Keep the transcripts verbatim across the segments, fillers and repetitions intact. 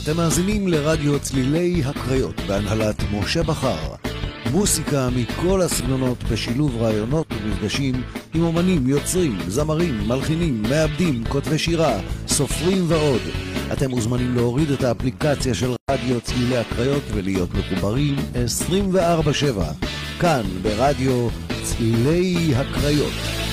אתם מאזינים לרדיו צלילי הקריות בהנהלת משה בחר. מוסיקה מכל הסגנונות בשילוב רעיונות ומפגשים עם אומנים, יוצרים, זמרים, מלחינים, מעבדים, כותבי שירה, סופרים ועוד. אתם מוזמנים להוריד את האפליקציה של רדיו צלילי הקריות ולהיות מחוברים עשרים וארבע שבע. כאן ברדיו צלילי הקריות.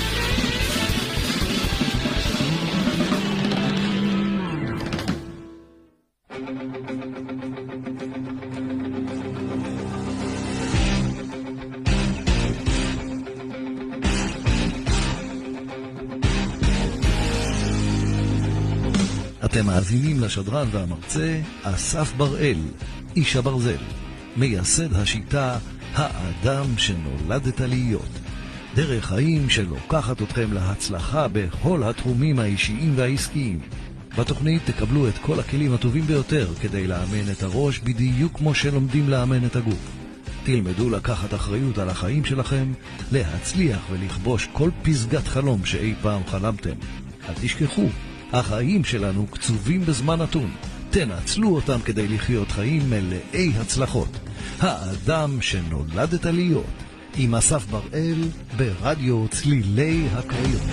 אתם מאזינים לשדרן והמרצה אסף בראל, איש הברזל, מייסד השיטה האדם שנולדת להיות. דרך חיים שלוקחת אתכם להצלחה בכל התחומים האישיים והעסקיים. בתוכנית תקבלו את כל הכלים הטובים ביותר כדי לאמן את הראש בדיוק כמו שלומדים לאמן את הגוף. תלמדו לקחת אחריות על החיים שלכם, להצליח ולכבוש כל פסגת חלום שאי פעם חלמתם. אל תשכחו, החיים שלנו קצובים בזמן נתון. תנצלו אותם כדי לחיות חיים מלאי הצלחות. האדם שנולדת להיות, עם אסף בראל ברדיו צלילי הקריות.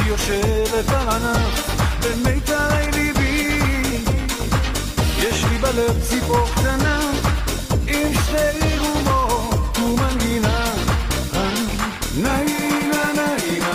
יושבת על ענף בין מיתרי ליבי, יש לי בלב ציפור קטנה עם שתי רומות ומנגינה. נאינה נאינה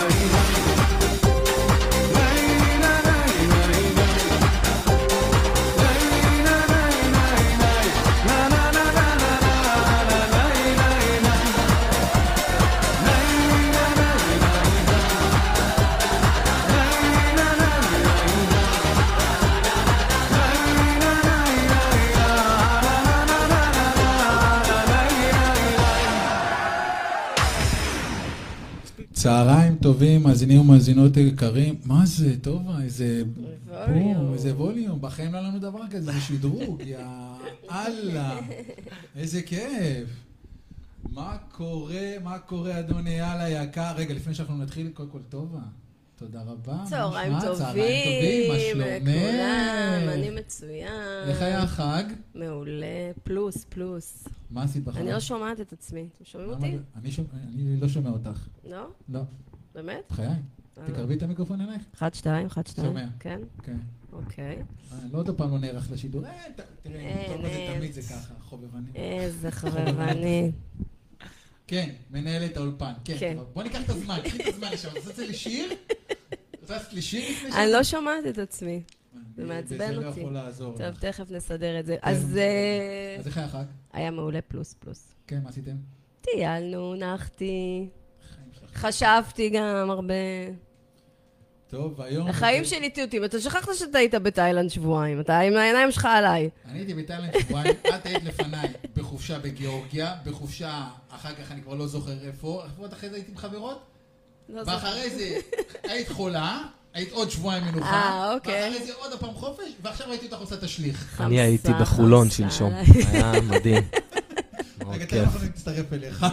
צהריים טובים, מאזינים ומאזינות יקרים. מה זה, טובה, איזה בום, איזה ווליום. בחיים לא לנו דבר כזה, זה שדרוג, יא אללה. איזה כיף. מה קורה, מה קורה, אדון אייל היקר? רגע, לפני שאנחנו נתחיל, קודם כל טובה. תודה רבה. צהריים טובים. צהריים טובים, מה שלומך? לכולם, אני מצוין. איך היה החג? מעולה, פלוס, פלוס. מה עשית בחג? אני לא שומעת את עצמי. אתם שומעים אותי? אני לא שומע אותך. לא? לא. באמת? בחיי. תקרבי את המיקרופון אלייך. אחד, שתיים, אחד, שתיים. שומע. כן? כן. אוקיי. לא עוד פעם לא נערך לשידור. תראה, טוב, זה תמיד זה ככה, חובבני. איזה חובבני. כן, מנהלת האולפן. כן. בוא ניקח את הזמן, קחי את הזמן לשם. אתה עושה לי שיר? אתה עושה לי שיר לפני שיר? אני לא שומעת את עצמי. זה מעצבן וזה לא אותי. יכול לעזור. טוב, תכף נסדר את זה. אז... אז איך היה החג? היה מעולה פלוס פלוס. כן, מה עשיתם? טיילנו, נחתי. חשבתי גם הרבה. טוב, והיום... החיים שלי טיוטים. אתה שכחת שאתה היית בתאילנד שבועיים. אתה עם העיניים שלך עליי. אני הייתי בתאילנד שבועיים. את היית לפניי בחופשה בגיאורגיה. בחופשה, אחר כך אני כבר לא זוכר איפה. איפה את אחרי זה הייתי עם חברות? ואחרי זה היית חולה. היית עוד שבועיים מנוחה. אה, אוקיי. ואחרי זה עוד הפעם חופש. ועכשיו ראיתי אותך עושה תשליך. אני הייתי בחולון שלשום. היה מדהים. רגע, תראה אנחנו נצטרף אליך.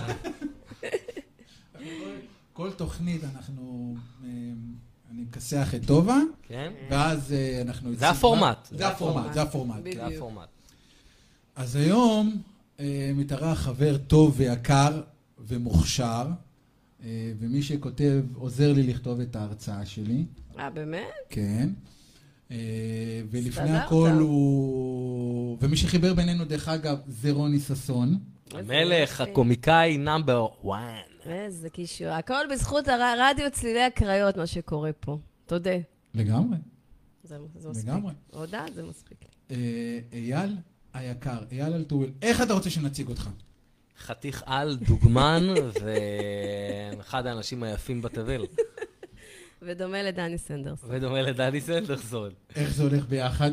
כל תוכנית אנחנו... אני מקסח את טובה, ואז אנחנו... זה הפורמט. זה הפורמט, זה הפורמט. זה הפורמט. אז היום מתארח חבר טוב ויקר ומוכשר, ומי שכותב, עוזר לי לכתוב את ההרצאה שלי. אה, באמת? כן. ולפני הכל הוא... ומי שחיבר בינינו, דרך אגב, זה רוני ססון. המלך, הקומיקאי, נאמבר וואן. איזה קישור. הכל בזכות הרדיו צלילי הקריות, מה שקורה פה. תודה. לגמרי. זה מספיק. לגמרי. הודעה, זה מספיק. אייל היקר, אייל אלטורל, איך אתה רוצה שנציג אותך? חתיך על, דוגמן, ואחד האנשים היפים בתבל. ודומה לדני סנדרסון. ודומה לדני סנדרסון. איך זה הולך ביחד?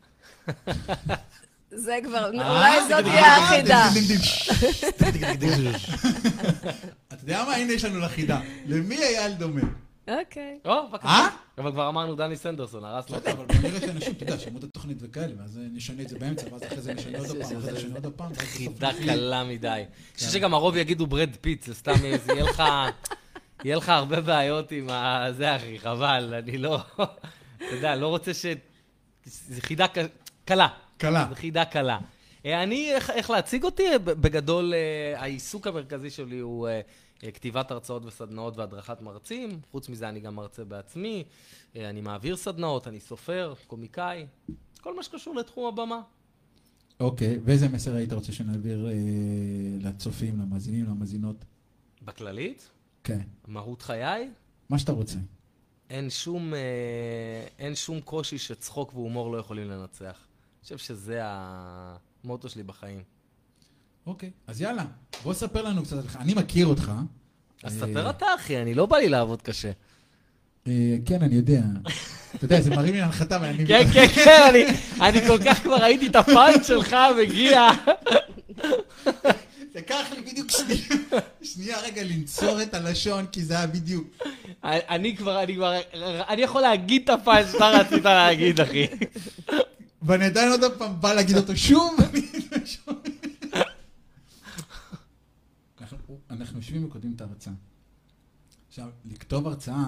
זה כבר, אולי זאת תהיה החידה. אתה יודע מה? הנה יש לנו לחידה. למי אייל דומה? אוקיי. או, בבקשה. אבל כבר אמרנו דני סנדרסון, הרס לו. אבל בוא נראה שאנשים, אתה יודע, שמות התוכנית וכאלה, ואז נשנה את זה באמצע, ואז אחרי זה נשנה עוד הפעם, אחרי זה נשנה עוד הפעם. חידה קלה מדי. אני חושב שגם הרוב יגידו ברד פיט, זה סתם, יהיה לך... יהיה לך הרבה בעיות עם זה, אחי, חבל, אני לא... אתה יודע, לא רוצה ש... זה חידה קלה. קלה. זה חידה קלה. אני, איך להציג אותי? בגדול, העיסוק המרכזי שלי הוא כתיבת הרצאות וסדנאות והדרכת מרצים. חוץ מזה, אני גם מרצה בעצמי. אני מעביר סדנאות, אני סופר, קומיקאי. כל מה שקשור לתחום הבמה. אוקיי, ואיזה מסר היית רוצה שנעביר לצופים, למאזינים, למאזינות? בכללית? כן. מהות חיי? מה שאתה רוצה. אין שום, אין שום קושי שצחוק והומור לא יכולים לנצח. אני חושב שזה המוטו שלי בחיים. אוקיי, אז יאללה, בוא ספר לנו קצת עליך. אני מכיר אותך. אז ספר אתה, אחי, אני לא בא לי לעבוד קשה. כן, אני יודע. אתה יודע, זה מרים לי להנחתה, ואני... כן, כן, כן, אני כל כך כבר ראיתי את הפאנץ' שלך מגיע. זה קח לי בדיוק שנייה, שנייה רגע לנצור את הלשון, כי זה היה בדיוק. אני כבר, אני כבר, אני יכול להגיד את הפאנץ' שאתה רצית להגיד, אחי. ואני עדיין עוד פעם בא להגיד אותו שוב. אנחנו יושבים וכותבים את ההרצאה. עכשיו, לכתוב הרצאה,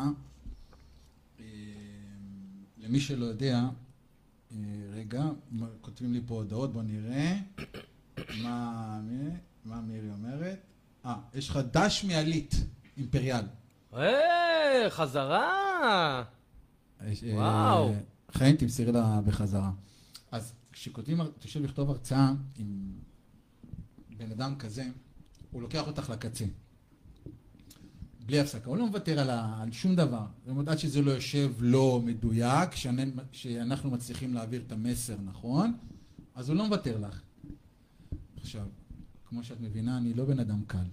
למי שלא יודע, רגע, כותבים לי פה הודעות, בוא נראה. מה, מה מירי אומרת? אה, יש לך דש מעלית, אימפריאל. אה, חזרה. אה, יש, אה, וואו. חיים, תמסרי לה בחזרה. אז כשכותבים, תשב לכתוב הרצאה עם בן אדם כזה, הוא לוקח אותך לקצה. בלי הפסקה. הוא לא מוותר על, ה, על שום דבר. זאת אומרת, עד שזה לא יושב לא מדויק, שאנחנו מצליחים להעביר את המסר נכון, אז הוא לא מוותר לך. עכשיו, כמו שאת מבינה, אני לא בן אדם קל.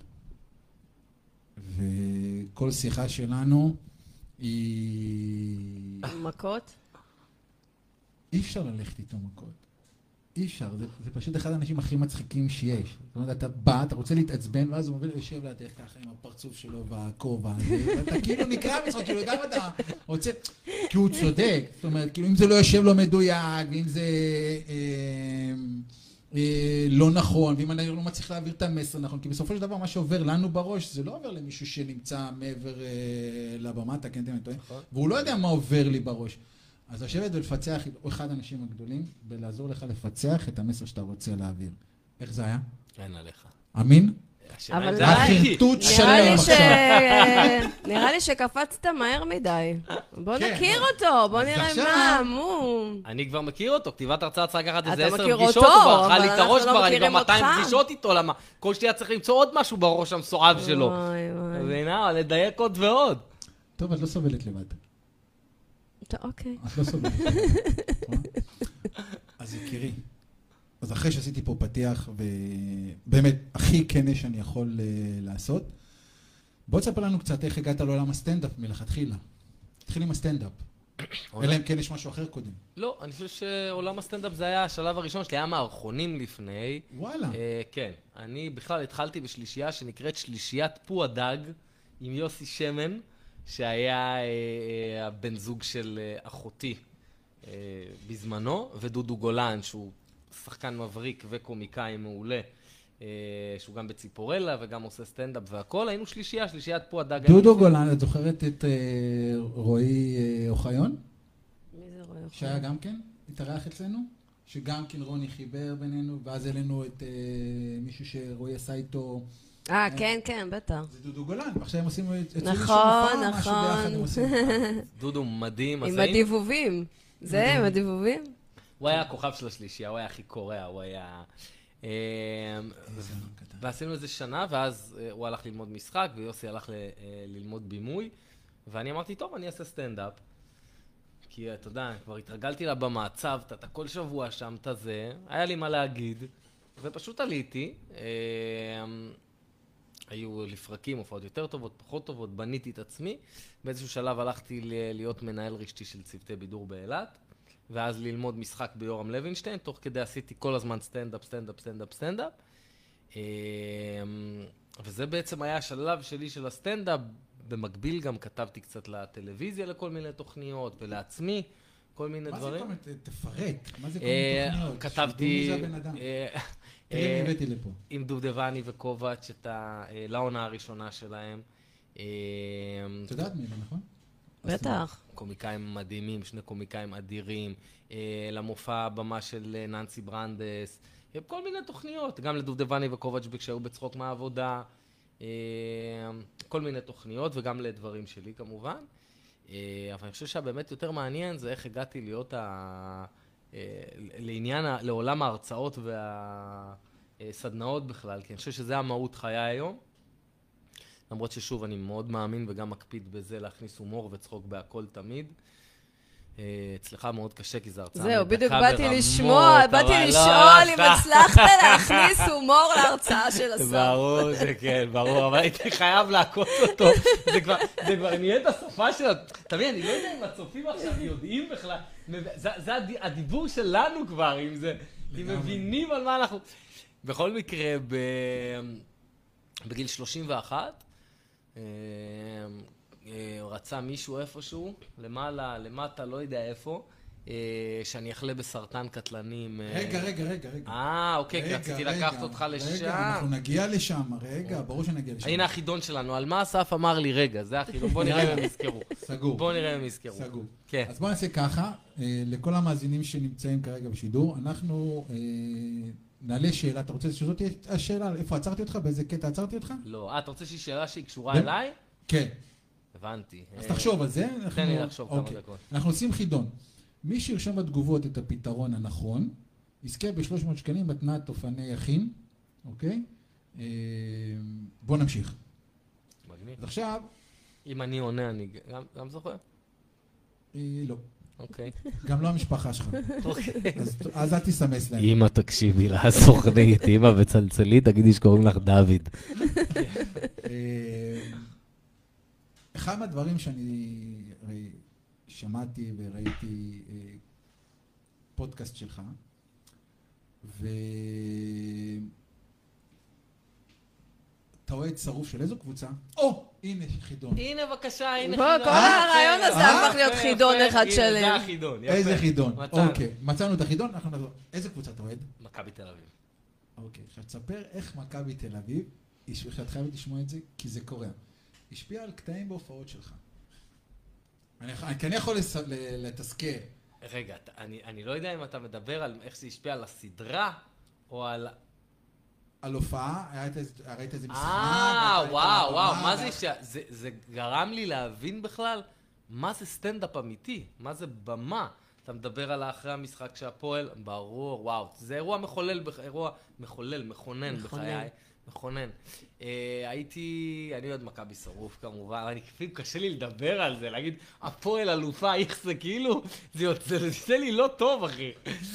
וכל שיחה שלנו היא... מכות? אי אפשר ללכת איתו מכות. אי אפשר, זה, זה פשוט אחד האנשים הכי מצחיקים שיש. זאת אומרת, אתה בא, אתה רוצה להתעצבן, ואז הוא מוביל יושב לידך ככה עם הפרצוף שלו והכובע הזה, ואתה כאילו נקרא מצחוק, כאילו גם אתה רוצה, כי הוא צודק. זאת אומרת, כאילו אם זה לא יושב לו מדויק, ואם זה אה, אה, לא נכון, ואם אני לא מצליח להעביר את המסר נכון, כי בסופו של דבר מה שעובר לנו בראש, זה לא עובר למישהו שנמצא מעבר אה, לבמה, תקנתם את זה, והוא לא יודע מה עובר לי בראש. אז לשבת ולפצח, הוא אחד האנשים הגדולים, ולעזור לך לפצח את המסר שאתה רוצה להעביר. איך זה היה? אין עליך. אמין? אבל זה נראה- הייתי. החרטוט נראה שלם לי ש... עכשיו. נראה לי שקפצת מהר מדי. בוא כן. נכיר אותו, בוא אז נראה עכשיו- מה, מו. אני כבר מכיר אותו, כתיבת הרצאה צריכה לקחת אתה איזה עשר מכיר פגישות, אותו, הוא כבר אכל אבל לי את אנחנו הראש לא כבר, אני מכירים כבר מאתיים אותך. פגישות איתו, למה כל שנייה צריך למצוא עוד משהו בראש המסועב שלו. וואי, וואי. מבינה? לדייק עוד ועוד. טוב, את לא סובלת לבד. טוב, אוקיי. את לא סובלת לבד. נכון? אז יקירי, אז אחרי שעשיתי פה פתיח, ובאמת, הכי כנה שאני יכול אה, לעשות, בוא תספר לנו קצת איך הגעת לעולם הסטנדאפ מלכתחילה. תתחיל עם הסטנדאפ. אלא אם כן יש משהו אחר קודם. לא, אני חושב שעולם הסטנדאפ זה היה השלב הראשון שלי, היה מערכונים לפני. וואלה. אה, כן, אני בכלל התחלתי בשלישייה שנקראת שלישיית פו הדג עם יוסי שמן, שהיה אה, אה, הבן זוג של אה, אחותי אה, בזמנו, ודודו גולן, שהוא שחקן מבריק וקומיקאי מעולה, אה, שהוא גם בציפורלה וגם עושה סטנדאפ והכל, היינו שלישייה, שלישיית פו הדג. דודו גולן, את זוכרת את אה, רועי אה, אוחיון? מי זה רואה? שהיה גם כן, התארח אצלנו, שגם כן רוני חיבר בינינו, ואז העלינו את אה, מישהו שרועי עשה איתו, אה, כן, כן, בטח. זה דודו גולן, ועכשיו הם עושים את זה נכון, נכון. דודו מדהים, אז עם היינו- הדיבובים. זה, עם הדיבובים? הוא היה הכוכב של השלישייה, הוא היה הכי קורע, הוא היה... אה, ועשינו איזה שנה, ואז אה, הוא הלך ללמוד משחק, ויוסי הלך ל- אה, ללמוד בימוי, ואני אמרתי, טוב, אני אעשה סטנדאפ. כי אתה יודע, כבר התרגלתי לבמה, צבת, אתה כל שבוע שם, אתה זה, היה לי מה להגיד, ופשוט עליתי. אה, היו לפרקים, הופעות יותר טובות, פחות טובות, בניתי את עצמי. באיזשהו שלב הלכתי ל- להיות מנהל רשתי של צוותי בידור באילת, ואז ללמוד משחק ביורם לוינשטיין, תוך כדי עשיתי כל הזמן סטנדאפ, סטנדאפ, סטנדאפ, סטנדאפ. אה, וזה בעצם היה השלב שלי של הסטנדאפ. במקביל גם כתבתי קצת לטלוויזיה לכל מיני תוכניות, ולעצמי, כל מיני מה זה דברים. כל מיני, תפרט, מה זה כל אה, מיני תוכניות? כתבתי... שידעו מי זה הבן אדם. אה, תראי אה, מי הבאתי לפה. עם דובדבני וקובץ' את ה... אה, לעונה הראשונה שלהם. אה, את יודעת מי זה, נכון? בטח. קומיקאים מדהימים, שני קומיקאים אדירים, אה, למופע הבמה של אה, ננסי ברנדס, אה, כל מיני תוכניות, גם לדובדבני וקובץ' כשהיו בצחוק מהעבודה, אה, כל מיני תוכניות וגם לדברים שלי כמובן. אה, אבל אני חושב שהבאמת יותר מעניין זה איך הגעתי להיות ה... אה, לעניין, ה- לעולם ההרצאות והסדנאות בכלל, כי אני חושב שזה המהות חיי היום. למרות ששוב, אני מאוד מאמין וגם מקפיד בזה להכניס הומור וצחוק בהכל תמיד. אה, אצלך מאוד קשה, כי זו הרצאה זהו, מדקה בדיוק באתי ברמות, לשמוע, אבל באתי לא, לשאול אם אתה- הצלחת להכניס הומור להרצאה של השר. ברור שכן, ברור, אבל הייתי חייב לעקוץ אותו. זה כבר, זה כבר נהיה את השפה שלו. תמיד, אני לא יודע אם הצופים עכשיו יודעים בכלל. זה, זה הד- הדיבור שלנו כבר, אם זה, אם מבינים על מה אנחנו... בכל מקרה, ב... בגיל שלושים ואחת, אה, אה, רצה מישהו איפשהו, למעלה, למטה, לא יודע איפה, אה, שאני אחלה בסרטן קטלני עם... אה, רגע, רגע, רגע, רגע. אה, אוקיי, כי רגע, רציתי רגע, לקחת אותך רגע, לשם. אנחנו נגיע לשם, רגע, ברור שנגיע לשם. הנה החידון שלנו, על מה אסף אמר לי רגע, זה החידון, בוא נראה אם הם יזכרו. סגור. בוא נראה אם הם יזכרו. סגור. כן. אז בואו נעשה ככה, אה, לכל המאזינים שנמצאים כרגע בשידור, אנחנו אה, נעלה שאלה, אתה רוצה שזאת תהיה השאלה? איפה עצרתי אותך? באיזה קטע עצרתי אותך? לא, אה, אתה רוצה שהיא שאלה שהיא קשורה ב- אליי? כן. הבנתי. אז תחשוב על זה. תן לי לחשוב כמה דקות. אנחנו עושים חידון. מי שירשום בתגובות את הפתרון הנכון, יזכה ב-שלוש מאות שקלים מתנת אופני יכין, אוקיי? בוא נמשיך. מגניב. אז עכשיו... אם אני עונה, אני גם זוכר? לא. אוקיי. גם לא המשפחה שלך. אוקיי. אז אל תסמס להם. אמא תקשיבי לה, סוכנית, אמא וצלצלי, תגידי שקוראים לך דוד. אחד מהדברים שאני שמעתי וראיתי פודקאסט שלך, ו... אתה אוהד שרוף של איזו קבוצה? או! הנה חידון. הנה בבקשה, הנה בוא, חידון. כל הרעיון הזה הפך להיות חידון אחד שלם. זה החידון, יפה. איזה חידון? מצאנו. אוקיי, מצאנו את החידון, אנחנו נדבר. איזה קבוצה אתה אוהד? מכבי תל אביב. אוקיי, עכשיו תספר איך מכבי תל אביב, שאת חייבת לשמוע את זה, כי זה קורה. השפיע על קטעים בהופעות שלך. אני, כי אני יכול לס... לתזכר. רגע, אני, אני לא יודע אם אתה מדבר על איך זה השפיע על הסדרה, או על... על הופעה, ראית איזה משחק. אה, וואו, וואו, מה זה ש... זה, זה גרם לי להבין בכלל מה זה סטנדאפ אמיתי, מה זה במה. אתה מדבר על אחרי המשחק שהפועל, ברור, וואו, זה אירוע מחולל, אירוע מחולל, מכונן בחיי, מכונן. הייתי, אני עוד מכבי שרוף כמובן, אני כפים קשה לי לדבר על זה, להגיד, הפועל אלופה, איך זה כאילו, זה יוצא לי לא טוב, אחי.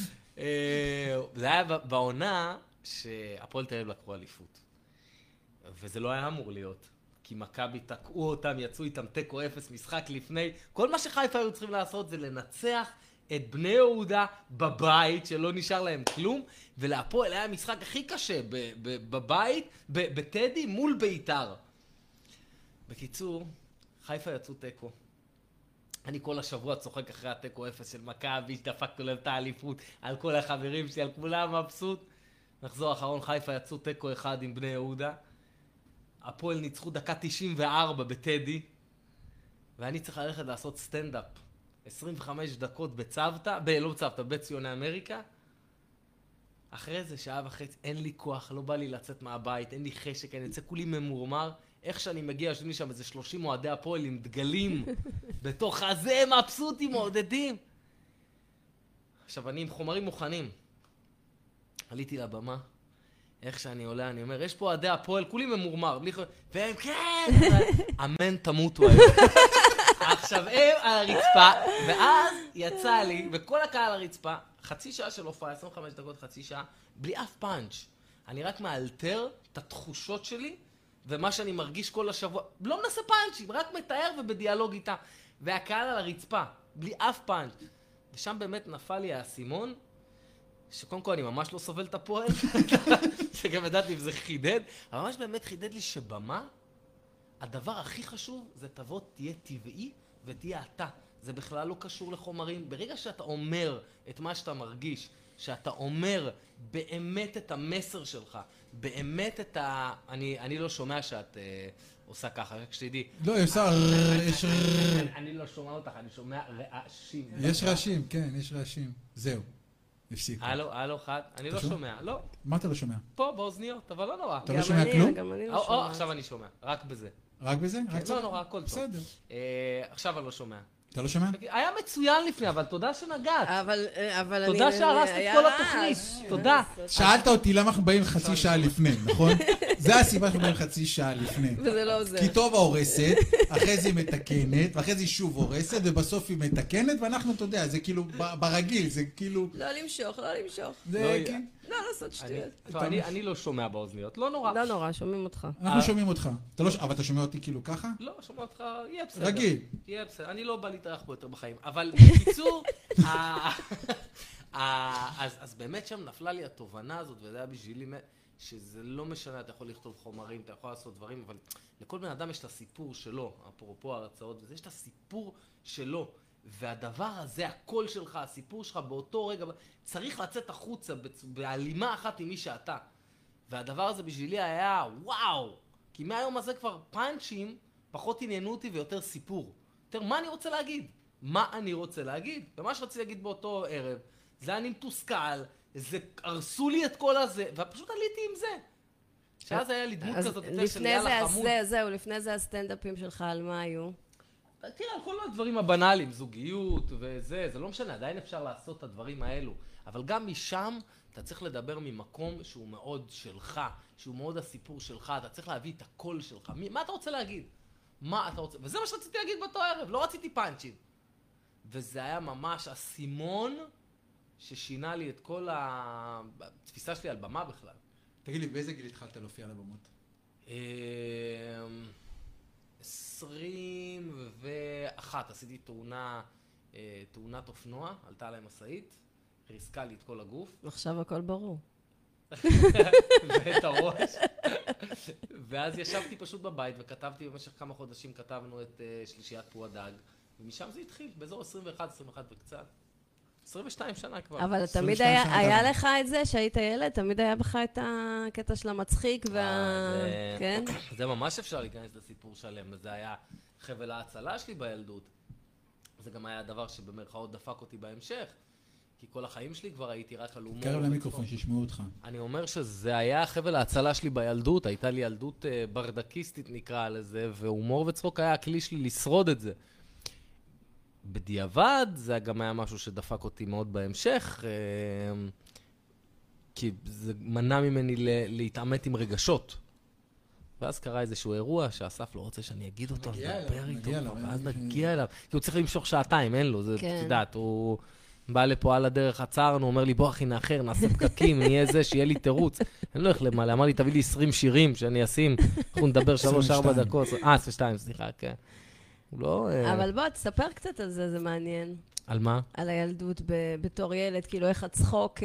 זה היה בעונה שהפועל תל אביב לקחו אליפות. וזה לא היה אמור להיות. כי מכבי תקעו אותם, יצאו איתם תיקו אפס משחק לפני. כל מה שחיפה היו צריכים לעשות זה לנצח את בני יהודה בבית, שלא נשאר להם כלום, ולהפועל היה המשחק הכי קשה בבית, בטדי מול ביתר. בקיצור, חיפה יצאו תיקו. אני כל השבוע צוחק אחרי התיקו אפס של מכבי, שדפקנו להם את האליפות, על כל החברים שלי, על כולם מבסוט. נחזור אחרון, חיפה יצאו תיקו אחד עם בני יהודה. הפועל ניצחו דקה תשעים וארבע בטדי, ואני צריך ללכת לעשות סטנדאפ. עשרים וחמש דקות בצוותא, ב- לא בצוותא, בציוני אמריקה. אחרי זה, שעה וחצי, אין לי כוח, לא בא לי לצאת מהבית, אין לי חשק, אני יוצא כולי ממורמר. איך שאני מגיע, יש לי שם איזה שלושים אוהדי הפועל עם דגלים, בתוך הזה, מבסוטים, מעודדים. עכשיו, אני עם חומרים מוכנים. עליתי לבמה, איך שאני עולה, אני אומר, יש פה אוהדי הפועל, כולי ממורמר, בלי חומר, והם כן, אמן תמותו היום. עכשיו הם על הרצפה, ואז יצא לי, וכל הקהל על הרצפה, חצי שעה של הופעה, עשרים וחמש דקות, חצי שעה, בלי אף פאנץ'. אני רק מאלתר את התחושות שלי, ומה שאני מרגיש כל השבוע, לא מנסה פאנצ'ים, רק מתאר ובדיאלוג איתה. והקהל על הרצפה, בלי אף פאנץ'. ושם באמת נפל לי האסימון, שקודם כל אני ממש לא סובל את הפועל, שגם ידעתי אם זה חידד, אבל ממש באמת חידד לי שבמה, הדבר הכי חשוב זה תבוא, תהיה טבעי ותהיה אתה. זה בכלל לא קשור לחומרים. ברגע שאתה אומר את מה שאתה מרגיש, שאתה אומר באמת את המסר שלך, באמת את ה... אני, אני לא שומע שאת אה, עושה ככה, רק שתדעי. לא, יש שר... יש... אני לא שומע אותך, אני שומע רעשים. יש רעשים, כן, יש רעשים. זהו. הפסיקו. הלו, הלו, חד. אני לא שומע, לא. מה אתה לא שומע? פה, באוזניות, אבל לא נורא. אתה לא שומע כלום? גם אני או, לא או, שומעת. עכשיו אני שומע, רק בזה. רק בזה? רק לא נורא, הכל טוב. בסדר. אה, עכשיו אני לא שומע. אתה לא שומע? היה מצוין לפני, אבל תודה שנגעת. אבל, אבל אני... תודה שהרסת את היה כל רעש. התוכנית. תודה. שאלת אותי למה אנחנו באים חצי שעה לפני, נכון? זה הסיבה שאנחנו באים חצי שעה לפני. וזה לא זה. כי טובה הורסת, אחרי זה היא מתקנת, ואחרי זה היא שוב הורסת, ובסוף היא מתקנת, ואנחנו, אתה יודע, זה כאילו ברגיל, זה כאילו... לא למשוך, לא למשוך. זה כאילו... לא לעשות שטויות. טוב, אני אני לא שומע באוזניות, לא נורא. לא נורא, שומעים אותך. אנחנו שומעים אותך. אתה לא ש- אבל אתה שומע אותי כאילו ככה? לא, שומע אותך, יהיה בסדר. רגיל. יהיה בסדר, אני לא בא להתארח פה יותר בחיים. אבל בקיצור, ה- ה- אז אז באמת שם נפלה לי התובנה הזאת, וזה היה בשבילי, שזה לא משנה, אתה יכול לכתוב חומרים, אתה יכול לעשות דברים, אבל לכל בן אדם יש את הסיפור שלו, אפרופו ההרצאות, וזה יש את הסיפור שלו. והדבר הזה, הקול שלך, הסיפור שלך באותו רגע, צריך לצאת החוצה בהלימה אחת עם מי שאתה. והדבר הזה בשבילי היה וואו! כי מהיום הזה כבר פאנצ'ים פחות עניינו אותי ויותר סיפור. יותר מה אני רוצה להגיד? מה אני רוצה להגיד? ומה שרציתי להגיד באותו ערב, זה אני מתוסכל, זה הרסו לי את כל הזה, ופשוט עליתי עם זה. שאז היה לי דמות כזאת יותר של יאללה חמוד. זהו, לפני זה הסטנדאפים שלך על מה היו? תראה, על כל הדברים הבנאליים, זוגיות וזה, זה לא משנה, עדיין אפשר לעשות את הדברים האלו. אבל גם משם אתה צריך לדבר ממקום שהוא מאוד שלך, שהוא מאוד הסיפור שלך, אתה צריך להביא את הקול שלך. מה אתה רוצה להגיד? מה אתה רוצה? וזה מה שרציתי להגיד באותו ערב, לא רציתי פאנצ'ים. וזה היה ממש הסימון ששינה לי את כל התפיסה שלי על במה בכלל. תגיד לי, באיזה גיל התחלת להופיע על הבמות? עשרים ואחת, עשיתי תאונה, תאונת אופנוע, עלתה עליי משאית, ריסקה לי את כל הגוף. עכשיו הכל ברור. ואת הראש. ואז ישבתי פשוט בבית וכתבתי במשך כמה חודשים, כתבנו את שלישיית פועדג, ומשם זה התחיל, באזור עשרים ואחת, עשרים ואחת וקצת. עשרים ושתיים שנה כבר. אבל תמיד היה, היה לך את זה שהיית ילד? תמיד היה בך את הקטע של המצחיק וה... זה, כן? זה ממש אפשר להיכנס לסיפור שלם, וזה היה חבל ההצלה שלי בילדות. זה גם היה הדבר שבמרכאות דפק אותי בהמשך, כי כל החיים שלי כבר הייתי רק על הומור. קרב למיקרופון, שישמעו אותך. אני אומר שזה היה חבל ההצלה שלי בילדות, הייתה לי ילדות ברדקיסטית נקרא לזה, והומור וצחוק היה הכלי שלי לשרוד את זה. בדיעבד, זה גם היה משהו שדפק אותי מאוד בהמשך, כי זה מנע ממני להתעמת עם רגשות. ואז קרה איזשהו אירוע שאסף לא רוצה שאני אגיד אותו, אז נדבר איתו, ואז נגיע אליו. כי הוא צריך למשוך שעתיים, אין לו, זה תדעת, הוא בא לפה על הדרך, עצרנו, אומר לי, בוא אחי נאחר, נעשה פקקים, נהיה זה, שיהיה לי תירוץ. אני לא יכול למעלה, אמר לי, תביא לי עשרים שירים שאני אשים, אנחנו נדבר שלוש ארבע דקות. אה, עשרים ושתיים, סליחה, כן. לא... אבל בוא, תספר קצת על זה, זה מעניין. על מה? על הילדות בתור ילד, כאילו איך הצחוק...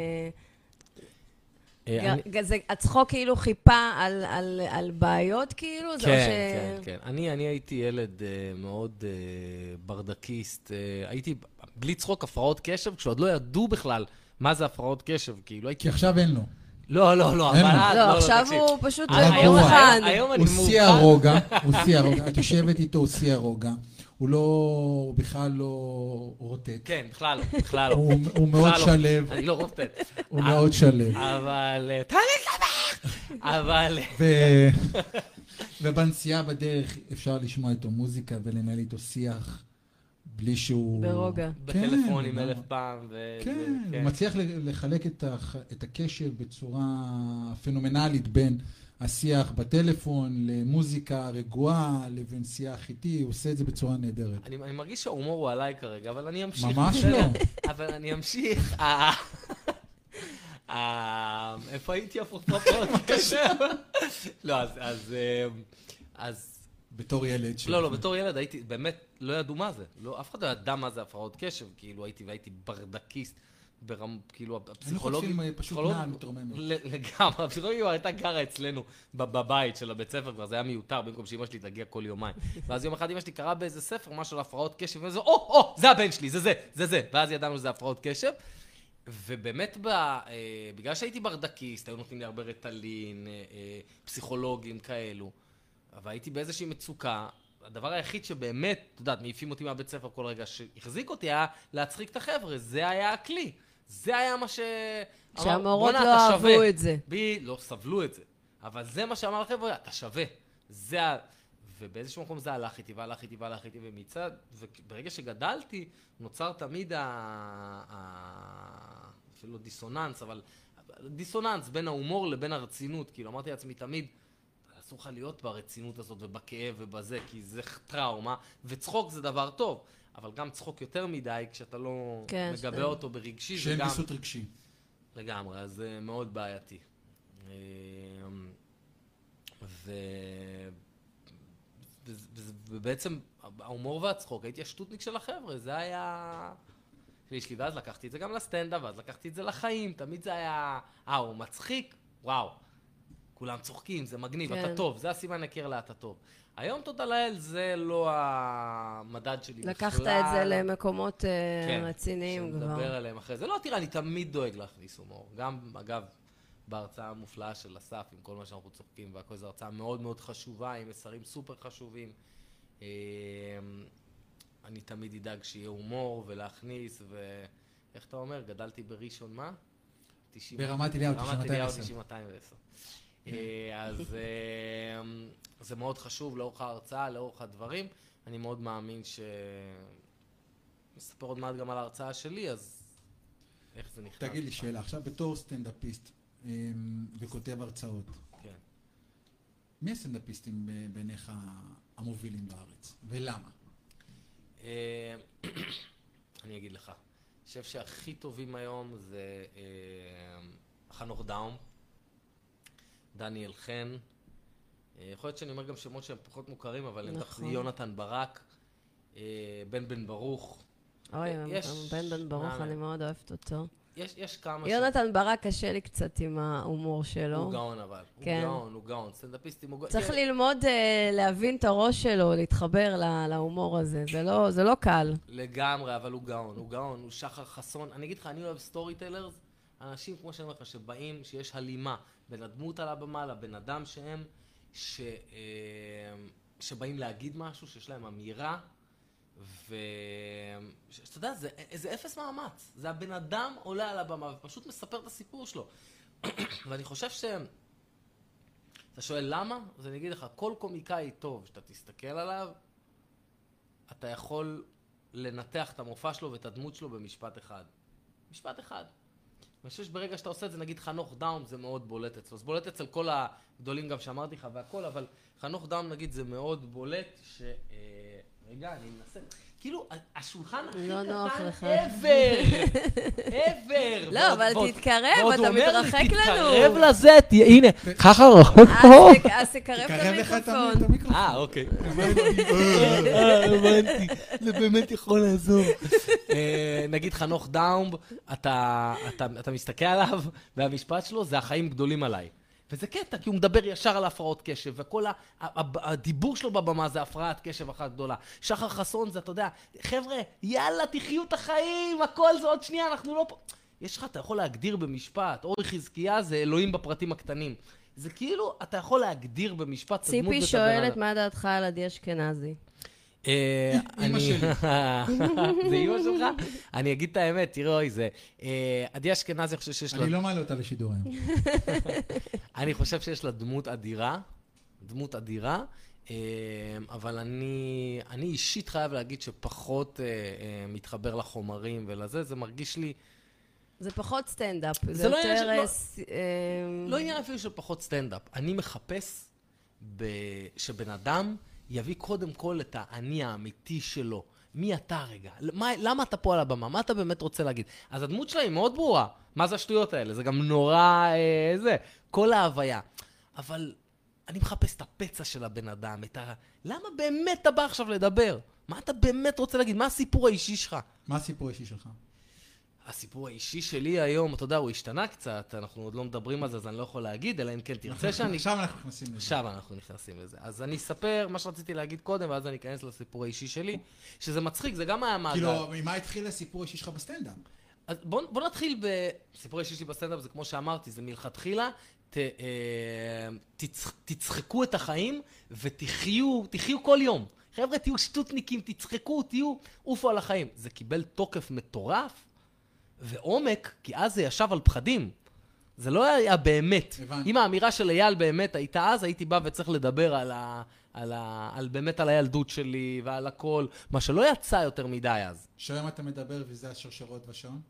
הצחוק כאילו חיפה על בעיות כאילו? כן, כן, כן. אני הייתי ילד מאוד ברדקיסט. הייתי בלי צחוק הפרעות קשב, כשעוד לא ידעו בכלל מה זה הפרעות קשב, כאילו הייתי... כי עכשיו אין לו. לא, לא, לא. לא, עכשיו הוא פשוט מאובחן. הוא שיא הרוגע, הוא שיא הרוגע. את יושבת איתו, הוא שיא הרוגע. הוא לא, הוא בכלל לא רוטט. כן, בכלל לא, בכלל לא. הוא מאוד שלב. אני לא רוטט. הוא מאוד שלב. אבל... תעלי לדבר! אבל... ובנסיעה בדרך אפשר לשמוע איתו מוזיקה ולנהל איתו שיח בלי שהוא... ברוגע. בטלפונים אלף פעם. כן, הוא מצליח לחלק את הקשר בצורה פנומנלית בין... השיח בטלפון, למוזיקה רגועה, לבין שיח איתי, הוא עושה את זה בצורה נהדרת. אני, אני מרגיש שההומור הוא עליי כרגע, אבל אני אמשיך. ממש לא. אבל אני אמשיך. איפה הייתי אפרופו פרעות קשב? לא, אז... אז, אז בתור ילד. לא, לא, בתור ילד הייתי, באמת, לא ידעו מה זה. לא, אף אחד לא ידע מה זה הפרעות קשב, כאילו הייתי והייתי ברדקיסט. ברם, כאילו, הפסיכולוגים... היינו חוטפים פשוט נעל מתרוממת. לגמרי, הפסיכולוגים הייתה גרה אצלנו בבית של הבית ספר, כבר זה היה מיותר, במקום שאמא שלי תגיע כל יומיים. ואז יום אחד אמא שלי קראה באיזה ספר, משהו על הפרעות קשב, וזה, או, או, זה הבן שלי, זה זה, זה זה. ואז ידענו שזה הפרעות קשב. ובאמת, בגלל שהייתי ברדקיסט, היו נותנים לי הרבה רטלין, פסיכולוגים כאלו, אבל הייתי באיזושהי מצוקה. הדבר היחיד שבאמת, אתה יודעת, מעיפים אותי מהבית ספר כל רגע שהחזיק אותי, היה להצחיק את החבר'ה, זה היה הכלי. זה היה מה ש... שהמורות לא אהבו את זה. בי, לא סבלו את זה. אבל זה מה שאמר לחבר'ה, אתה שווה. זה ה... ובאיזשהו מקום זה הלך איתי, והלך איתי, והלך איתי, ומצד... וברגע שגדלתי, נוצר תמיד ה... אפילו דיסוננס, אבל... דיסוננס בין ההומור לבין הרצינות. כאילו, אמרתי לעצמי תמיד, אסור לך להיות ברצינות הזאת ובכאב ובזה, כי זה טראומה, וצחוק זה דבר טוב. אבל גם צחוק יותר מדי, כשאתה לא כן, מגבה שתי. אותו ברגשי, שאין ביסות רגשי. לגמרי, אז זה מאוד בעייתי. ו... ובעצם ההומור והצחוק, הייתי השטוטניק של החבר'ה, זה היה... יש לי, ואז לקחתי את זה גם לסטנדאפ, ואז לקחתי את זה לחיים, תמיד זה היה... אה, הוא מצחיק? וואו. כולם צוחקים, זה מגניב, כן. אתה טוב, זה הסימן הכיר לה, אתה טוב. היום תודה לאל, זה לא המדד שלי בכלל. לקחת את זה למקומות כן, רציניים כבר. שנדבר עליהם אחרי זה. לא, תראה, אני תמיד דואג להכניס הומור. גם, אגב, בהרצאה המופלאה של אסף, עם כל מה שאנחנו צוחקים, והכל זו הרצאה מאוד מאוד חשובה, עם מסרים סופר חשובים. אני תמיד אדאג שיהיה הומור ולהכניס, ואיך אתה אומר, גדלתי בראשון מה? ברמת אליהו, תשעים מאתיים ועשר. אז זה מאוד חשוב לאורך ההרצאה, לאורך הדברים. אני מאוד מאמין ש... נספר עוד מעט גם על ההרצאה שלי, אז איך זה נכנס? תגיד לי שאלה, עכשיו בתור סטנדאפיסט וכותב הרצאות, כן. מי הסטנדאפיסטים בעיניך המובילים בארץ, ולמה? אני אגיד לך, אני חושב שהכי טובים היום זה חנוך דאום, דניאל חן, יכול להיות שאני אומר גם שמות שהם פחות מוכרים, אבל הם דווקא יונתן ברק, בן בן ברוך. אוי, בן בן ברוך, אני מאוד אוהבת אותו. יש, יש כמה... יונתן ברק קשה לי קצת עם ההומור שלו. הוא גאון אבל. כן. הוא גאון, הוא גאון. סטנדאפיסטים הוא גאון. צריך ללמוד להבין את הראש שלו, להתחבר להומור הזה. זה לא, זה לא קל. לגמרי, אבל הוא גאון. הוא גאון, הוא שחר חסון. אני אגיד לך, אני אוהב סטורי טיילרס. אנשים, כמו שאני אומר לך, שבאים, שיש הלימה בין הדמות על הבמה לבן אדם שהם, ש... שבאים להגיד משהו, שיש להם אמירה. ואתה יודע, זה, זה אפס מאמץ. זה הבן אדם עולה על הבמה ופשוט מספר את הסיפור שלו. ואני חושב ש... אתה שואל למה? אז אני אגיד לך, כל קומיקאי טוב שאתה תסתכל עליו, אתה יכול לנתח את המופע שלו ואת הדמות שלו במשפט אחד. משפט אחד. אני חושב שברגע שאתה עושה את זה, נגיד חנוך דאום, זה מאוד בולט אצלו. זה בולט אצל כל הגדולים גם שאמרתי לך והכל, אבל חנוך דאום, נגיד, זה מאוד בולט ש... רגע, אני מנסה. כאילו, השולחן הכי קטן ever! ever! לא, אבל תתקרב, אתה מתרחק לנו. תתקרב לזה, הנה, ככה רחוק פה. אז תקרב את המיקרופון. אה, אוקיי. הבנתי, זה באמת יכול לעזור. נגיד חנוך דאום, אתה מסתכל עליו, והמשפט שלו זה החיים גדולים עליי. וזה קטע, כי הוא מדבר ישר על הפרעות קשב, וכל הדיבור שלו בבמה זה הפרעת קשב אחת גדולה. שחר חסון זה, אתה יודע, חבר'ה, יאללה, תחיו את החיים, הכל זה עוד שנייה, אנחנו לא פה. יש לך, אתה יכול להגדיר במשפט, אורי חזקיה זה אלוהים בפרטים הקטנים. זה כאילו, אתה יכול להגדיר במשפט, ציפי שואלת מה דעתך על עדי אשכנזי. אמא שלי. זה אמא שלך? אני אגיד את האמת, תראו, אוי, זה... עדי אשכנזי, אני חושב שיש לה... אני לא מעלה אותה לשידור היום. אני חושב שיש לה דמות אדירה, דמות אדירה, אבל אני, אני אישית חייב להגיד שפחות מתחבר לחומרים ולזה, זה מרגיש לי... זה פחות סטנדאפ, זה זה לא יותר... עניין ס- של- אה, לא עניין אפילו של פחות סטנדאפ. אני מחפש ב... שבן אדם יביא קודם כל את האני האמיתי שלו. מי אתה רגע? מה, למה אתה פה על הבמה? מה אתה באמת רוצה להגיד? אז הדמות שלה היא מאוד ברורה. מה זה השטויות האלה? זה גם נורא... אה, זה, כל ההוויה. אבל אני מחפש את הפצע של הבן אדם, את ה... למה באמת אתה בא עכשיו לדבר? מה אתה באמת רוצה להגיד? מה הסיפור האישי שלך? מה הסיפור האישי שלך? הסיפור האישי שלי היום, אתה יודע, הוא השתנה קצת, אנחנו עוד לא מדברים על זה, אז אני לא יכול להגיד, אלא אם כן תרצה שאני... עכשיו אנחנו נכנסים לזה. עכשיו אנחנו נכנסים לזה. אז אני אספר מה שרציתי להגיד קודם, ואז אני אכנס לסיפור האישי שלי, שזה מצחיק, זה גם היה מעגל. כאילו, ממה התחיל הסיפור האישי שלך בסטנדאפ? אז בוא, בוא נתחיל בסיפור האישי שלי בסטנדאפ, זה כמו שאמרתי, זה מלכתחילה, ת, אה, תצח, תצחקו את החיים ותחיו תחיו כל יום. חבר'ה, תהיו שטוטניקים, תצחקו, תהיו, עופו על החיים. זה קיבל תוקף מטורף ועומק, כי אז זה ישב על פחדים. זה לא היה באמת. הבנתי. אם האמירה של אייל באמת הייתה אז, הייתי בא וצריך לדבר על, ה, על, ה, על באמת על הילדות שלי ועל הכל, מה שלא יצא יותר מדי אז. שהיום אתה מדבר וזה השרשרות והשעון?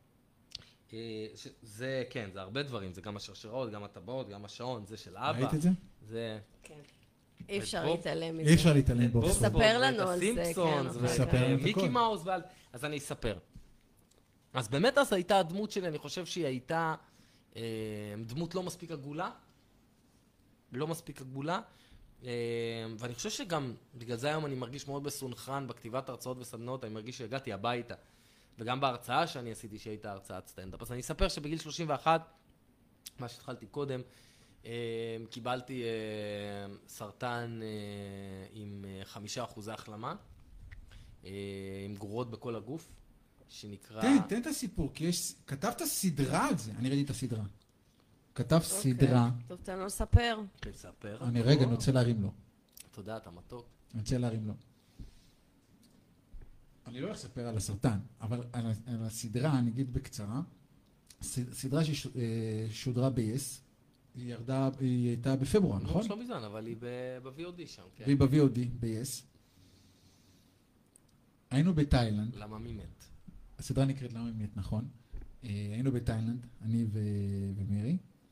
זה, כן, זה הרבה דברים, זה גם השרשרות, גם הטבעות, גם השעון, זה של אבא. ראית את זה? זה... כן. אי אפשר בוב. להתעלם מזה. אי אפשר להתעלם בו. בוב, ספר בוב, לנו ואת על זה, הסימפסונס, כן, ואת ספר לנו את מיקי הכל. מאוס, ועל... אז אני אספר. אז באמת אז הייתה הדמות שלי, אני חושב שהיא הייתה אה, דמות לא מספיק עגולה, לא מספיק עגולה, אה, ואני חושב שגם בגלל זה היום אני מרגיש מאוד בסונכרן בכתיבת הרצאות וסדנאות, אני מרגיש שהגעתי הביתה, וגם בהרצאה שאני עשיתי שהייתה הרצאת סטנדאפ. אז אני אספר שבגיל שלושים ואחת, מה שהתחלתי קודם, אה, קיבלתי אה, סרטן אה, עם אה, חמישה אחוזי החלמה, אה, עם גרורות בכל הגוף, שנקרא... תן, תן את הסיפור, כי יש... כתבת סדרה על זה. אני ראיתי את הסדרה. כתב סדרה. טוב, תן לו לספר. תספר. אני רגע, אני רוצה להרים לו. תודה, אתה מתוק. אני רוצה להרים לו. אני לא הולך לספר על הסרטן, אבל על, על הסדרה, אני אגיד בקצרה. ס- סדרה ששודרה ב-yes, היא ירדה, היא הייתה בפברואר, נכון? לא מזמן, אבל היא ב-וי או די שם, כן. והיא ב-וי או די, ב-yes. היינו בתאילנד. למה מי מת? הסדרה נקראת למה מי מת, נכון. היינו בתאילנד, אני ומירי,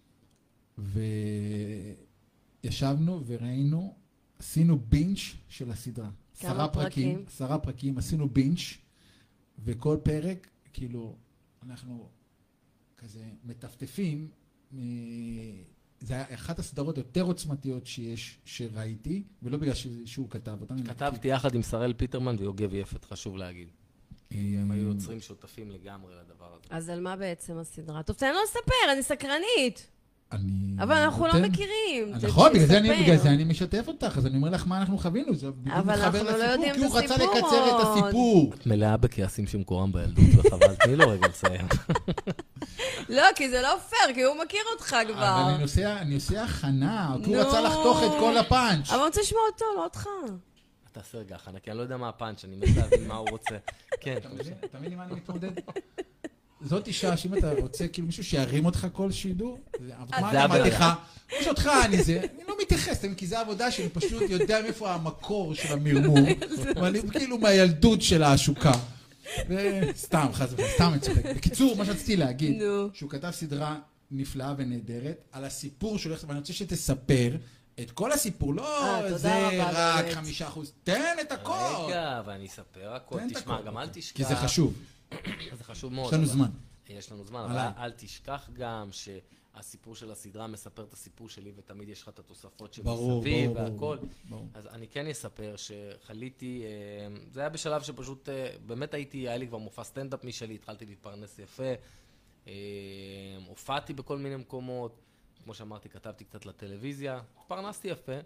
וישבנו וראינו, עשינו בינץ' של הסדרה. עשרה פרקים, עשרה פרקים, עשינו בינץ', וכל פרק, כאילו, אנחנו כזה מטפטפים, זה היה אחת הסדרות יותר עוצמתיות שיש, שראיתי, ולא בגלל שהוא כתב אותם. כתבתי יחד עם שראל פיטרמן ויוגב יפת, חשוב להגיד. הם היו יוצרים שותפים לגמרי לדבר הזה. אז על מה בעצם הסדרה? טוב, תן לו לספר, אני סקרנית. אני... אבל אנחנו לא מכירים. נכון, בגלל זה אני משתף אותך, אז אני אומר לך מה אנחנו חווינו, זה בדיוק מתחבר לסיפור, כי הוא רצה לקצר את הסיפור. את מלאה בכעסים שמקורם בילדות, וחבל, תני לו רגע לסיים. לא, כי זה לא פייר, כי הוא מכיר אותך כבר. אבל אני עושה הכנה, כי הוא רצה לחתוך את כל הפאנץ'. אבל אני רוצה לשמוע אותו, לא אותך. תעשה רגע הכנה, כי אני לא יודע מה הפאנץ', אני מת להבין מה הוא רוצה. כן. אתה מבין לי מה אני מתמודד? זאת אישה, שאם אתה רוצה כאילו מישהו שירים אותך כל שידור, מה אני אמרתי לך? יש אותך, אני זה, אני לא מתייחס, כי זה העבודה שאני פשוט יודע מאיפה המקור של המרמור, ואני כאילו מהילדות של השוקה. סתם, חס וחס, סתם אני צוחק. בקיצור, מה שרציתי להגיד, שהוא כתב סדרה נפלאה ונהדרת, על הסיפור שהולך, ואני רוצה שתספר את כל הסיפור, לא זה רק חמישה אחוז, תן את הכל. רגע, ואני אספר הכל, תשמע, גם אל תשכח. כי זה חשוב. זה חשוב מאוד. יש לנו זמן. יש לנו זמן, אבל אל תשכח גם שהסיפור של הסדרה מספר את הסיפור שלי, ותמיד יש לך את התוספות שמסביב והכל. אז אני כן אספר שחליתי, זה היה בשלב שפשוט, באמת הייתי, היה לי כבר מופע סטנדאפ משלי, התחלתי להתפרנס יפה, הופעתי בכל מיני מקומות, כמו שאמרתי, כתבתי קצת לטלוויזיה, התפרנסתי יפה,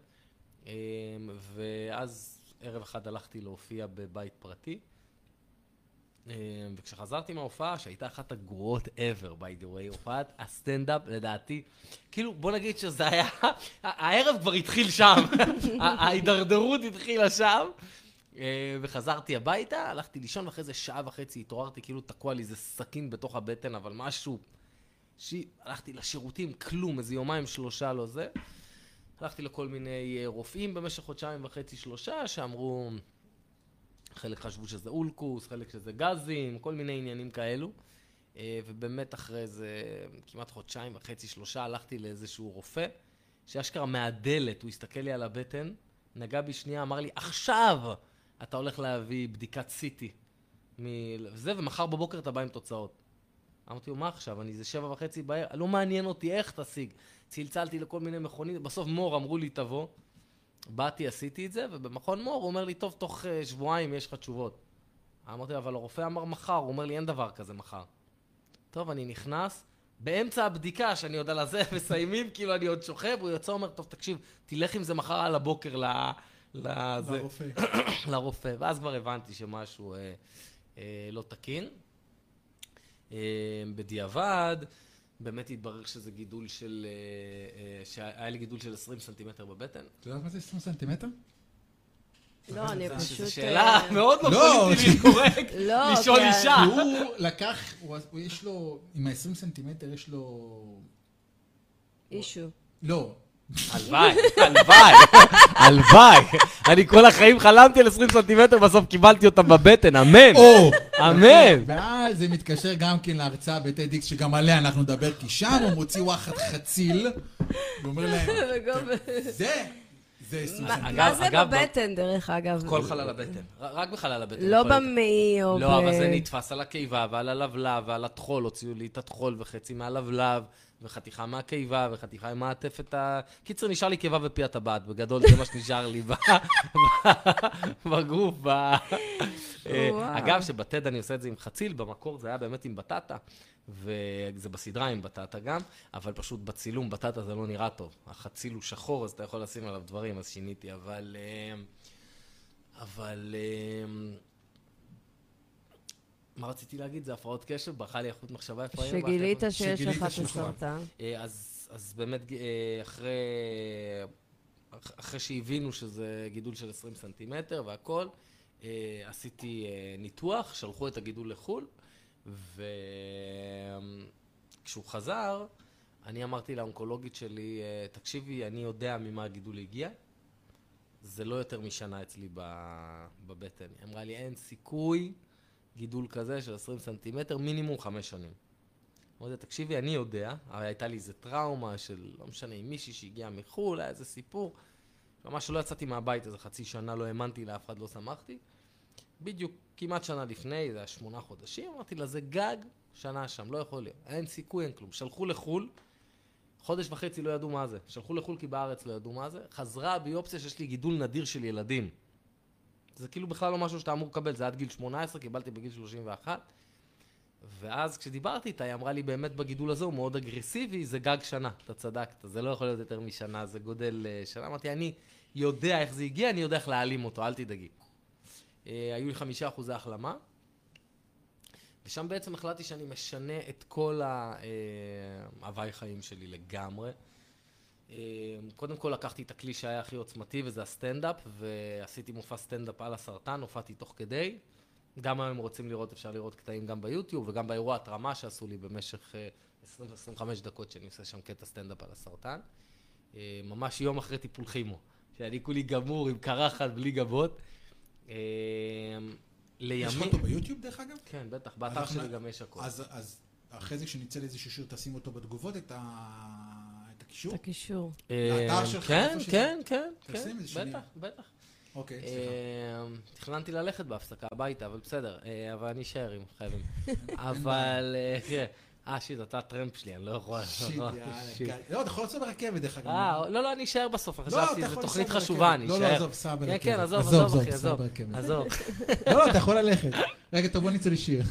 ואז ערב אחד הלכתי להופיע בבית פרטי, וכשחזרתי מההופעה, שהייתה אחת הגרועות ever, by the way, הופעת הסטנדאפ, לדעתי, כאילו, בוא נגיד שזה היה, הערב כבר התחיל שם, ההידרדרות התחילה שם, וחזרתי הביתה, הלכתי לישון, ואחרי זה שעה וחצי התעוררתי, כאילו תקוע לי איזה סכין בתוך הבטן, אבל משהו, שהלכתי לשירותים, כלום, איזה יומיים שלושה לא זה, הלכתי לכל מיני רופאים במשך חודשיים וחצי שלושה, שאמרו, חלק חשבו שזה אולקוס, חלק שזה גזים, כל מיני עניינים כאלו. ובאמת אחרי זה כמעט חודשיים וחצי, שלושה, הלכתי לאיזשהו רופא, שאשכרה מהדלת, הוא הסתכל לי על הבטן, נגע בי שנייה, אמר לי, עכשיו אתה הולך להביא בדיקת סיטי. וזה, ומחר בבוקר אתה בא עם תוצאות. אמרתי לו, מה עכשיו? אני זה שבע וחצי בערב, לא מעניין אותי איך תשיג. צלצלתי לכל מיני מכונים, בסוף מור אמרו לי, תבוא. באתי, עשיתי את זה, ובמכון מור הוא אומר לי, טוב, תוך שבועיים יש לך תשובות. אמרתי, אבל הרופא אמר מחר, הוא אומר לי, אין דבר כזה מחר. טוב, אני נכנס, באמצע הבדיקה שאני עוד על הזה, מסיימים, כאילו אני עוד שוכב, הוא יוצא, אומר, טוב, תקשיב, תלך עם זה מחר על הבוקר לרופא. לרופא. ואז כבר הבנתי שמשהו אה, אה, לא תקין. אה, בדיעבד, באמת התברר שזה גידול של, שהיה לי גידול של עשרים סנטימטר בבטן. אתה יודע מה זה עשרים סנטימטר? לא, אני פשוט... זו שאלה מאוד לא פוליטית קורקט, לשאול אישה. הוא לקח, יש לו, עם ה-עשרים סנטימטר יש לו... אישו. לא. הלוואי, הלוואי, הלוואי. אני כל החיים חלמתי על עשרים סנטימטר, בסוף קיבלתי אותם בבטן, אמן. אמן. ואז זה מתקשר גם כן להרצאה בטד-איקס, שגם עליה אנחנו נדבר, כי שם הוא מוציא וואחד חציל, ואומר להם, זה, זה עשרים סנטימטר. מה זה בבטן, דרך אגב? כל חלל הבטן, רק בחלל הבטן. לא במעי או ב... לא, אבל זה נתפס על הקיבה ועל הלבלב ועל התחול, הוציאו לי את התחול וחצי מהלבלב, וחתיכה מהקיבה, וחתיכה עם מעטפת ה... קיצר, נשאר לי קיבה ופי הטבעת, בגדול זה מה שנשאר לי בגוף. אגב, שבטד אני עושה את זה עם חציל, במקור זה היה באמת עם בטטה, וזה בסדרה עם בטטה גם, אבל פשוט בצילום בטטה זה לא נראה טוב. החציל הוא שחור, אז אתה יכול לשים עליו דברים, אז שיניתי, אבל... אבל... מה רציתי להגיד? זה הפרעות קשב, ברכה לי איכות מחשבה איפה היום. שגילית שיש לך את הסרטן. אז, אז באמת אחרי, אחרי שהבינו שזה גידול של עשרים סנטימטר והכל, עשיתי ניתוח, שלחו את הגידול לחול, וכשהוא חזר, אני אמרתי לאונקולוגית שלי, תקשיבי, אני יודע ממה הגידול הגיע, זה לא יותר משנה אצלי ב- בבטן. היא אמרה לי, אין סיכוי גידול כזה של עשרים סנטימטר, מינימום חמש שנים. אמרתי, תקשיבי, אני יודע, אבל הייתה לי איזה טראומה של, לא משנה, עם מישהי שהגיעה מחו"ל, היה איזה סיפור. ממש שלא יצאתי מהבית איזה חצי שנה, לא האמנתי לאף אחד, לא שמחתי. בדיוק כמעט שנה לפני, זה היה שמונה חודשים, אמרתי לה, זה גג, שנה שם, לא יכול להיות. אין סיכוי, אין כלום. שלחו לחו"ל, חודש וחצי לא ידעו מה זה. שלחו לחו"ל כי בארץ לא ידעו מה זה. חזרה ביופסיה שיש לי גידול נדיר של ילדים. זה כאילו בכלל לא משהו שאתה אמור לקבל, זה עד גיל שמונה עשרה, קיבלתי בגיל שלושים ואחת. ואז כשדיברתי איתה, היא אמרה לי, באמת בגידול הזה הוא מאוד אגרסיבי, זה גג שנה, אתה צדקת, זה לא יכול להיות יותר משנה, זה גודל שנה. אמרתי, אני יודע איך זה הגיע, אני יודע איך להעלים אותו, אל תדאגי. היו לי חמישה אחוזי החלמה, ושם בעצם החלטתי שאני משנה את כל ההווי חיים שלי לגמרי. קודם כל לקחתי את הכלי שהיה הכי עוצמתי, וזה הסטנדאפ, ועשיתי מופע סטנדאפ על הסרטן, הופעתי תוך כדי. גם היום רוצים לראות, אפשר לראות קטעים גם ביוטיוב, וגם באירוע התרמה שעשו לי במשך עשרים עד עשרים וחמש דקות שאני עושה שם קטע סטנדאפ על הסרטן. ממש יום אחרי טיפול כימו, שאני כולי גמור עם קרחת בלי גבות. לימים... יש לך אותו ביוטיוב דרך אגב? כן, בטח, באתר שלי גם יש הכל. אז אחרי זה כשניצא לאיזשהו שיר, תשים אותו בתגובות, את הקישור? את הקישור. לאתר שלך? כן, כן, כן, תשים איזה שנייה. בטח, בטח. אוקיי, סליחה. תכננתי ללכת בהפסקה הביתה, אבל בסדר, אבל אני אשאר אם חייבים. אבל, כן. אה, שיט, אתה הטרמפ שלי, אני לא יכול... שיט, יאללה. לא, אתה יכול לעשות ברכבת דרך אגב. אה, לא, לא, אני אשאר בסוף, חשבתי, זו תוכנית לנסוע חשובה, אני ברכבת. אשאר. לא, לא, עזוב, סע ברכבת. כן, כן, עזוב, עזוב, אחי, סע עזוב. ברכבת. עזוב. לא, לא, אתה יכול ללכת. רגע, טוב, בוא נצא לשיר.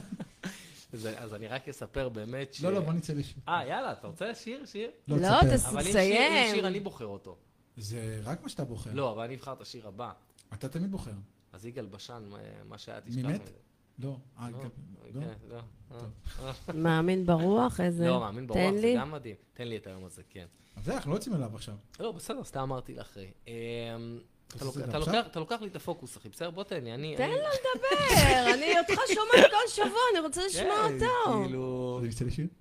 אז אני רק אספר באמת ש... לא, לא, בוא נצא לשיר. אה, יאללה, אתה רוצה שיר? שיר? לא, תספר. אבל אם תסיים. שיר, אני בוחר אותו. זה רק מה שאתה בוחר. לא, אבל אני אבחר את השיר הבא. אתה תמיד בוחר. אז יגאל בשן, מה שהיה תשכח ממת? מזה. לא. אה, לא, לא. כן, לא. מאמין ברוח, איזה... לא, מאמין ברוח, תן זה לי. גם מדהים. תן לי את היום הזה, כן. אז זה, אנחנו לא יוצאים אליו עכשיו. לא, בסדר, סתם אמרתי לאחרי. אתה עושה את לוק- זה אתה עכשיו? לוקח- אתה לוקח לי את הפוקוס, אחי, בסדר? בוא תן לי, אני... תן אני- לו לדבר, אני אותך שומעת כל שבוע, אני רוצה לשמוע כן, אותו. כאילו... אתה יוצא לשיר?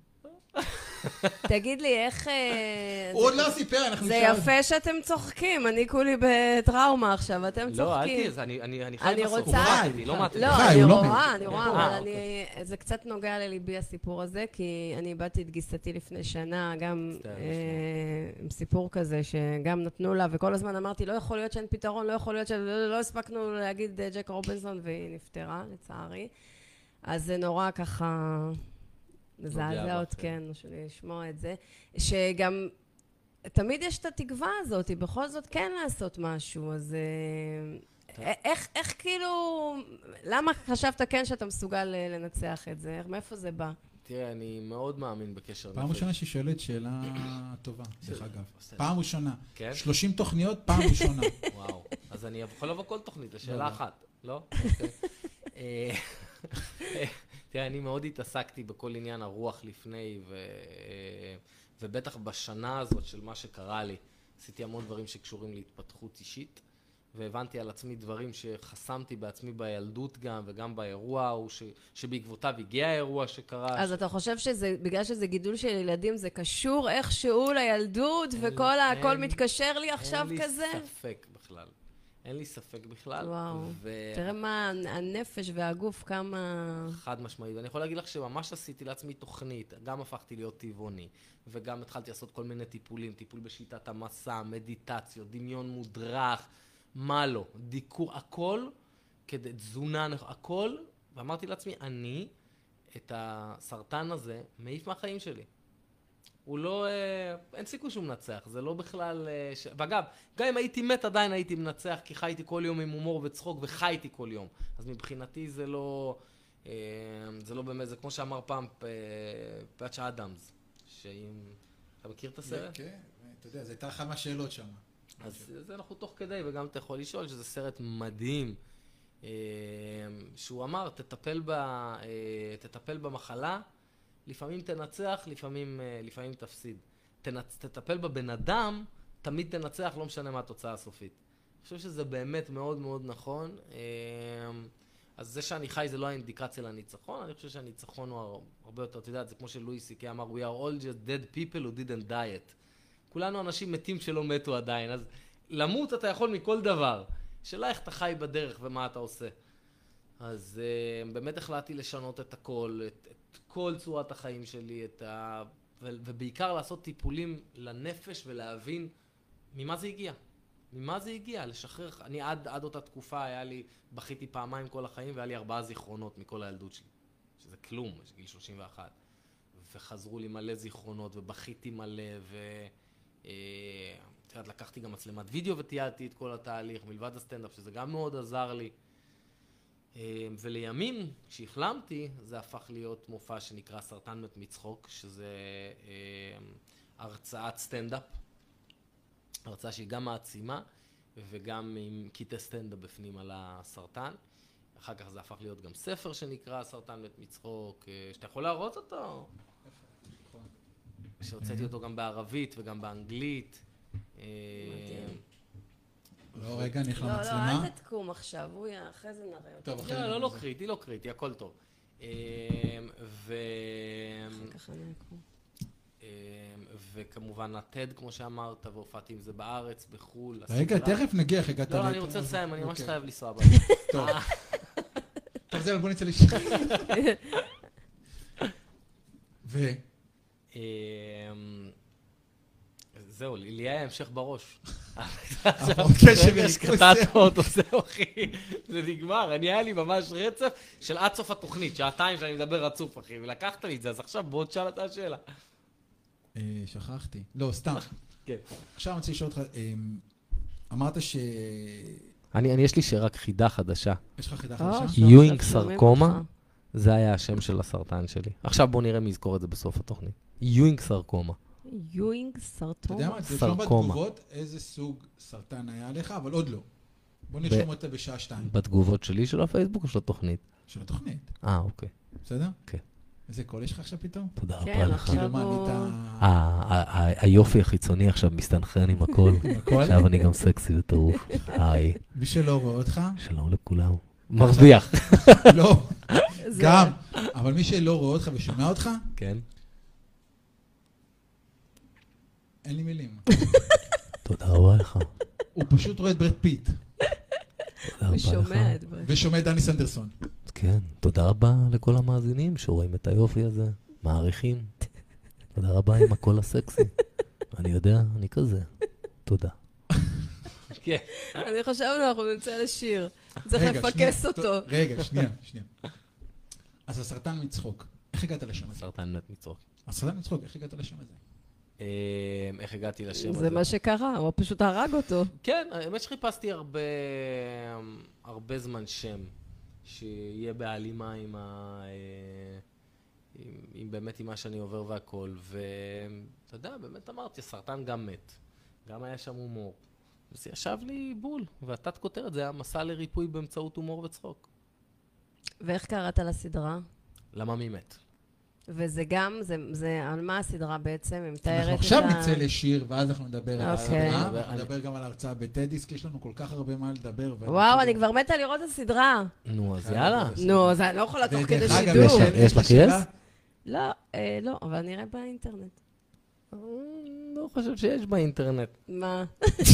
תגיד לי, איך... אה, הוא עוד לא סיפר, אנחנו זה נשאר. יפה שאתם צוחקים, אני כולי בטראומה עכשיו, אתם לא, אל צוחקים. תהיה, זה- אני אני- אני חי אני בסוף. רוצה- הוא חי, לא מעט. לא, חי, אני הוא לא רואה, מת. אני רואה, אה, אבל אוקיי. אני... זה קצת נוגע לליבי הסיפור הזה, כי אני איבדתי את גיסתי לפני שנה, גם מצטער אה, לשמוע. עם סיפור כזה, שגם נתנו לה, וכל הזמן אמרתי, לא יכול להיות שאין פתרון, לא יכול להיות שלא לא הספקנו להגיד אה, ג'ק רובינסון, והיא נפטרה, לצערי. אז זה נורא ככה... מזעזע עוד, בך, כן, לשמוע את זה. שגם... תמיד יש את התקווה הזאת, בכל זאת כן לעשות משהו, אז אה, איך, איך כאילו, למה חשבת כן שאתה מסוגל אה, לנצח את זה? מאיפה זה בא? תראה, אני מאוד מאמין בקשר נפש. פעם ראשונה שהיא שואלת שאלה טובה, דרך אגב. בסדר. פעם ראשונה. כן? שלושים תוכניות, פעם ראשונה. וואו. אז אני יכול לבוא כל תוכנית, לא, לשאלה לא. אחת, לא? אוקיי. אה, תראה, אני מאוד התעסקתי בכל עניין הרוח לפני, ו... ובטח בשנה הזאת של מה שקרה לי, עשיתי המון דברים שקשורים להתפתחות אישית, והבנתי על עצמי דברים שחסמתי בעצמי בילדות גם, וגם באירוע ההוא, ש... שבעקבותיו הגיע האירוע שקרה. אז אתה חושב שזה, בגלל שזה גידול של ילדים, זה קשור איכשהו לילדות, וכל ה- הכל אין- מתקשר לי עכשיו כזה? אין לי ספק בכלל. אין לי ספק בכלל. וואו. ו... תראה מה הנפש והגוף, כמה... חד משמעית. ואני יכול להגיד לך שממש עשיתי לעצמי תוכנית, גם הפכתי להיות טבעוני, וגם התחלתי לעשות כל מיני טיפולים, טיפול בשיטת המסע, מדיטציות, דמיון מודרך, מה לא, דיקור, הכל, כדי תזונה, הכל, ואמרתי לעצמי, אני את הסרטן הזה מעיף מהחיים שלי. הוא לא, אה, אין סיכוי שהוא מנצח, זה לא בכלל, אה, ש... ואגב, גם אם הייתי מת עדיין הייתי מנצח, כי חייתי כל יום עם הומור וצחוק, וחייתי כל יום. אז מבחינתי זה לא, אה, זה לא באמת, זה כמו שאמר פעם פ... פאץ' אדמס, שאם, אתה מכיר את הסרט? כן, אתה יודע, זו הייתה אחת מהשאלות שם. אז זה אנחנו תוך כדי, וגם אתה יכול לשאול שזה סרט מדהים, אה, שהוא אמר, תטפל, ב, אה, תטפל במחלה, לפעמים תנצח, לפעמים, לפעמים תפסיד. תנצ... תטפל בבן אדם, תמיד תנצח, לא משנה מה התוצאה הסופית. אני חושב שזה באמת מאוד מאוד נכון. אז זה שאני חי זה לא האינדיקציה לניצחון, אני חושב שהניצחון הוא הרבה יותר, אתה יודע, זה כמו שלואי סי קיי אמר, we are all just dead people who didn't die it. כולנו אנשים מתים שלא מתו עדיין, אז למות אתה יכול מכל דבר. שאלה איך אתה חי בדרך ומה אתה עושה. אז uh, באמת החלטתי לשנות את הכל, את, את כל צורת החיים שלי, את ה... ו, ובעיקר לעשות טיפולים לנפש ולהבין ממה זה הגיע. ממה זה הגיע? לשחרר... אני עד, עד אותה תקופה היה לי, בכיתי פעמיים כל החיים והיה לי ארבעה זיכרונות מכל הילדות שלי. שזה כלום, יש גיל שלושים ואחת. וחזרו לי מלא זיכרונות ובכיתי מלא ו... אה, תראה, לקחתי גם מצלמת וידאו וטיילתי את כל התהליך מלבד הסטנדאפ, שזה גם מאוד עזר לי. ולימים, כשהחלמתי, זה הפך להיות מופע שנקרא סרטן מת מצחוק, שזה הרצאת סטנדאפ. הרצאה שהיא גם מעצימה וגם עם קטעי סטנדאפ בפנים על הסרטן. אחר כך זה הפך להיות גם ספר שנקרא סרטן מת מצחוק, שאתה יכול להראות אותו. שהוצאתי אותו גם בערבית וגם באנגלית. לא, רגע, אני איך לא, למצלמה. לא, אל תתקום עכשיו, הוא יהיה, אחרי זה נראה אותו. טוב, אחרי לא, זה. לא, לא קריטי, לא קריטי, הכל טוב. ו... ככה אני אקום. וכמובן הטד, כמו שאמרת, והופעתי עם זה בארץ, בחול. רגע, תכף נגיע איך הגעת. לא, אני רוצה לסיים, אני ממש אוקיי. חייב לנסוע בה. טוב. טוב, זהו, בוא נצא לשם. ו... זהו, לי היה המשך בראש. קשר שקטעת אותו, זהו אחי, זה נגמר, אני היה לי ממש רצף של עד סוף התוכנית, שעתיים שאני מדבר רצוף אחי, ולקחת לי את זה, אז עכשיו בוא תשאל את השאלה. שכחתי. לא, סתם. כן. עכשיו אני רוצה לשאול אותך, אמרת ש... אני, יש לי שרק חידה חדשה. יש לך חידה אה, חדשה? עכשיו יואינג שומעים סרקומה, אותך. זה היה השם של הסרטן שלי. עכשיו בוא נראה מי יזכור את זה בסוף התוכנית. יואינג סרקומה. יואינג אתה סרטון. יודע מה? תרשום סרקומה. בתגובות איזה סוג סרטן היה לך, אבל עוד לא. בוא נרשום אותה בשעה שתיים. בתגובות שלי של הפייסבוק או של התוכנית? של התוכנית. אה, אוקיי. בסדר? כן. איזה קול יש לך עכשיו פתאום? תודה כן, רבה לך. עכשיו כאילו מה, הוא- נהיית... ה- ה- ה- היופי החיצוני עכשיו מסתנכרן עם הכל. הכל? עכשיו אני גם סקסי וטרוף. היי, מי שלא רואה אותך, שלום לכולם. מרוויח. לא, זה- גם. אבל מי שלא רואה אותך ושומע אותך, כן. אין לי מילים. תודה רבה לך. הוא פשוט רואה את ברד פיט, תודה רבה לך. ושומע את זה. ושומע את דני סנדרסון. כן, תודה רבה לכל המאזינים שרואים את היופי הזה, מעריכים. תודה רבה עם הקול הסקסי. אני יודע, אני כזה. תודה. כן. אני חושבת אנחנו נמצא לשיר. צריך רגע, לפקס שנייה, אותו. טוב, רגע, שנייה, שנייה. אז הסרטן מצחוק, איך הגעת לשם הזה? סרטן מת מצחוק. הסרטן מצחוק, איך הגעת לשם הזה? אה, איך הגעתי לשם הזה? זה מה שקרה, הוא פשוט הרג אותו. כן, האמת שחיפשתי הרבה, הרבה זמן שם, שיהיה בהלימה עם ה... עם, עם באמת עם מה שאני עובר והכל, ואתה יודע, באמת אמרתי, הסרטן גם מת, גם היה שם הומור. וזה ישב לי בול, והתת כותרת, זה היה מסע לריפוי באמצעות הומור וצחוק. ואיך קראת לסדרה? למה מי מת? וזה גם, זה, זה על מה הסדרה בעצם? היא מתארת אנחנו את עכשיו ה- נצא לשיר, ואז אנחנו נדבר על אוקיי. הסדרה, אני- אנחנו נדבר גם על ההרצאה בטדיסק, יש לנו כל כך הרבה מה לדבר. ואני וואו, חושב- אני כבר מתה לראות את הסדרה. נו, אז חייב יאללה. לראות. נו, אז אני לא יכולה תוך כדי ודרך אגב, שידור. יש- יש לך לי שאלה. יס? לא, אה, לא, אבל נראה באינטרנט. לא חושב שיש באינטרנט. מה?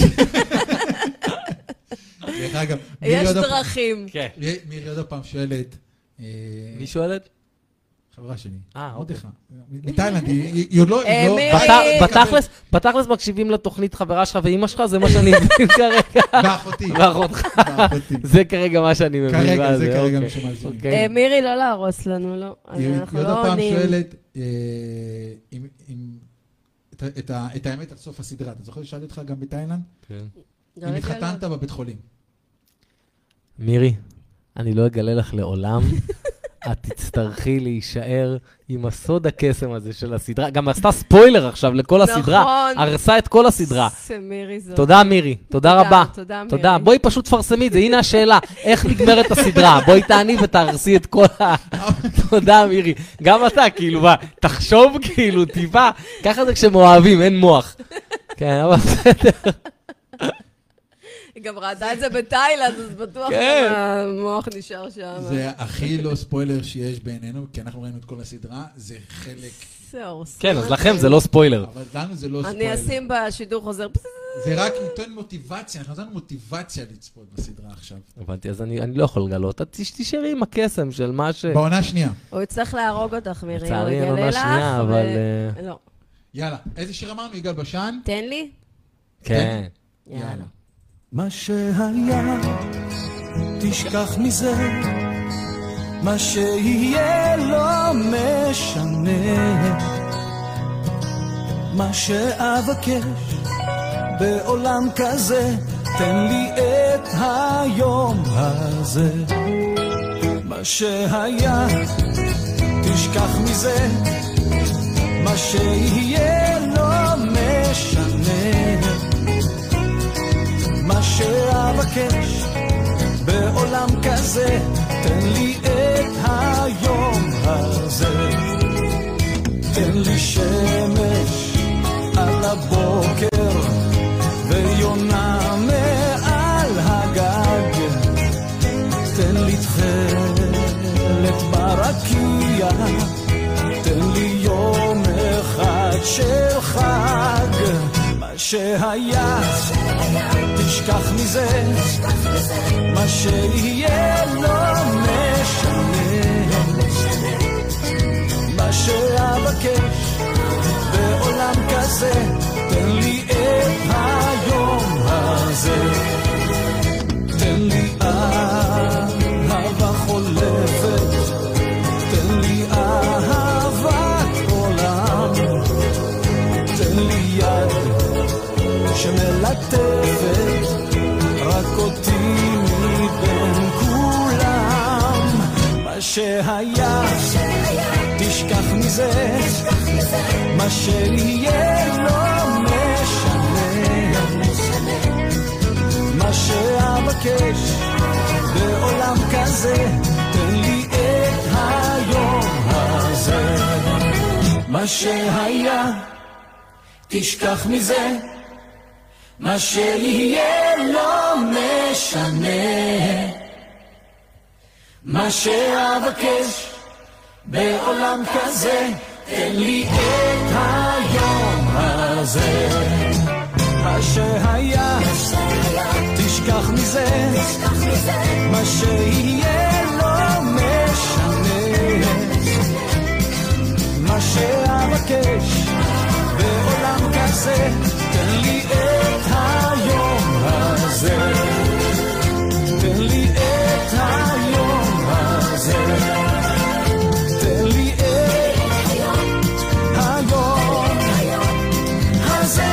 דרך אגב, מירי יש עוד הפ- דרכים. כן. מירי עוד הפעם שואלת, אה, מי שואלת? חברה שלי, אה, עוד אוקיי. אחד, מתאילנד, היא היא- היא עוד לא... אה, היא לא- מירי! בת- בתכלס, בתכלס מקשיבים לתוכנית חברה שלך ואימא שלך, זה מה שאני מבין כרגע. ואחותי, ואחותך. ואחותי. זה כרגע מה שאני מבין. כרגע, מה זה כרגע אוקיי. מה שמאזינים. אוקיי. אה, מירי, לא להרוס לנו, לא. אז היא אנחנו היא עוד לא הפעם עונים. שואלת אה, אם- אם- את ה- את ה- את האמת עד סוף הסדרה. אתה זוכר ששאלתי אותך גם בתאילנד? כן. לא אם לגלות. התחתנת בבית חולים. מירי, אני לא אגלה לך לעולם, את תצטרכי להישאר עם הסוד הקסם הזה של הסדרה. גם עשתה ספוילר עכשיו לכל הסדרה. נכון. הרסה את כל הסדרה. זה מירי זאת. תודה מירי, תודה רבה. תודה, מירי. תודה. בואי פשוט תפרסמי את זה, הנה השאלה. איך נגמרת הסדרה? בואי תעני ותהרסי את כל ה... תודה מירי. גם אתה, כאילו, מה, תחשוב כאילו, טיפה. ככה זה כשמאוהבים, אין מוח. כן, אבל בסדר. היא גם ראתה את זה בתאילנד, אז בטוח כן. המוח נשאר שם. זה הכי לא ספוילר שיש בעינינו, כי אנחנו ראינו את כל הסדרה, זה חלק... זהו, כן, אז לכם זה לא ספוילר. אבל לנו זה לא אני ספוילר. אשים בשידור חוזר. זה רק נותן מוטיבציה, אנחנו נתנו מוטיבציה לצפות בסדרה עכשיו. הבנתי, אז אני אני לא יכול לגלות. את תש- תשארי עם הקסם של מה ש... בעונה השנייה. הוא יצטרך להרוג אותך, מירי. הוא לצערי, אין יגלה עונה לך, שנייה, ו- אבל... אה, לא. יאללה, איזה שיר אמרנו? יגאל בשן? תן לי. כן. יאללה. מה שהיה, תשכח מזה, מה שיהיה לא משנה, מה שאבקש בעולם כזה, תן לי את היום הזה. מה שהיה, תשכח מזה, מה שיהיה לא משנה, מה שאבקש בעולם כזה, תן לי את היום הזה. תן לי שמש על הבוקר ויונה מעל הגג, תן לי תכלת ברקיע, תן לי יום אחד של חג. מה שהיה, תשכח מזה, מה שיהיה לא משנה, מה שאבקש בעולם כזה, תן לי את היום הזה. תן לי אהבה חולפת, תן לי אהבת עולם, תן לי יד שמלטפת רק אותי מבין כולם. מה שהיה, תשכח מזה, מה שיהיה לא משנה, מה שאבקש בעולם כזה, תן לי את היום הזה. מה שהיה, תשכח מזה, מה שיהיה לא משנה, מה שאבקש בעולם כזה, תן לי את היום הזה. מה שהיה, תשכח מזה, מה שיהיה לא משנה, מה שאבקש בעולם כזה, תן לי את היום הזה. תן לי את היום הזה. תן לי את היום הזה.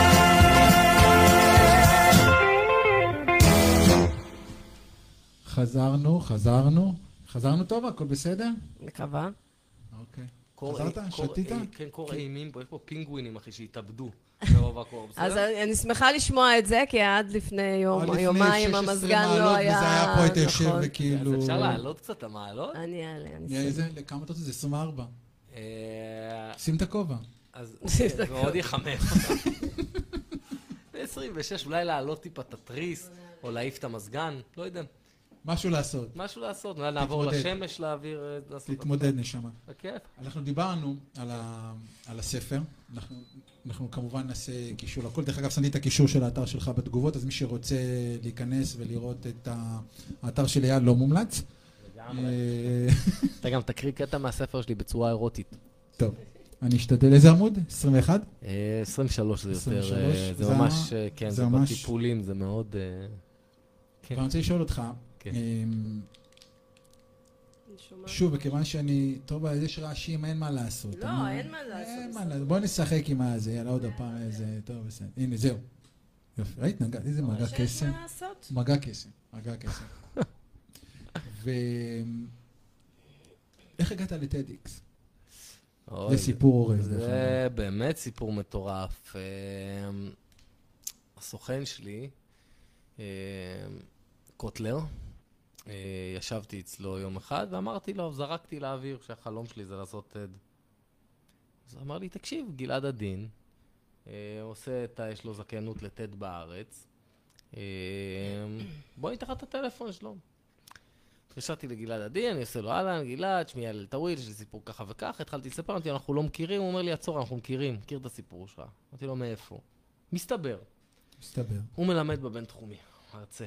חזרנו, חזרנו. חזרנו טוב, הכל בסדר? מקווה. אוקיי. קור- חזרת? קור- שתית? אה, כן, קור אימים פה, יש פה פינגווינים, אחי, שהתאבדו. מרוב הקור, אז בסדר? אני אני שמחה לשמוע את זה, כי עד לפני יום, עד לפני יומיים שש עשרה המזגן מעלות, לא היה... וזה היה פה היית יושב נכון. וכאילו... אז אפשר לעלות קצת את המעלות? אני אעלה, אני נהיה אעשה. איזה, לכמה אתה רוצה? זה עשרים וארבע. אה, שים את הכובע. אז זה מאוד יחמם. ב-עשרים ושש אולי לעלות טיפה את התריס, או להעיף את המזגן, לא יודע. משהו לעשות. משהו לעשות, אולי נעבור תתמודד. לשמש להעביר... אה, לעשות את תתמודד, נשמה. זה. בכיף. אנחנו דיברנו על, ה... על הספר, אנחנו, אנחנו כמובן נעשה קישור לכל. דרך אגב, שמתי את הקישור של האתר שלך בתגובות, אז מי שרוצה להיכנס ולראות את ה- האתר של אייל לא מומלץ. לגמרי. אה, אתה גם תקריא קטע מהספר שלי בצורה אירוטית. טוב, אני אשתדל. איזה עמוד? עשרים ואחת? אה, עשרים ושלוש זה יותר... עשרים ושלוש, אה, זה זה ממש... ה- אה, כן, זה זה ממש- בטיפולים, זה מאוד... אה, כן. ואני רוצה לשאול אותך, כן. אמ, אני שומעת. שוב, מכיוון שאני, טוב, אז יש רעשים, אין מה לעשות. לא, אני- אין מה לעשות, אין מה בסדר. לעשות. בוא נשחק עם הזה, יאללה, עוד הפעם איזה, טוב, בסדר. הנה, זהו. יופי, ראית? נגע, איזה מגע שיש קסם. מה לעשות. מגע קסם, מגע קסם. ו... איך הגעת לטדיקס? אוי, זה סיפור אורז. דרך זה אגב. באמת סיפור מטורף. אה, הסוכן שלי, אה, קוטלר, אה, ישבתי אצלו יום אחד ואמרתי לו, זרקתי לאוויר שהחלום שלי זה לעשות טד. אז הוא אמר לי, תקשיב, גלעד עדין, אה, עושה את ה... יש לו זכיינות לטד בארץ, בוא ניתן לך את הטלפון שלו. התקשרתי לגלעד עדי, אני עושה לו, אהלן, גלעד, שמי הלל טוויל, יש לי סיפור ככה וכך, התחלתי לספר, אמרתי, אנחנו לא מכירים, הוא אומר לי, עצור, אנחנו מכירים, מכיר את הסיפור שלך. אמרתי לו, מאיפה? מסתבר. מסתבר. הוא מלמד בבינתחומי, מרצה.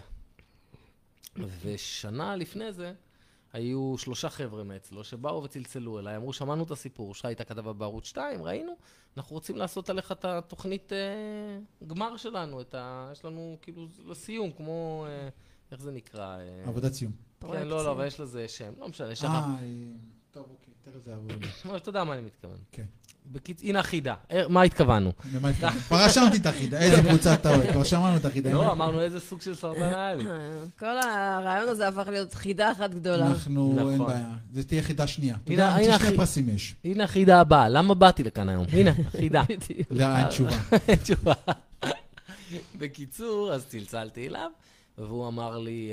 ושנה לפני זה, היו שלושה חבר'ה מאצלו שבאו וצלצלו אליי, אמרו, שמענו את הסיפור שלך, הייתה כתבה בערוץ שתיים, ראינו, אנחנו רוצים לעשות עליך את התוכנית אה, גמר שלנו, את ה... יש לנו כאילו לסיום, כמו, אה, איך זה נקרא? אה... עבודת סיום. כן, לא, לא, אבל יש לזה שם, לא משנה, יש לך... אה, טוב, אוקיי, תראה זה עבוד. אתה יודע מה אני מתכוון. כן. בקיצ... הנה החידה, מה התכוונו? למה התכוונו? כבר רשמתי את החידה, איזה קבוצה אתה אוהב, כבר שמענו את החידה. לא, אמרנו איזה סוג של סרטן היה לי. כל הרעיון הזה הפך להיות חידה אחת גדולה. אנחנו, אין בעיה. זה תהיה חידה שנייה. אתה יודע, שני פרסים יש. הנה החידה הבאה, למה באתי לכאן היום? הנה, חידה. לא, אין תשובה. אין תשובה. בקיצור, אז צלצלתי אליו, והוא אמר לי,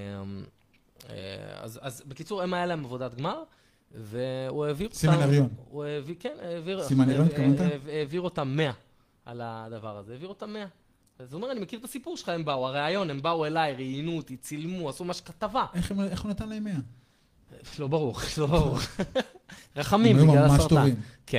אז בקיצור, הם היה להם עבודת גמר, והוא העביר אותם... סימנריון. הוא העביר, כן, העביר... סימנריון, כמובן? העביר אותם מאה על הדבר הזה, העביר אותם מאה. אז הוא אומר, אני מכיר את הסיפור שלך, הם באו, הרעיון, הם באו אליי, ראיינו אותי, צילמו, עשו ממש כתבה. איך הוא נתן להם מאה? לא ברור, לא ברור. רחמים, הם בגלל היו ממש הסרטן. טובים. כן.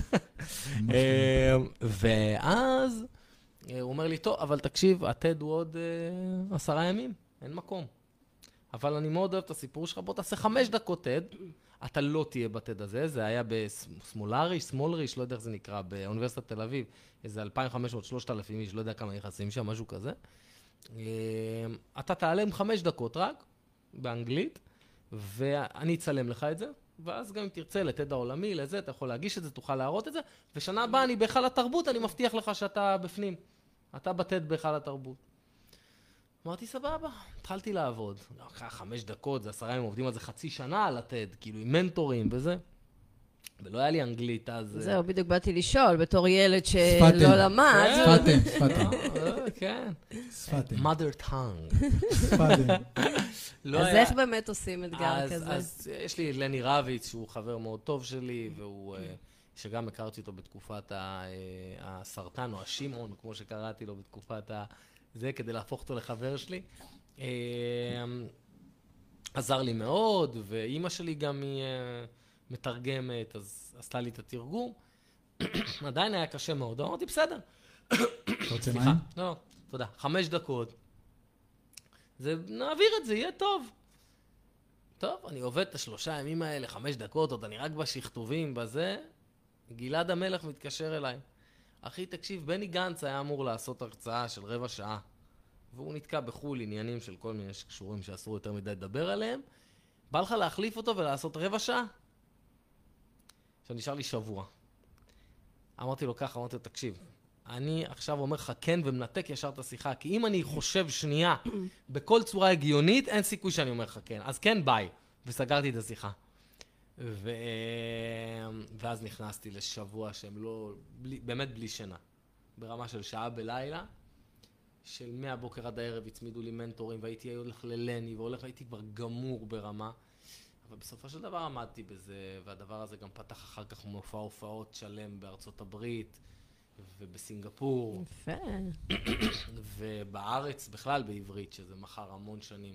ואז הוא אומר לי, טוב, אבל תקשיב, הטד הוא עוד עשרה ימים, אין מקום. אבל אני מאוד אוהב את הסיפור שלך, בוא תעשה חמש דקות טד, אתה לא תהיה בטד הזה, זה היה בסמולריש, סמולריש, לא יודע איך זה נקרא, באוניברסיטת תל אביב, איזה אלפיים וחמש מאות שלושת אלפים איש, לא יודע כמה נכנסים שם, משהו כזה. אתה תעלה עם חמש דקות רק, באנגלית, ואני אצלם לך את זה, ואז גם אם תרצה לטד העולמי, לזה, אתה יכול להגיש את זה, תוכל להראות את זה, ושנה הבאה אני בהיכל התרבות, אני מבטיח לך שאתה בפנים. אתה בטד בהיכל התרבות. אמרתי, סבבה, התחלתי לעבוד. חמש דקות, זה עשרה ימים, עובדים על זה חצי שנה על הטד, כאילו עם מנטורים וזה. ולא היה לי אנגלית, אז... זהו, בדיוק באתי לשאול, בתור ילד שלא למד. שפתם, שפתם. כן. שפתם. mother tongue. שפתם. אז איך באמת עושים אתגר כזה? אז יש לי לני רביץ, שהוא חבר מאוד טוב שלי, והוא... שגם הכרתי אותו בתקופת הסרטן, או השימון, כמו שקראתי לו בתקופת ה... זה כדי להפוך אותו לחבר שלי. עזר לי מאוד, ואימא שלי גם היא מתרגמת, אז עשתה לי את התרגום. עדיין היה קשה מאוד. אמרתי, בסדר. אתה רוצה מים? לא, תודה. חמש דקות. זה, נעביר את זה, יהיה טוב. טוב, אני עובד את השלושה ימים האלה, חמש דקות, עוד אני רק בשכתובים, בזה. גלעד המלך מתקשר אליי. אחי, תקשיב, בני גנץ היה אמור לעשות הרצאה של רבע שעה, והוא נתקע בחול עניינים של כל מיני שקשורים שאסור יותר מדי לדבר עליהם. בא לך להחליף אותו ולעשות רבע שעה? עכשיו נשאר לי שבוע. אמרתי לו ככה, אמרתי לו, תקשיב, אני עכשיו אומר לך כן ומנתק ישר את השיחה, כי אם אני חושב שנייה בכל צורה הגיונית, אין סיכוי שאני אומר לך כן. אז כן, ביי. וסגרתי את השיחה. ו... ואז נכנסתי לשבוע שהם לא, בלי, באמת בלי שינה. ברמה של שעה בלילה, של מהבוקר עד הערב הצמידו לי מנטורים, והייתי הולך ללני, והולך, הייתי כבר גמור ברמה. אבל בסופו של דבר עמדתי בזה, והדבר הזה גם פתח אחר כך מופע הופעות שלם בארצות הברית, ובסינגפור. יפה. ובארץ בכלל בעברית, שזה מחר המון שנים.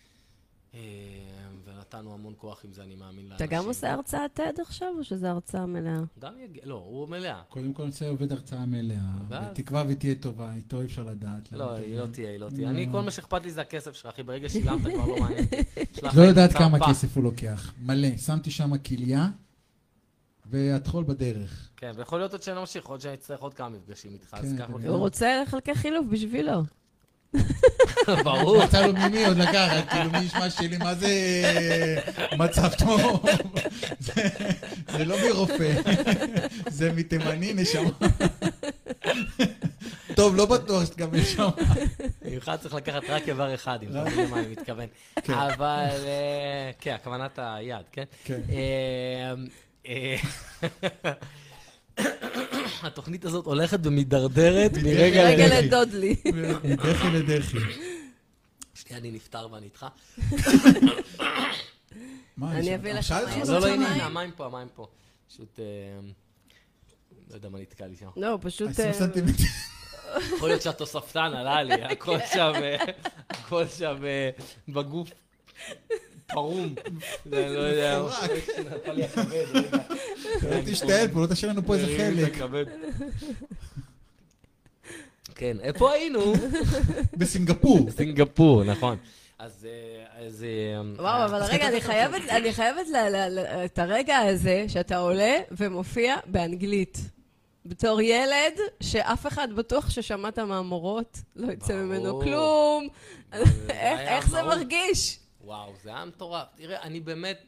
ונתנו המון כוח עם זה, אני מאמין לאנשים. אתה גם עושה הרצאת טד עכשיו, או שזה הרצאה מלאה? גם יגיע, לא, הוא מלאה. קודם כל נעשה עובד הרצאה מלאה, בתקווה ותהיה טובה, איתו אפשר לדעת. לא, היא לא תהיה, היא לא תהיה. אני, כל מה שאכפת לי זה הכסף שלך, אחי, ברגע שילמת כבר לא מעניין. לא יודעת כמה כסף הוא לוקח, מלא. שמתי שם כליה, והתחול בדרך. כן, ויכול להיות עוד שאני ממשיך, עוד שאני אצטרך עוד כמה מפגשים איתך, אז ככה... הוא רוצה לחלקי חילוף בשבילו. ברור. רצה לו מימי עוד לקחת, כאילו מי ישמע שלי, מה זה מצב טוב? זה לא מרופא, זה מתימני נשמה. טוב, לא בטוח שתקבל שם. ממך צריך לקחת רק איבר אחד, אם אתה מבין למה אני מתכוון. אבל, כן, הכוונת היד, כן? כן. התוכנית הזאת הולכת ומדרדרת מרגע לרגע לרגע. לדודלי. מדחי לדחי. שנייה, אני נפטר ואני איתך. אני אביא לך מים. לא, לא, הנה, המים פה, המים פה. פשוט, לא יודע מה נתקע לי שם. לא, פשוט... עשרים סנטימטר. יכול להיות שהתוספתן עלה לי, הכל שם, הכל שם בגוף פרום. אני לא יודע. נפל לי הכבד, רגע. לא תשתעל פה, לא תשאיר לנו פה איזה חלק. כן, איפה היינו? בסינגפור. בסינגפור, נכון. אז... וואו, אבל רגע, אני חייבת, אני חייבת את הרגע הזה שאתה עולה ומופיע באנגלית. בתור ילד, שאף אחד בטוח ששמעת מהמורות, לא יצא ממנו כלום. איך זה מרגיש? וואו, זה היה מטורף. תראה, אני באמת...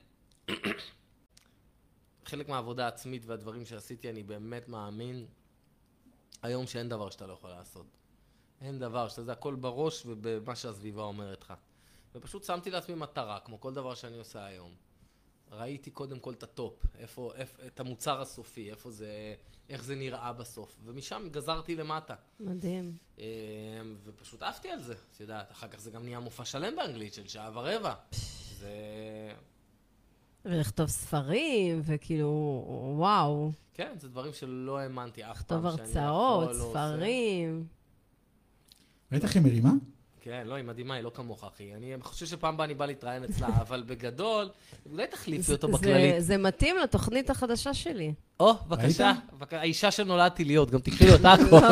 חלק מהעבודה העצמית והדברים שעשיתי, אני באמת מאמין היום שאין דבר שאתה לא יכול לעשות. אין דבר, שאתה זה הכל בראש ובמה שהסביבה אומרת לך. ופשוט שמתי לעצמי מטרה, כמו כל דבר שאני עושה היום. ראיתי קודם כל את הטופ, איפה, איפה, את המוצר הסופי, איפה זה, איך זה נראה בסוף. ומשם גזרתי למטה. מדהים. ופשוט עפתי על זה, את יודעת. אחר כך זה גם נהיה מופע שלם באנגלית של שעה ורבע. זה... ולכתוב ספרים, וכאילו, וואו. כן, זה דברים שלא האמנתי אף לכתוב פעם שאני יכול הרצאות, לא ספרים. ראית איך היא מרימה? כן, לא, היא מדהימה, היא לא כמוך, אחי. אני חושב שפעם בה אני בא להתראיין אצלה, אבל בגדול, אולי תחליפי אותו בכללית. זה מתאים לתוכנית החדשה שלי. או, בבקשה, האישה שנולדתי להיות, גם תקחי לי אותה הכל.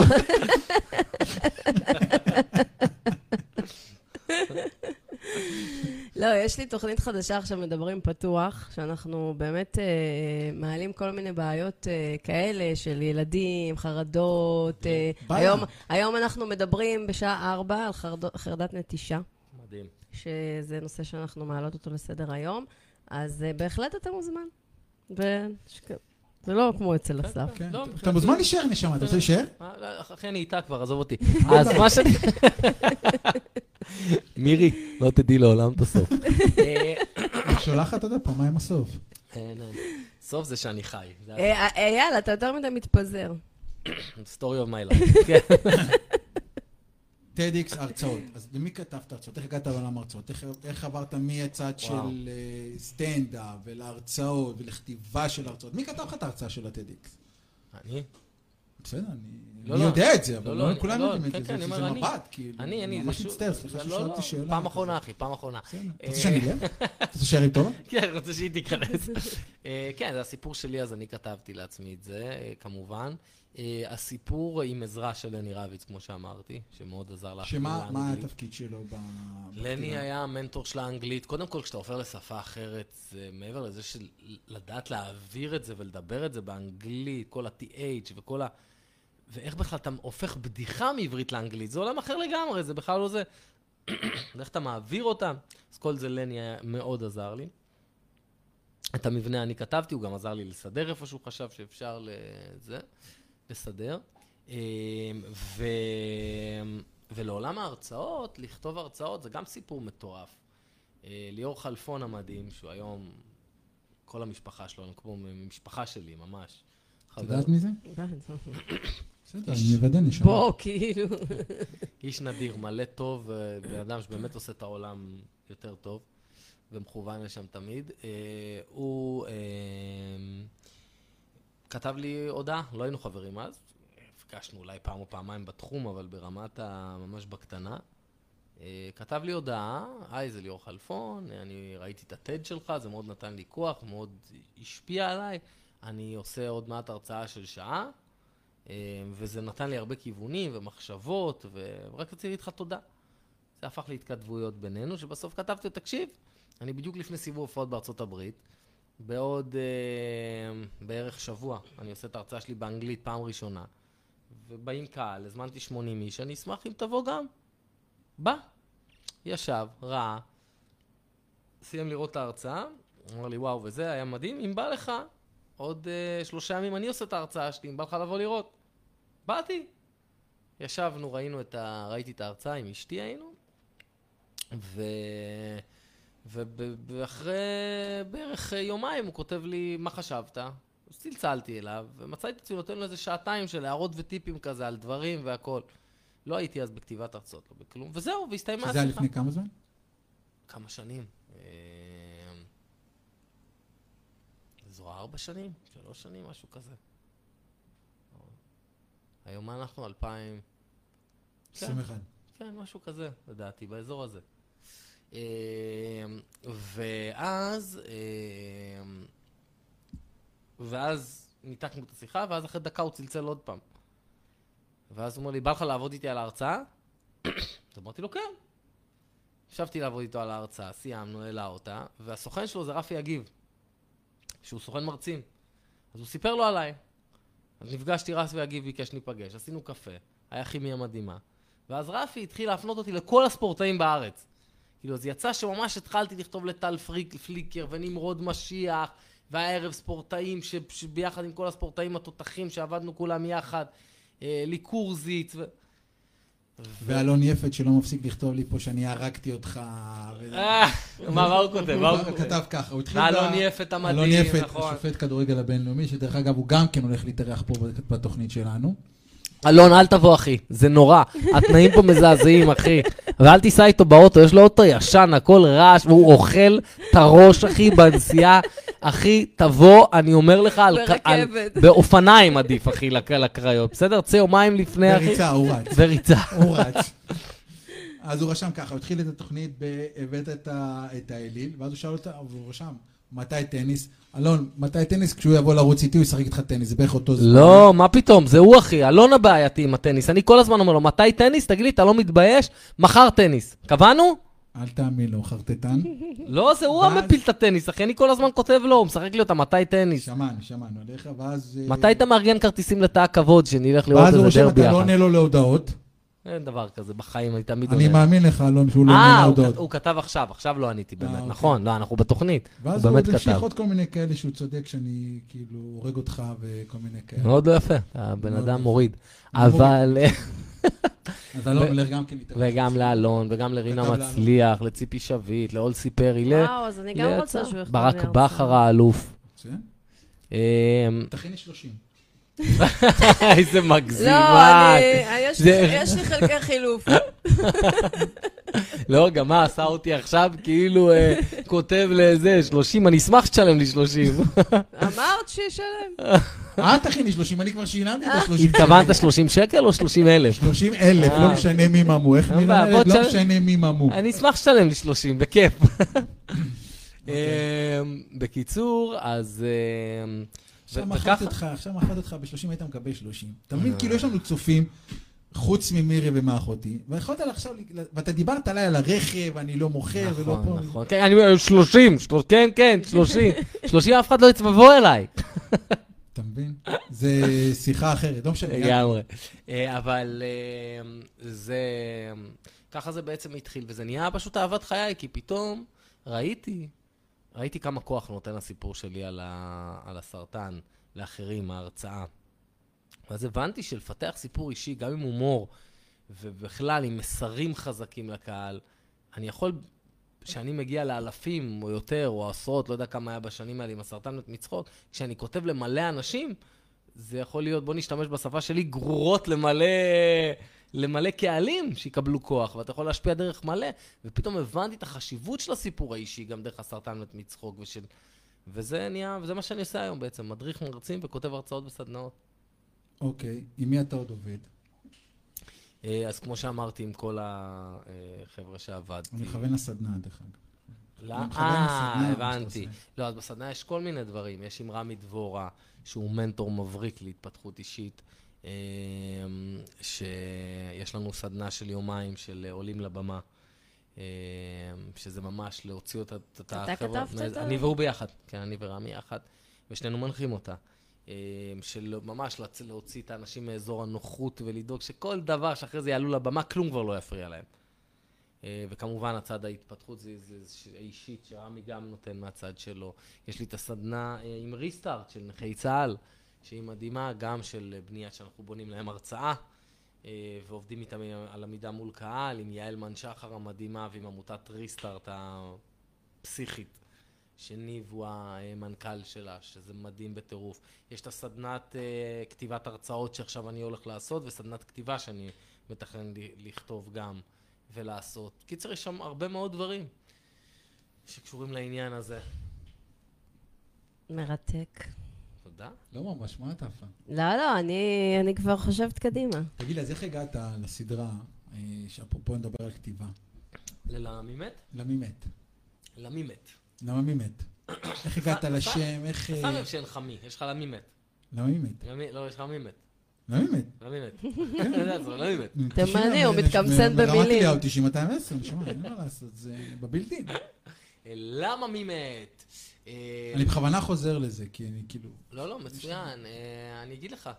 לא, יש לי תוכנית חדשה עכשיו, מדברים פתוח, שאנחנו באמת אה, מעלים כל מיני בעיות אה, כאלה של ילדים, חרדות. אה, היום, היום אנחנו מדברים בשעה ארבע על חרד, חרדת נטישה. מדהים. שזה נושא שאנחנו מעלות אותו לסדר היום, אז אה, בהחלט אתה מוזמן. ושק... זה לא כמו אצל אסף. כן. אתה מוזמן להישאר, נשמה, אתה רוצה להישאר? אחי, אני איתה כבר, עזוב אותי. אז מה שאני... מירי, לא תדעי לעולם את הסוף. שולחת, אתה יודע, פעמיים הסוף. סוף זה שאני חי. יאללה, אתה יותר מדי מתפזר. Story of my life. טדיקס הרצאות. אז למי כתבת הרצאות? איך הגעת לעולם הרצאות? איך עברת מהצד של סטנדאפ ולהרצאות ולכתיבה של הרצאות? מי כתב לך את ההרצאה של הטדיקס? אני. בסדר, אני יודע את זה, אבל לא כולם יודעים את זה. כן, זה מבט, כאילו. אני, אני. ממש מצטער, סליחה ששאלתי שאלה. פעם אחרונה, אחי, פעם אחרונה. אתה רוצה שאני אלך? אתה רוצה שייר עם טובה? כן, אני רוצה שהיא תיכנס. כן, זה הסיפור שלי, אז אני כתבתי לעצמי את זה, כמובן. הסיפור עם עזרה של לני רביץ, כמו שאמרתי, שמאוד עזר לך. שמה התפקיד שלו ב... לני היה המנטור של האנגלית. קודם כל, כשאתה עובר לשפה אחרת, זה מעבר לזה של לדעת להעביר את זה ולדבר את זה באנגלית, כל ה-טי אייץ' וכל ה... ואיך בכלל אתה הופך בדיחה מעברית לאנגלית? זה עולם אחר לגמרי, זה בכלל לא זה. ואיך אתה מעביר אותם? אז כל זה לני מאוד עזר לי. את המבנה אני כתבתי, הוא גם עזר לי לסדר איפה שהוא חשב שאפשר לזה, לסדר. ו... ולעולם ההרצאות, לכתוב הרצאות, זה גם סיפור מטורף. ליאור חלפון המדהים, שהוא היום, כל המשפחה שלו, כמו משפחה שלי, ממש. את יודעת מי זה? בסדר, אני מוודא נשמע. בוא, כאילו. איש נדיר, מלא טוב, בן אדם שבאמת עושה את העולם יותר טוב, ומכוון לשם תמיד. הוא כתב לי הודעה, לא היינו חברים אז, הפגשנו אולי פעם או פעמיים בתחום, אבל ברמת ממש בקטנה. כתב לי הודעה, היי, זה ליאור חלפון, אני ראיתי את הטד שלך, זה מאוד נתן לי כוח, מאוד השפיע עליי. אני עושה עוד מעט הרצאה של שעה, וזה נתן לי הרבה כיוונים ומחשבות, ורק רציתי לך תודה. זה הפך להתכתבויות בינינו, שבסוף כתבתי, תקשיב, אני בדיוק לפני סיבוב הופעות בארצות הברית, בעוד אה, בערך שבוע, אני עושה את ההרצאה שלי באנגלית פעם ראשונה, ובאים קהל, הזמנתי שמונים איש, אני אשמח אם תבוא גם. בא, ישב, ראה, סיים לראות את ההרצאה, אמר לי וואו וזה היה מדהים, אם בא לך, עוד uh, שלושה ימים אני עושה את ההרצאה שלי, אם בא לך לבוא לראות. באתי. ישבנו, ראינו את ה... ראיתי את ההרצאה עם אשתי היינו, ו... ואחרי בערך יומיים הוא כותב לי מה חשבת, אז צלצלתי אליו, ומצאתי את עצמי נותן לו איזה שעתיים של הערות וטיפים כזה על דברים והכל. לא הייתי אז בכתיבת הרצאות, לא בכלום, וזהו, והסתיימה השיחה. שזה היה לפני כמה זמן? כמה שנים. זו ארבע שנים, שלוש שנים, משהו כזה. היום אנחנו אלפיים עשרים ואחת. כן, משהו כזה, לדעתי, באזור הזה. ואז, ואז ניתקנו את השיחה, ואז אחרי דקה הוא צלצל עוד פעם. ואז הוא אומר לי, בא לך לעבוד איתי על ההרצאה? אז אמרתי לו, כן. ישבתי לעבוד איתו על ההרצאה, סיימנו, העלה אותה, והסוכן שלו זה רפי יגיב, שהוא סוכן מרצים. אז הוא סיפר לו עליי. אז נפגשתי, רפי יגיב ביקש ניפגש, עשינו קפה, היה כימיה מדהימה. ואז רפי התחיל להפנות אותי לכל הספורטאים בארץ. כאילו, אז יצא שממש התחלתי לכתוב לטל פריק, פליקר ונמרוד משיח, והערב ספורטאים ש... שביחד עם כל הספורטאים התותחים שעבדנו כולם יחד, אה, לי קורזית ו... ואלון יפת שלא מפסיק לכתוב לי פה שאני הרגתי אותך. אה, מה הוא כותב? מה הוא הוא כותב? כתב ככה, הוא התחיל... אלון יפת המדהים, אלון יפת, נכון. השופט כדורגל הבינלאומי, שדרך אגב הוא גם כן הולך להתארח פה בתוכנית שלנו. אלון, אל תבוא, אחי. זה נורא. התנאים פה מזעזעים, אחי. ואל תיסע איתו באוטו, יש לו אוטו ישן, הכל רעש, והוא אוכל את הראש, אחי, בנסיעה. אחי, תבוא, אני אומר לך, על, על, באופניים עדיף, אחי, לקריות. בסדר? צא יומיים לפני, אחי. בריצה, הוא רץ. בריצה. הוא רץ. אז הוא רשם ככה, הוא התחיל את התוכנית, הבאת את, את האליל, ואז הוא שאל אותה, והוא רשם, מתי טניס? אלון, מתי טניס? כשהוא יבוא לרוץ איתי, הוא ישחק איתך טניס, זה בערך אותו זמן. לא, מה פתאום? זה הוא, אחי. אלון הבעייתי עם הטניס. אני כל הזמן אומר לו, מתי טניס? תגיד לי, אתה לא מתבייש? מחר טניס. קבענו? אל תאמין לו, חרטטן. לא, זה הוא המפיל את הטניס, אחי. אני כל הזמן כותב לו, הוא משחק לי אותה, מתי טניס? שמענו, שמענו עליך, ואז... מתי אתה מארגן כרטיסים לתא הכבוד, שנלך לראות ואז הוא איזה רושם, דרבי אתה לא יחד? עונה לו להודעות. אין דבר כזה, בחיים אני תמיד אני עונה. מאמין לך, אלון, שהוא לא עונה אה, להודעות. הוא כתב עכשיו, עכשיו לא עניתי באמת, אוקיי. נכון, לא, אנחנו בתוכנית. הוא ואז הוא באמת עוד המשיך כתב. עוד כל מיני כאלה שהוא צודק, שאני כאילו הורג אותך וכל מיני כאלה. מאוד לא יפה, הבן מאוד אדם יפה. מוריד. מאוד אבל... אז אלון הולך גם כן להתארח. וגם לאלון, וגם לרינה כתב לאלון. מצליח, לציפי שביט, לאולסי פרי, ל... וואו, אז אני גם רוצה שהוא יכתוב ברק להרצאה. בכר האלוף. מצוין. אמ, תכיני שלושים. איזה לא, מגזימה. אני, יש לי- יש לי חלקי חילוף. לא, גם מה, עשה אותי עכשיו כאילו אה, כותב לזה, שלושים, אני אשמח שתשלם לי שלושים. אמרת שישלם. אה, תכיני שלושים, אני כבר שילמתי את ה-שלושים. התכוונת שלושים שקל או שלושים אלף? שלושים אלף, לא משנה מי ממו. איך אה, מילה בוא לא תשלם. משנה מי ממו. אני אשמח שתשלם לי שלושים, בכיף. אה, בקיצור, אז... אה, עכשיו ו- מחלת וככה- אותך, עכשיו מחלת אותך ב-שלושים, היית מקבל שלושים. אתה מבין? כאילו יש לנו צופים, חוץ ממירי ומאחותי, ויכולת עכשיו, ואתה דיברת עליי על הרכב, אני לא מוכר ולא פה. נכון, נכון. כן, אני אומר, שלושים, של- כן, כן, שלושים. שלושים אף אחד לא יצבבו אליי. אתה מבין? זה שיחה אחרת, לא משנה. לגמרי. אה, אבל אה, זה... ככה זה בעצם התחיל, וזה נהיה פשוט אהבת חיי, כי פתאום ראיתי, ראיתי כמה כוח נותן הסיפור שלי על, ה... על הסרטן לאחרים, ההרצאה. ואז הבנתי שלפתח סיפור אישי, גם עם הומור, ובכלל עם מסרים חזקים לקהל, אני יכול, כשאני מגיע לאלפים או יותר, או עשרות, לא יודע כמה היה בשנים האלה עם הסרטן מצחוק, כשאני כותב למלא אנשים, זה יכול להיות, בוא נשתמש בשפה שלי, גרורות למלא, למלא קהלים שיקבלו כוח, ואתה יכול להשפיע דרך מלא, ופתאום הבנתי את החשיבות של הסיפור האישי, גם דרך הסרטן מצחוק, ושל... וזה נהיה, וזה מה שאני עושה היום בעצם, מדריך מרצים וכותב הרצאות וסדנאות. אוקיי, עם מי אתה עוד עובד? אז כמו שאמרתי, עם כל החבר'ה שעבדתי. אני מכוון לסדנה, דרך אגב. לא, אני מכוון אה, לסדנה, הבנתי. מה שאתה לא, אז בסדנה יש כל מיני דברים. יש עם רמי דבורה, שהוא מנטור מבריק להתפתחות אישית, אה, שיש לנו סדנה של יומיים של עולים לבמה, אה, שזה ממש להוציא אותה, את אתה החבר'ה- כתבת את זה? אני והוא ביחד, כן, אני ורמי יחד, ושנינו מנחים אותה. אה, של ממש להצ- להוציא את האנשים מאזור הנוחות ולדאוג שכל דבר שאחרי זה יעלו לבמה, כלום כבר לא יפריע להם. אה, וכמובן הצד ההתפתחות זה, זה, זה אישית, שרמי גם נותן מהצד שלו. יש לי את הסדנה אה, עם ריסטארט של נכי צה"ל, שהיא מדהימה, גם של בנייה שאנחנו בונים להם הרצאה, אה, ועובדים איתם על עמידה מול קהל, עם יעל מנשחר המדהימה ועם עמותת ריסטארט הפסיכית, שניב הוא המנכ"ל שלה, שזה מדהים בטירוף. יש את הסדנת אה, כתיבת הרצאות שעכשיו אני הולך לעשות, וסדנת כתיבה שאני מתכנן ל- לכתוב גם ולעשות. קיצר, יש שם הרבה מאוד דברים שקשורים לעניין הזה. מרתק. תודה. לא ממש, מה אתה אף פעם? לא, לא, אני, אני כבר חושבת קדימה. תגיד לי, אז איך הגעת לסדרה שאפרופו נדבר על כתיבה. למי מת? למי מת? למי מת? למה מי מת? איך הגעת לשם? איך... שם לב שאין לך מי, יש לך למי מת. למה מי מת? לא, יש לך מי מת. למי מת? למי מת. למי מת. תימני, הוא מתקמצן במילים. רמת אליהו תשעים מאתיים ועשר, נשמע, אין מה לעשות, זה בבלתי. למה מי מת? אני בכוונה חוזר לזה, כי אני כאילו... לא, לא, מצוין. אני אגיד לך.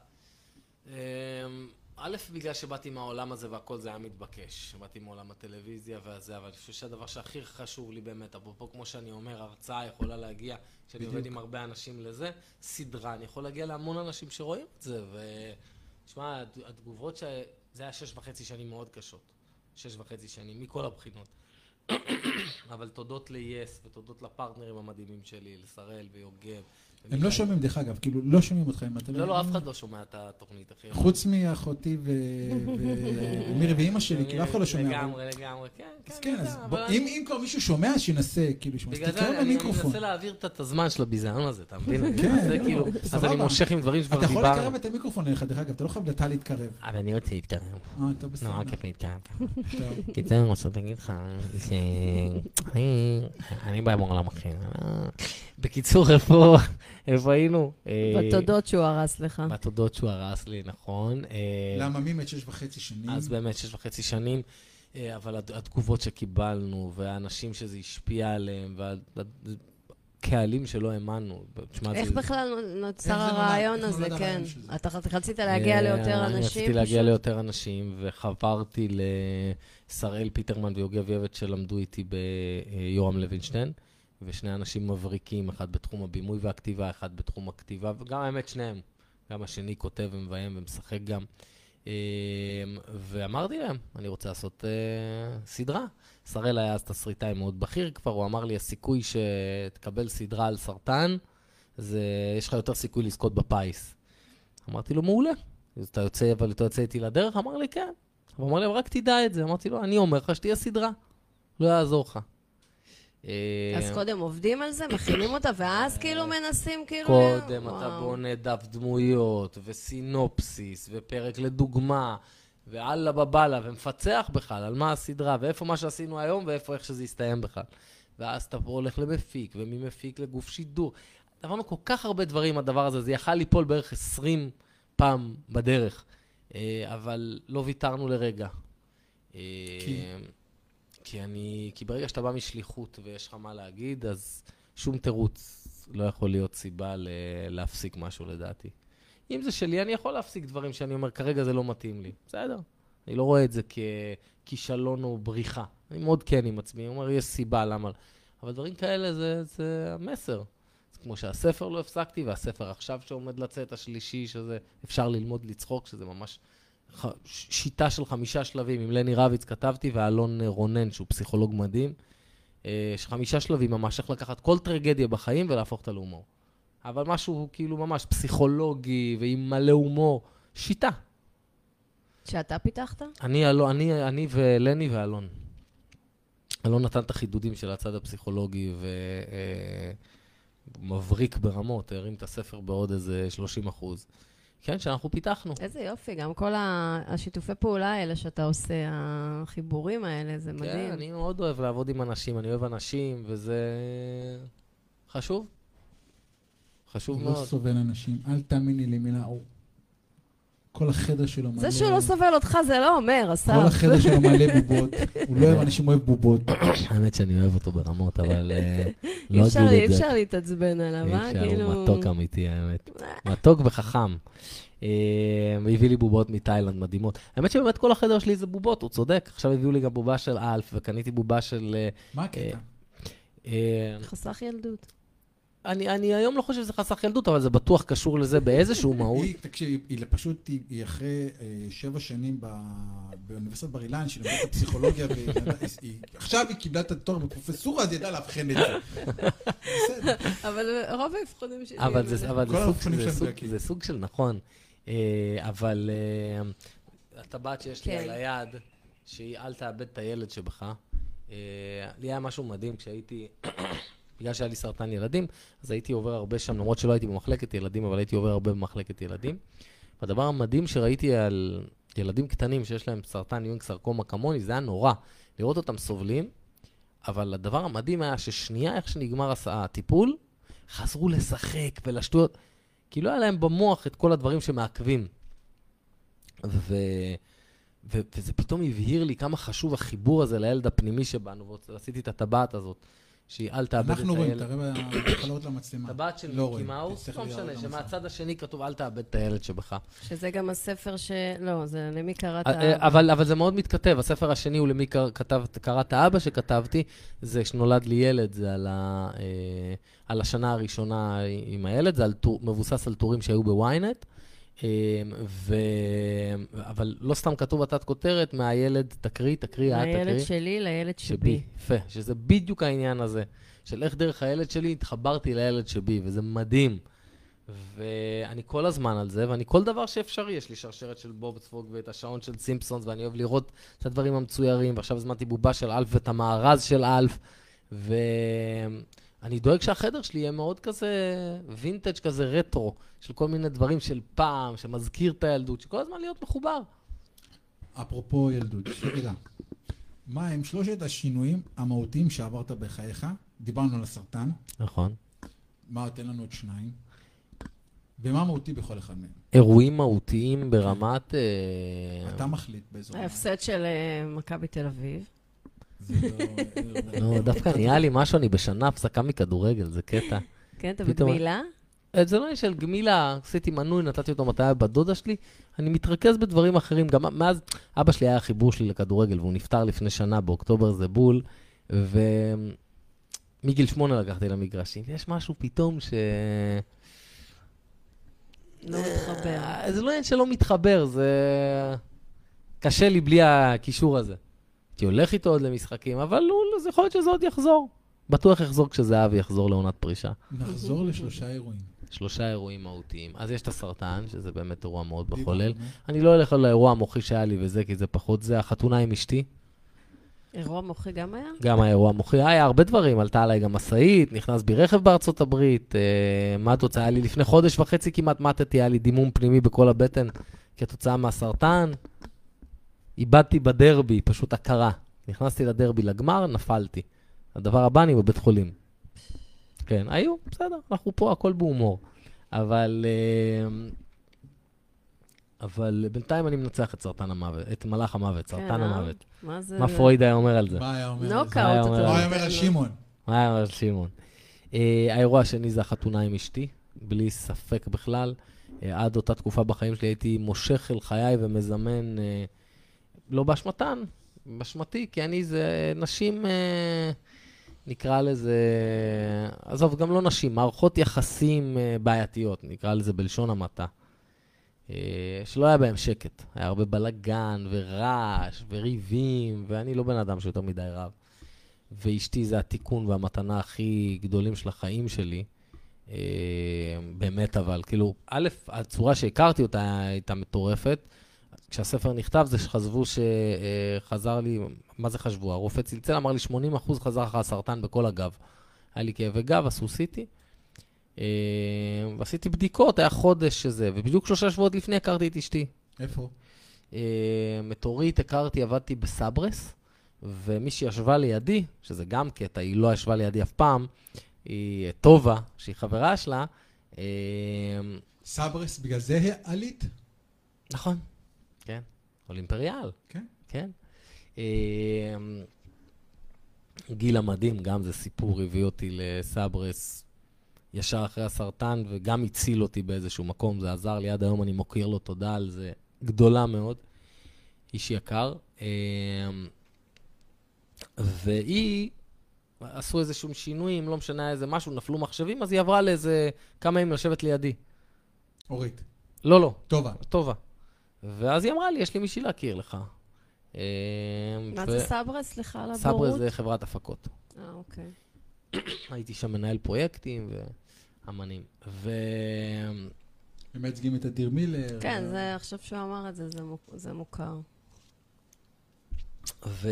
א', בגלל שבאתי מהעולם הזה והכל זה היה מתבקש. באתי מעולם הטלוויזיה והזה, אבל אני חושב שהדבר שהכי חשוב לי באמת, אפרופו כמו שאני אומר, הרצאה יכולה להגיע, שאני עובד עם הרבה אנשים לזה, סדרה, אני יכול להגיע להמון אנשים שרואים את זה, ותשמע, התגובות שזה היה שש וחצי שנים מאוד קשות. שש וחצי שנים, מכל הבחינות. אבל תודות ל-יס ותודות לפרטנרים המדהימים שלי, לשראל ויוגב. הם לא שומעים דרך אגב, כאילו לא שומעים אותך. לא, לא, אף אחד לא שומע את התוכנית, אחי. חוץ מאחותי ומירי ואימא שלי, כאילו אף אחד לא שומע. לגמרי, לגמרי, כן, אז כן, אז אם כבר מישהו שומע, שינסה, כאילו, בגלל זה אני מנסה להעביר את הזמן של הביזיון הזה, אתה מבין? כן, אז אני מושך עם דברים שכבר דיברנו. אתה יכול לקרב את המיקרופון אליך, דרך אגב, אתה לא חייב לתא להתקרב. אבל אני רוצה להתקרב. אה, אתה בסדר. נורא כיף להתקרב. קיצר, אני רוצה להגיד לך שאני בא עם העולם אחר. בקיצור, איפה היינו? בתודות שהוא הרס לך. בתודות שהוא הרס לי, נכון. למה מי מת שש וחצי שנים? אז באמת שש וחצי שנים, אבל התגובות שקיבלנו, והאנשים שזה השפיע עליהם, והקהלים שלא האמנו. איך בכלל נוצר הרעיון הזה, כן? אתה רצית להגיע ליותר אנשים? אני רציתי להגיע ליותר אנשים, וחברתי לשראל פיטרמן ויוגב יבט שלמדו איתי ביורם לוינשטיין. ושני אנשים מבריקים, אחד בתחום הבימוי והכתיבה, אחד בתחום הכתיבה, וגם האמת שניהם, גם השני כותב ומביים ומשחק גם. ואמרתי להם, אני רוצה לעשות סדרה. שראל היה אז תסריטאי מאוד בכיר כבר, הוא אמר לי, הסיכוי שתקבל סדרה על סרטן, זה, יש לך יותר סיכוי לזכות בפייס. אמרתי לו, מעולה. אז אתה יוצא, אבל אתה יוצא איתי לדרך? אמר לי, כן. הוא אמר לי, אבל רק תדע את זה. אמרתי לו, אני אומר לך שתהיה סדרה. לא יעזור לך. אז קודם עובדים על זה, מכינים אותה, ואז כאילו מנסים כאילו... קודם אתה בונה דף דמויות, וסינופסיס, ופרק לדוגמה, ואללה בבאללה, ומפצח בכלל על מה הסדרה, ואיפה מה שעשינו היום, ואיפה איך שזה יסתיים בכלל. ואז אתה הולך למפיק, ומי מפיק לגוף שידור. עברנו כל כך הרבה דברים, הדבר הזה, זה יכל ליפול בערך עשרים פעם בדרך, אבל לא ויתרנו לרגע. כי... כי אני, כי ברגע שאתה בא משליחות ויש לך מה להגיד, אז שום תירוץ לא יכול להיות סיבה ל- להפסיק משהו לדעתי. אם זה שלי, אני יכול להפסיק דברים שאני אומר, כרגע זה לא מתאים לי. בסדר. אני לא רואה את זה ככישלון או בריחה. אני מאוד כן עם עצמי, אני אומר, יש סיבה למה. אבל דברים כאלה זה, זה המסר. זה כמו שהספר לא הפסקתי, והספר עכשיו שעומד לצאת השלישי, שזה אפשר ללמוד לצחוק, שזה ממש... שיטה של חמישה שלבים, עם לני רביץ כתבתי, ואלון רונן, שהוא פסיכולוג מדהים, שחמישה שלבים ממש איך לקחת כל טרגדיה בחיים ולהפוך אותה להומור. אבל משהו כאילו ממש פסיכולוגי ועם מלא הומור, שיטה. שאתה פיתחת? אני, אני, אני ולני ואלון. אלון נתן את החידודים של הצד הפסיכולוגי ומבריק ברמות, הרים את הספר בעוד איזה שלושים אחוז. כן, שאנחנו פיתחנו. איזה יופי, גם כל השיתופי פעולה האלה שאתה עושה, החיבורים האלה, זה מדהים. כן, אני מאוד אוהב לעבוד עם אנשים, אני אוהב אנשים, וזה חשוב. חשוב מאוד. לא סובל אנשים, אל תאמיני לי מילה, כל החדר שלו מלא... זה שהוא לא סובל אותך, זה לא אומר, אסף. כל החדר שלו מלא בובות, הוא לא אוהב אנשים אוהב בובות. האמת שאני אוהב אותו ברמות, אבל לא אגיד את זה. אי אפשר להתעצבן עליו, אה? כאילו... הוא מתוק אמיתי, האמת. מתוק וחכם. והביא לי בובות מתאילנד מדהימות. האמת שבאמת כל החדר שלי זה בובות, הוא צודק. עכשיו הביאו לי גם בובה של אלף, וקניתי בובה של... מה הקטע? חסך ילדות. אני, אני היום לא חושב שזה חסך ילדות, אבל זה בטוח קשור לזה באיזשהו מהות. היא, תקשיב, היא פשוט, היא אחרי שבע שנים באוניברסיטת בר אילן, שהיא למדה את הפסיכולוגיה, עכשיו היא קיבלה את התואר בפרופסורה, אז היא ידעה להבחן את זה. בסדר. אבל רוב האבחונים שלי... אבל זה סוג של נכון. אבל הטבעת שיש לי על היד, שהיא אל תאבד את הילד שבך. לי היה משהו מדהים כשהייתי... בגלל שהיה לי סרטן ילדים, אז הייתי עובר הרבה שם, למרות שלא הייתי במחלקת ילדים, אבל הייתי עובר הרבה במחלקת ילדים. והדבר המדהים שראיתי על ילדים קטנים שיש להם סרטן יואינג סרקומה כמוני, זה היה נורא. לראות אותם סובלים, אבל הדבר המדהים היה ששנייה איך שנגמר הטיפול, חזרו לשחק ולשטויות, כי לא היה להם במוח את כל הדברים שמעכבים. ו... ו... וזה פתאום הבהיר לי כמה חשוב החיבור הזה לילד הפנימי שבנו, ועשיתי את הטבעת הזאת, שהיא אל תאבד את הילד. אנחנו רואים, תראה בחלאות למצלמה. טבעת של לא מיקי רואים. מאוס, צריך לא לראות משנה, את שמהצד השני כתוב אל תאבד את הילד שבך. שזה גם הספר ש... לא, זה למי קראת... אבל, אבל זה מאוד מתכתב, הספר השני הוא למי כתב, קראת אבא שכתבתי, זה שנולד לי ילד, זה על, ה, אה, על השנה הראשונה עם הילד, זה על, מבוסס על טורים שהיו בוויינט, אה, ו, אבל לא סתם כתוב בתת כותרת, מהילד, תקריא, תקריא, את תקריא. מהילד שלי לילד שבי. יפה, שזה בדיוק העניין הזה, של איך דרך הילד שלי התחברתי לילד שבי, וזה מדהים. ואני כל הזמן על זה, ואני כל דבר שאפשרי, יש לי שרשרת של בוב צפוג ואת השעון של סימפסונס, ואני אוהב לראות את הדברים המצוירים, ועכשיו הזמנתי בובה של אלף ואת המארז של אלף, ואני דואג שהחדר שלי יהיה מאוד כזה וינטג' כזה רטרו, של כל מיני דברים של פעם, שמזכיר את הילדות, שכל הזמן להיות מחובר. אפרופו ילדות, שאלה. מה הם שלושת השינויים המהותיים שעברת בחייך? דיברנו על הסרטן. נכון. מה, תן לנו עוד שניים. ומה מהותי בכל אחד מהם? אירועים מהותיים ברמת... אתה מחליט באזור... ההפסד של מכבי תל אביב. לא, דווקא נהיה לי משהו, אני בשנה הפסקה מכדורגל, זה קטע. כן, אתה בגמילה? זה לא של גמילה, עשיתי מנוי, נתתי אותו מתי היה בדודה שלי, אני מתרכז בדברים אחרים, גם מאז אבא שלי היה החיבור שלי לכדורגל, והוא נפטר לפני שנה, באוקטובר זה בול, ומגיל שמונה לקחתי למגרשים. יש משהו פתאום ש... לא מתחבר. זה לא עניין שלא מתחבר, זה קשה לי בלי הקישור הזה. כי הולך איתו עוד למשחקים, אבל זה יכול להיות שזה עוד יחזור. בטוח יחזור כשזהב יחזור לעונת פרישה. נחזור לשלושה אירועים. שלושה אירועים מהותיים. אז יש את הסרטן, שזה באמת אירוע מאוד בחולל. אני לא הולך על האירוע המוחי שהיה לי וזה, כי זה פחות זה. החתונה עם אשתי. אירוע מוחי גם היה? גם האירוע המוחי. היה הרבה דברים. עלתה עליי גם מסעית, נכנס בי רכב בארצות הברית. מה התוצאה? היה לי לפני חודש וחצי כמעט מתתי, היה לי דימום פנימי בכל הבטן כתוצאה מהסרטן. איבדתי בדרבי, פשוט הכרה. נכנסתי לדרבי לגמר, נפלתי. הדבר הבא, אני בבית חולים. כן, היו, בסדר, אנחנו פה, הכל בהומור. אבל, אבל בינתיים אני מנצח את סרטן המוות, את מלאך המוות, סרטן המוות. מה זה? מה פרויד היה אומר על זה? מה היה אומר על זה? נוקאוט. מה היה אומר על שמעון? מה היה אומר על שמעון? האירוע השני זה החתונה עם אשתי, בלי ספק בכלל. עד אותה תקופה בחיים שלי הייתי מושך אל חיי ומזמן, לא באשמתן, באשמתי, כי אני זה נשים... נקרא לזה, עזוב, גם לא נשים, מערכות יחסים בעייתיות, נקרא לזה בלשון המעטה. שלא היה בהם שקט. היה הרבה בלגן ורעש וריבים, ואני לא בן אדם שיותר מדי רב. ואשתי זה התיקון והמתנה הכי גדולים של החיים שלי. באמת אבל, כאילו, א', הצורה שהכרתי אותה הייתה מטורפת. כשהספר נכתב זה שחשבו שחזר לי, מה זה חשבו? הרופא צלצל, אמר לי שמונים אחוז חזר לך הסרטן בכל הגב. היה לי כאבי גב, עשו סיטי. ועשיתי בדיקות, היה חודש שזה, ובדיוק שלושה שבועות לפני הכרתי את אשתי. איפה? מטורית הכרתי, עבדתי בסברס, ומי שישבה לידי, שזה גם קטע, היא לא ישבה לידי אף פעם, היא טובה, שהיא חברה שלה. סברס, בגלל זה עלית? נכון. כן, אולימפריאל. כן. כן. גיל המדהים, גם זה סיפור, הביא אותי לסברס ישר אחרי הסרטן, וגם הציל אותי באיזשהו מקום, זה עזר לי, עד היום אני מוקיר לו תודה על זה, גדולה מאוד, איש יקר. והיא, עשו איזשהו שינויים, לא משנה איזה משהו, נפלו מחשבים, אז היא עברה לאיזה כמה ימים לשבת לידי. אורית. לא, לא. טובה. טובה. ואז היא אמרה לי, יש לי מישהי להכיר לך. מה זה סברס? סליחה על הבורות? סברס זה חברת הפקות. אה, אוקיי. הייתי שם מנהל פרויקטים ואמנים. ו... הם מייצגים את אדיר מילר. כן, זה, עכשיו שהוא אמר את זה, זה מוכר. ו...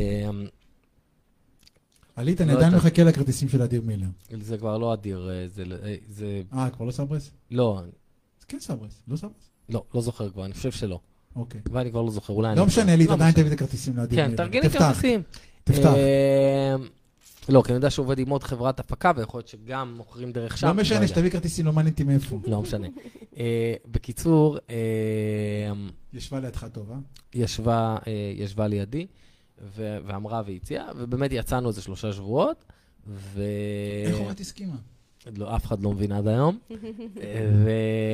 עלית, אני עדיין מחכה לכרטיסים של אדיר מילר. זה כבר לא אדיר, זה... אה, כבר לא סברס? לא. זה כן סברס, לא סברס? לא, לא זוכר כבר, אני חושב שלא. אוקיי. ואני כבר לא זוכר, אולי אני... לא משנה לי, לא עדיין משנה. תביא את הכרטיסים לעדי. כן, מאיר. תרגילי תפתח, כרטיסים. תפתח. אה, לא, כי אני יודע שעובד עם עוד חברת הפקה, ויכול להיות שגם מוכרים דרך שם. לא משנה, יודע. שתביא כרטיסים, לא מעניין אותי מאיפה. לא משנה. אה, בקיצור, אה, ישבה לידך טוב, אה? ישבה, אה, ישבה לידי, ו- ואמרה והציעה, ובאמת יצאנו איזה שלושה שבועות, ו... איך אורת הסכימה? לא, אף אחד לא מבין עד היום. ו...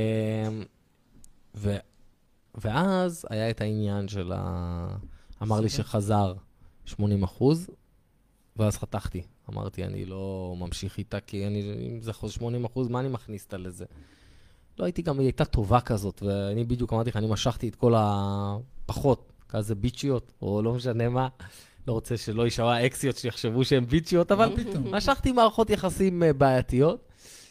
ו... ואז היה את העניין של ה... אמר לי שחזר שמונים אחוז, ואז חתכתי. אמרתי, אני לא ממשיך איתה, כי אני, אם זה חוזר שמונים אחוז, מה אני מכניס אותה לזה? לא הייתי גם, היא הייתה טובה כזאת, ואני בדיוק אמרתי לך, אני משכתי את כל הפחות, כזה ביצ'יות, או לא משנה מה. לא רוצה שלא יישמע האקסיות שיחשבו שהן ביצ'יות, אבל משכתי מערכות יחסים בעייתיות.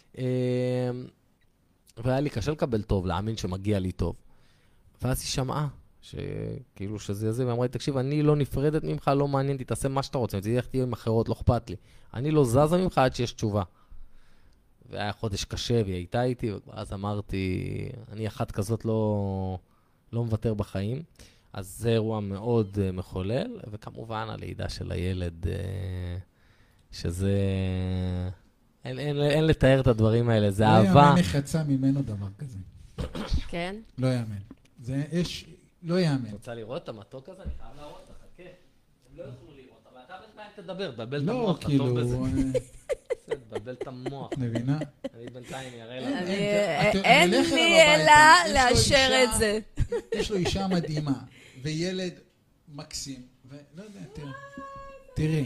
והיה לי קשה לקבל טוב, להאמין שמגיע לי טוב. ואז היא שמעה, שכאילו שזה יזה, ואמרה לי, תקשיב, אני לא נפרדת ממך, לא מעניין, תעשה מה שאתה רוצה, תהיה תהיה עם אחרות, לא אכפת לי. אני לא זזה ממך עד שיש תשובה. והיה חודש קשה, והיא הייתה איתי, ואז אמרתי, אני אחת כזאת לא, לא מוותר בחיים. אז זה אירוע מאוד uh, מחולל, וכמובן הלידה של הילד, uh, שזה... אין, אין, אין לתאר את הדברים האלה, זה אהבה. לא יאמן מחצה ממנו דבר כזה. כן? לא יאמן. זה, יש, לא יאמן. רוצה לראות את המתוק הזה? אני חייב להראות לך, כן. הם לא יוכלו לראות, אבל אתה בינתיים תדבר, תבלבל את לא, המוח, אתה כאילו... טוב בזה. תבלבל את המוח. מבינה? אני בינתיים אראה לך. אני- אין לי אלא לאשר את זה. יש לו אישה מדהימה, וילד מקסים, ולא יודע, תראה. תראי.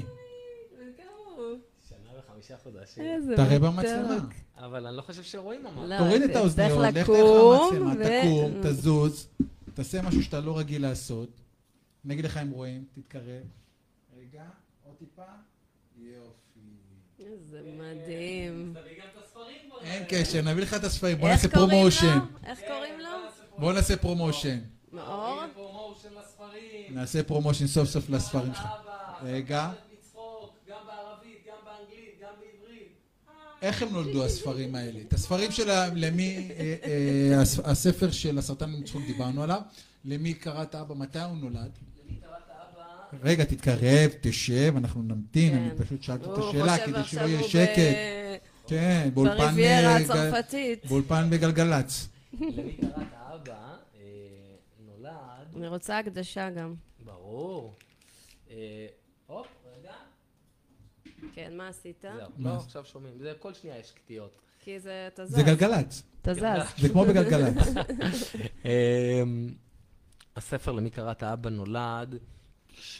שנה וחמישה חודשים. איזה תראה מתוק. במצלמה. אבל אני לא חושב שרואים ממש. לא, תוריד את צריך האוזניות, לך דרך לקום, המצלמה, ו- תקום, תזוז, תעשה משהו שאתה לא רגיל לעשות. אני אגיד לך אם רואים, תתקרב. רגע, עוד טיפה. יופי. איזה מדהים. אין קשר, נביא לך את הספרים, בוא איך נעשה קוראים פרומושן. לו? איך קוראים לו? בוא נעשה פרומושן. מאור? פרומושן לספרים. נעשה פרומושן סוף סוף לספרים שלך. רגע. גם בערבית, גם באנגלית, גם בעברית. איך הם נולדו הספרים האלה? את הספרים של למי, אה, אה, הס- הספר של הסרטן למצחוק דיברנו עליו, למי קראת אבא, מתי הוא נולד? למי קראת אבא? רגע, תתקרב, תשב, אנחנו נמתין, כן. אני פשוט שאלתי את הוא השאלה חושב כדי עכשיו שלא יהיה הוא שקט. ב- כן, באולפן בריביירה אה, ג- הצרפתית. באולפן בגלגלצ. למי קראת אבא? אה, נולד. אני רוצה הקדשה גם. ברור. אה, הופ, רגע. כן, מה עשית? זהו, מה? לא, עכשיו שומעים. זה כל שנייה יש קטיעות. כי זה, אתה זז. זה גלגלצ, אתה זז. זה כמו בגלגלצ. אמ, הספר למי קראת אבא נולד כש...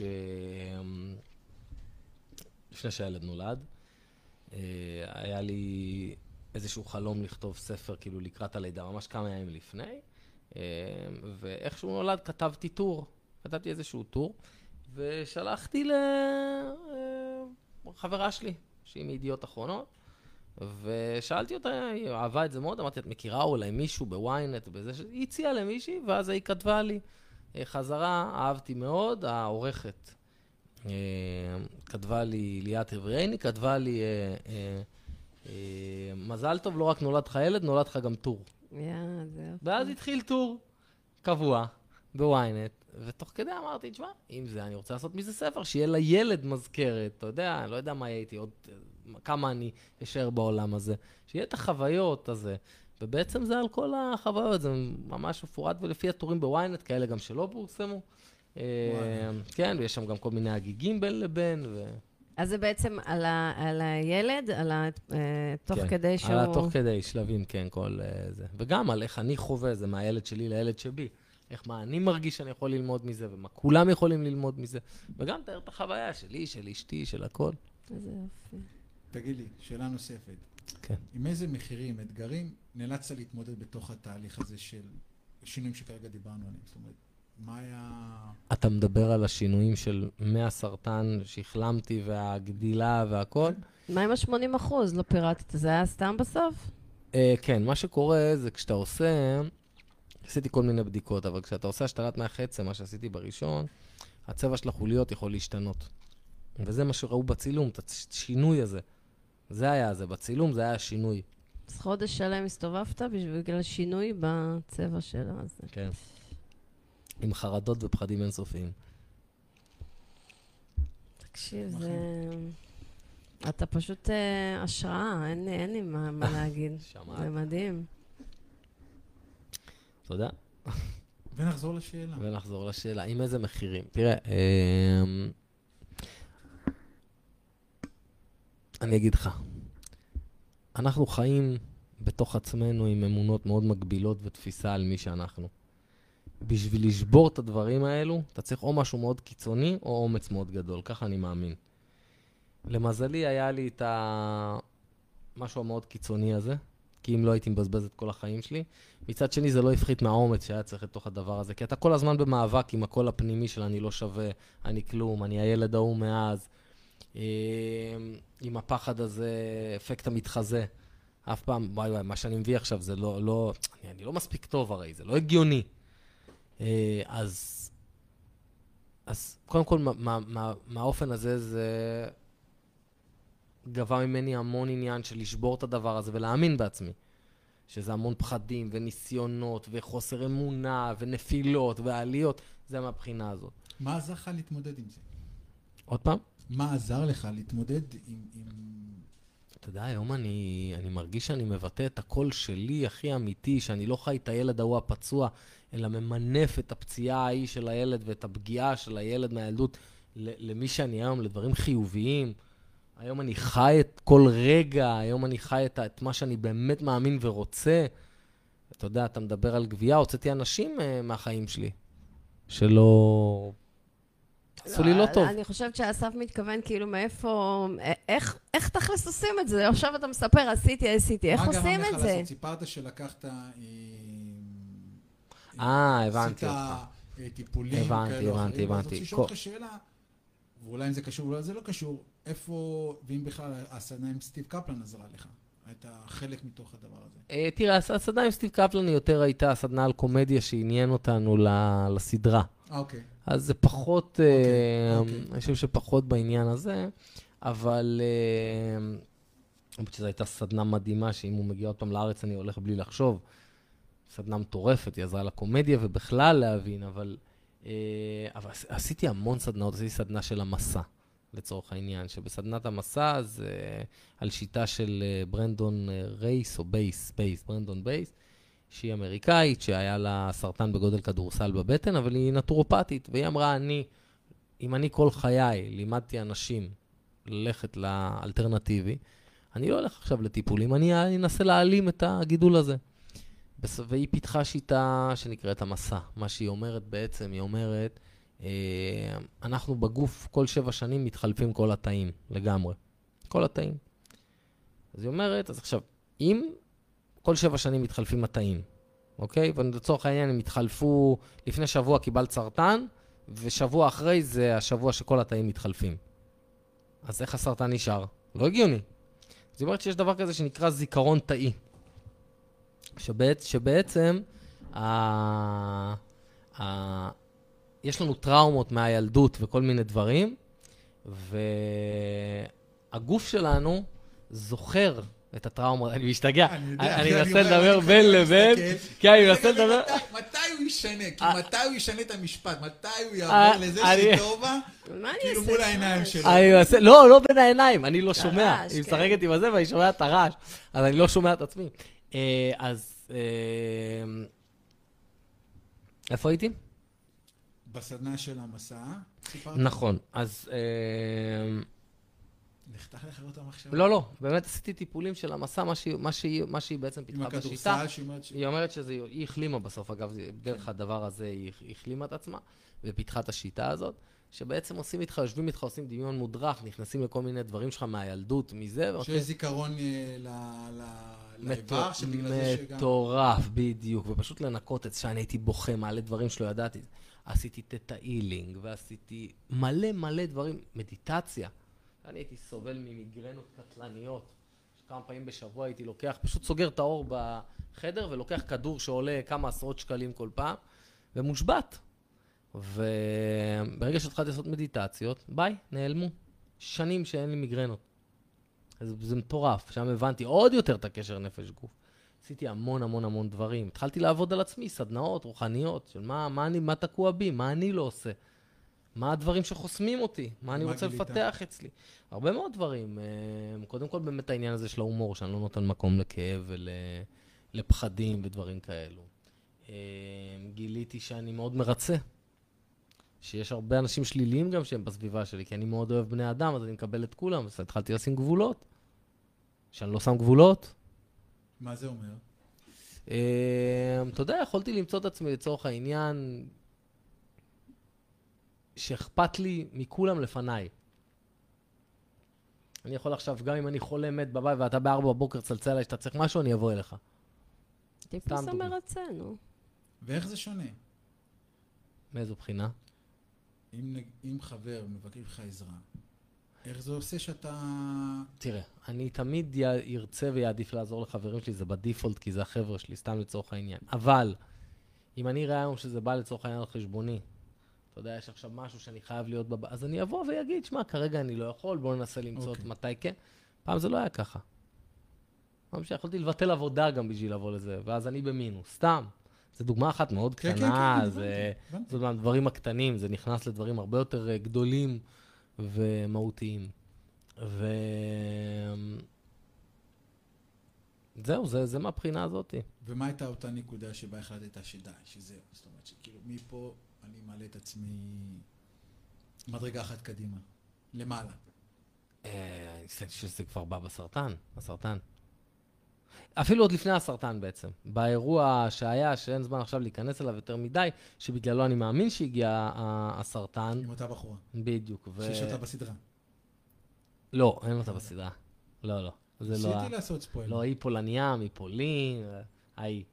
לפני שהילד נולד. אה, היה לי איזשהו חלום לכתוב ספר כאילו לקראת הלידה, ממש כמה ימים לפני. אה, ואיך שהוא נולד כתבתי טור, כתבתי איזשהו טור, ושלחתי לחברה שלי, שהיא מידיעות אחרונות, ושאלתי אותה, היא אהבה את זה מאוד, אמרתי, את מכירה אולי מישהו בוויינט, בזה שהיא הציעה למישהי, ואז היא כתבה לי אה, חזרה, אהבתי מאוד, העורכת. אה, כתבה לי ליאת אברייני, כתבה לי אה, אה, אה, מזל טוב, לא רק נולד לך ילד, נולד לך גם טור. יאה, זהו. ואז התחיל טור קבוע בוויינט, ותוך כדי אמרתי, תשמע, אם זה, אני רוצה לעשות מזה ספר, שיהיה לילד מזכרת, אתה יודע, אני לא יודע מה הייתי, עוד כמה אני אשאר בעולם הזה, שיהיה את החוויות הזה, ובעצם זה על כל החוויות, זה ממש מפורט, ולפי הטורים בוויינט, כאלה גם שלא פורסמו. אה, כן, ויש שם גם כל מיני הגיגים בין לבין, ו... אז זה בעצם על, ה, על הילד, על ה, אה, תוך כן, כדי שהוא... על התוך כדי, שלבים, כן, כל אה, זה. וגם על איך אני חווה, זה מהילד שלי לילד שבי. איך מה אני מרגיש שאני יכול ללמוד מזה, ומה כולם יכולים ללמוד מזה. וגם תאר את החוויה שלי, של אשתי, של הכל. איזה יופי. תגיד לי, שאלה נוספת. כן. עם איזה מחירים, אתגרים, נאלצת להתמודד בתוך התהליך הזה של שינויים שכרגע דיברנו עליהם? זאת אומרת, מה היה... אתה מדבר על השינויים של מהסרטן שהחלמתי, והגדילה והכל? מה עם ה-שמונים אחוז? לא פירטת, זה היה סתם בסוף? אה, כן, מה שקורה זה כשאתה עושה, עשיתי כל מיני בדיקות, אבל כשאתה עושה השתלת מח עצם, מה שעשיתי בראשון, הצבע של החוליות יכול להשתנות. וזה מה שראו בצילום, את השינוי הזה. זה היה זה, בצילום זה היה השינוי. אז חודש שלם הסתובבת בשביל בגלל שינוי בצבע שלה. אז... כן. עם חרדות ופחדים אינסופיים. תקשיב, זה... אתה פשוט אה, השראה, אין לי, אין לי מה, מה להגיד. שמעת. זה מדהים. תודה. ונחזור לשאלה. ונחזור לשאלה, עם איזה מחירים? תראה, אה, אני אגיד לך, אנחנו חיים בתוך עצמנו עם אמונות מאוד מגבילות ותפיסה על מי שאנחנו. בשביל לשבור את הדברים האלו, אתה צריך או משהו מאוד קיצוני או אומץ מאוד גדול, ככה אני מאמין. למזלי היה לי את המשהו המאוד קיצוני הזה, כי אם לא הייתי מבזבז את כל החיים שלי. מצד שני זה לא הפחית מהאומץ שהיה צריך לתוך הדבר הזה, כי אתה כל הזמן במאבק עם הקול הפנימי של אני לא שווה, אני כלום, אני הילד ההוא מאז, עם הפחד הזה, אפקט המתחזה. אף פעם, וואי וואי, מה שאני מביא עכשיו זה לא, לא, אני, אני לא מספיק טוב הרי, זה לא הגיוני. אז, אז קודם כל, מה, מה, מה, מהאופן הזה זה גבה ממני המון עניין של לשבור את הדבר הזה ולהאמין בעצמי. שזה המון פחדים וניסיונות וחוסר אמונה ונפילות ועליות, זה מהבחינה הזאת. מה עזר לך להתמודד עם זה? עוד פעם? מה עזר לך להתמודד עם... עם... אתה יודע, היום אני, אני מרגיש שאני מבטא את הקול שלי הכי אמיתי, שאני לא חי את הילד ההוא הפצוע, אלא ממנף את הפציעה ההיא של הילד ואת הפגיעה של הילד מהילדות למי שאני היום, לדברים חיוביים. היום אני חי את כל רגע, היום אני חי את, את מה שאני באמת מאמין ורוצה. אתה יודע, אתה מדבר על גבייה, הוצאתי אנשים uh, מהחיים שלי, שלא... עשו לי לא טוב. אני חושבת שהאסף מתכוון כאילו מאיפה, איך, איך תכלס עושים את זה? עכשיו אתה מספר, עשיתי, עשיתי, איך עושים את זה? סיפרת שלקחת... אה, הבנתי אותך. עשית טיפולים כאלה. הבנתי, הבנתי, הבנתי. אז רוצה לשאול אותך שאלה, ואולי אם זה קשור, אולי זה לא קשור, איפה, ואם בכלל הסדנה עם סטיב קפלן עזרה לך? הייתה חלק מתוך הדבר הזה. תראה, הסדנה עם סטיב קפלן יותר הייתה הסדנה על קומדיה שעניין אותנו לסדרה. אוקיי. אז זה פחות, אני חושב שפחות בעניין הזה, אבל זו הייתה סדנה מדהימה, שאם הוא מגיע עוד פעם לארץ אני הולך בלי לחשוב. סדנה מטורפת, היא עזרה לקומדיה ובכלל להבין, אבל, אבל עשיתי המון סדנאות, עשיתי סדנה של המסע, לצורך העניין, שבסדנת המסע זה על שיטה של ברנדון רייס או בייס, בייס, ברנדון בייס, שהיא אמריקאית, שהיה לה סרטן בגודל כדורסל בבטן, אבל היא נטורופטית, והיא אמרה, אני, אם אני כל חיי לימדתי אנשים ללכת לאלטרנטיבי, אני לא הולך עכשיו לטיפולים, אני אנסה להעלים את הגידול הזה. והיא פיתחה שיטה שנקראת המסע. מה שהיא אומרת בעצם, היא אומרת, אנחנו בגוף כל שבע שנים מתחלפים כל התאים, לגמרי. כל התאים. אז היא אומרת, אז עכשיו, אם כל שבע שנים מתחלפים התאים, אוקיי? ולצורך העניין הם התחלפו, לפני שבוע קיבלת סרטן, ושבוע אחרי זה השבוע שכל התאים מתחלפים. אז איך הסרטן נשאר? לא הגיוני. אז היא אומרת שיש דבר כזה שנקרא זיכרון תאי. שבעצ... שבעצם ה... ה... יש לנו טראומות מהילדות וכל מיני דברים, והגוף שלנו זוכר את הטראומות. אני משתגע, אני מנסה לדבר בין לבין, כן, אני מנסה לדבר... מתי הוא ישנה? כי מתי הוא ישנה את המשפט? מתי הוא יעבור לזה שטובה? כאילו מול העיניים שלו. לא, לא בין העיניים, אני לא שומע. היא משחקת עם הזה ואני שומע את הרעש, אז אני לא שומע את עצמי. אז... איפה הייתי? בסדנה של המסע. נכון, אז... נחתך לך אותם עכשיו? לא, לא, באמת עשיתי טיפולים של המסע, מה שהיא בעצם פיתחה בשיטה. היא אומרת שהיא החלימה בסוף, אגב, דרך הדבר הזה היא החלימה את עצמה, ופיתחה את השיטה הזאת, שבעצם עושים איתך, יושבים איתך, עושים דמיון מודרך, נכנסים לכל מיני דברים שלך מהילדות, מזה. שיש זיכרון לאיבר, שבגלל זה שגם... מטורף, בדיוק, ופשוט לנקות את שאני הייתי בוכה, מעלה דברים שלא ידעתי. עשיתי תטא הילינג, ועשיתי מלא מלא דברים, מדיטציה. אני הייתי סובל ממיגרנות קטלניות. כמה פעמים בשבוע הייתי לוקח, פשוט סוגר את האור בחדר, ולוקח כדור שעולה כמה עשרות שקלים כל פעם, ומושבת. וברגע שהתחלתי לעשות מדיטציות, ביי, נעלמו. שנים שאין לי מיגרנות. אז זה מטורף. שם הבנתי עוד יותר את הקשר נפש גוף. עשיתי המון המון המון דברים. התחלתי לעבוד על עצמי, סדנאות, רוחניות, של מה, מה, אני, מה תקוע בי, מה אני לא עושה. מה הדברים שחוסמים אותי, מה אני רוצה לפתח אצלי. הרבה מאוד דברים. קודם כל באמת העניין הזה של ההומור, שאני לא נותן מקום לכאב ולפחדים ודברים כאלו. גיליתי שאני מאוד מרצה. שיש הרבה אנשים שליליים גם שהם בסביבה שלי, כי אני מאוד אוהב בני אדם, אז אני מקבל את כולם, אז התחלתי לשים גבולות. שאני לא שם גבולות. מה זה אומר? אתה יודע, יכולתי למצוא את עצמי לצורך העניין שאכפת לי מכולם לפניי. אני יכול עכשיו, גם אם אני חולה מת בבית ואתה בארבע בבוקר צלצל עליי שאתה צריך משהו, אני אבוא אליך. טיפוס המרצה, נו. ואיך זה שונה? מאיזו בחינה? אם, אם חבר מבקש לך עזרה, איך זה עושה שאתה... תראה, אני תמיד ירצה ויעדיף לעזור לחברים שלי, זה בדיפולט, כי זה החבר'ה שלי, סתם לצורך העניין. אבל, אם אני רואה היום שזה בא לצורך העניין על חשבוני, אתה יודע, יש עכשיו משהו שאני חייב להיות בבית, אז אני אבוא ויגיד, שמה, כרגע אני לא יכול, בואו ננסה למצוא את מתי כן. פעם זה לא היה ככה. פעם שיכולתי לבטל עבודה גם בשביל לבוא לזה, ואז אני במינוס, סתם. זו דוגמה אחת מאוד קטנה, זה דברים הקטנים, זה נכנס לדברים הרבה יותר גדולים ומהותיים. וזהו, זה מהבחינה הזאת. ומה הייתה אותה נקודה שבה החלטת שדי, שזהו? זאת אומרת שכאילו מפה אני מעלה את עצמי מדרגה אחת קדימה, למעלה. אני חושב שזה כבר בא בסרטן, הסרטן. אפילו עוד לפני הסרטן בעצם. באירוע שהיה, שאין זמן עכשיו להיכנס אליו יותר מדי, שבגללו אני מאמין שהגיע הסרטן. עם אותה בחורה. בדיוק. שיש אותה בסדרה. לא, אין אותה בסדרה. לא, לא. ניסיתי לעשות ספוילר. לא, היא פולניה, מפולין, היי.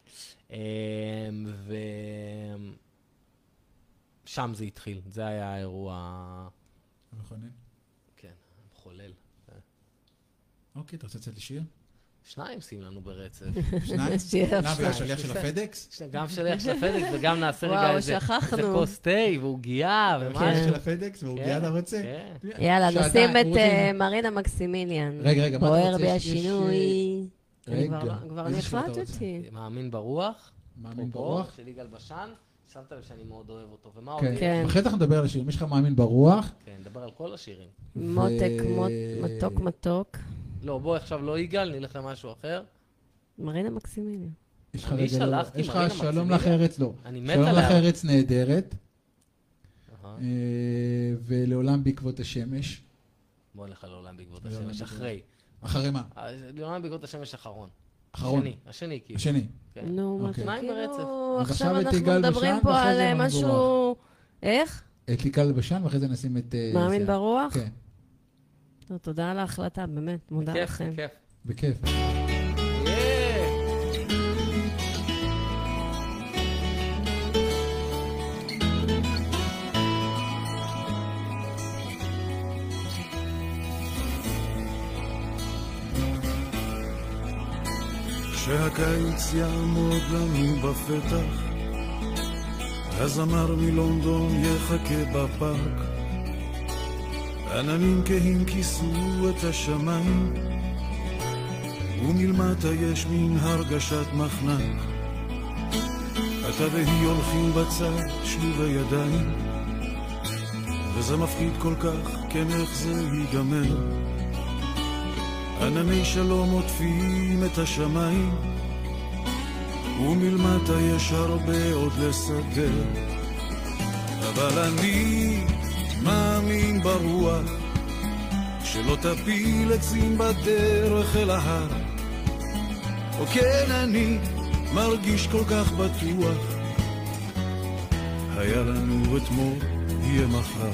ושם זה התחיל. זה היה האירוע... מכונן? כן, חולל. אוקיי, אתה רוצה לצאת לשיר? שניים שים לנו ברצף. שניים? למה, והשליח של הפדקס? גם שליח של הפדקס, וגם נעשה רגע איזה כוס תה ועוגיה ומה. שליח של הפדקס ועוגיה אתה רוצה? יאללה, נשים את מרינה מקסימיליאן. רגע, רגע, מה אתה רוצה? בוער בי השינוי. רגע. כבר אני החלטתי. מאמין ברוח. מאמין ברוח? של יגאל בשן. שמת לב שאני מאוד אוהב אותו. ומה עוד? כן. אחרי כך נדבר על השירים. יש לך מאמין ברוח? כן, נדבר על כל השירים. מותק, מתוק, מתוק. לא, בוא עכשיו לא יגאל, נלך למשהו אחר. מרינה מקסימיליאן. אני שלחתי מרינה מקסימיליאן. יש לך שלום לך ארץ, לא. אני מת עליה. שלום לך ארץ נהדרת. ולעולם בעקבות השמש. בוא נלך לעולם בעקבות השמש, אחרי. אחרי מה? לעולם בעקבות השמש אחרון. אחרון. השני, השני כאילו. השני. נו, שניים ברצף. עכשיו אנחנו מדברים פה על משהו... איך? את יגאל בשן, ואחרי זה נשים את... מאמין ברוח? כן. תודה על ההחלטה, באמת, מודה לכם. בכיף, בכיף. כשהקיץ יעמוד לנו בפתח, הזמר מלונדון יחכה בפארק, עננים כהים כיסו את השמיים, ומלמטה יש מין הרגשת מחנק. אתה והיא הולכים בצד שלובי ידיים, וזה מפחיד כל כך, כן איך זה ייגמר. ענני שלום עוטפים את השמיים, ומלמטה יש הרבה עוד לסדר. אבל אני מאמין ברוח, שלא תפיל עצים בדרך אל ההר. או כן אני מרגיש כל כך בטוח, היה לנו אתמול, יהיה מחר.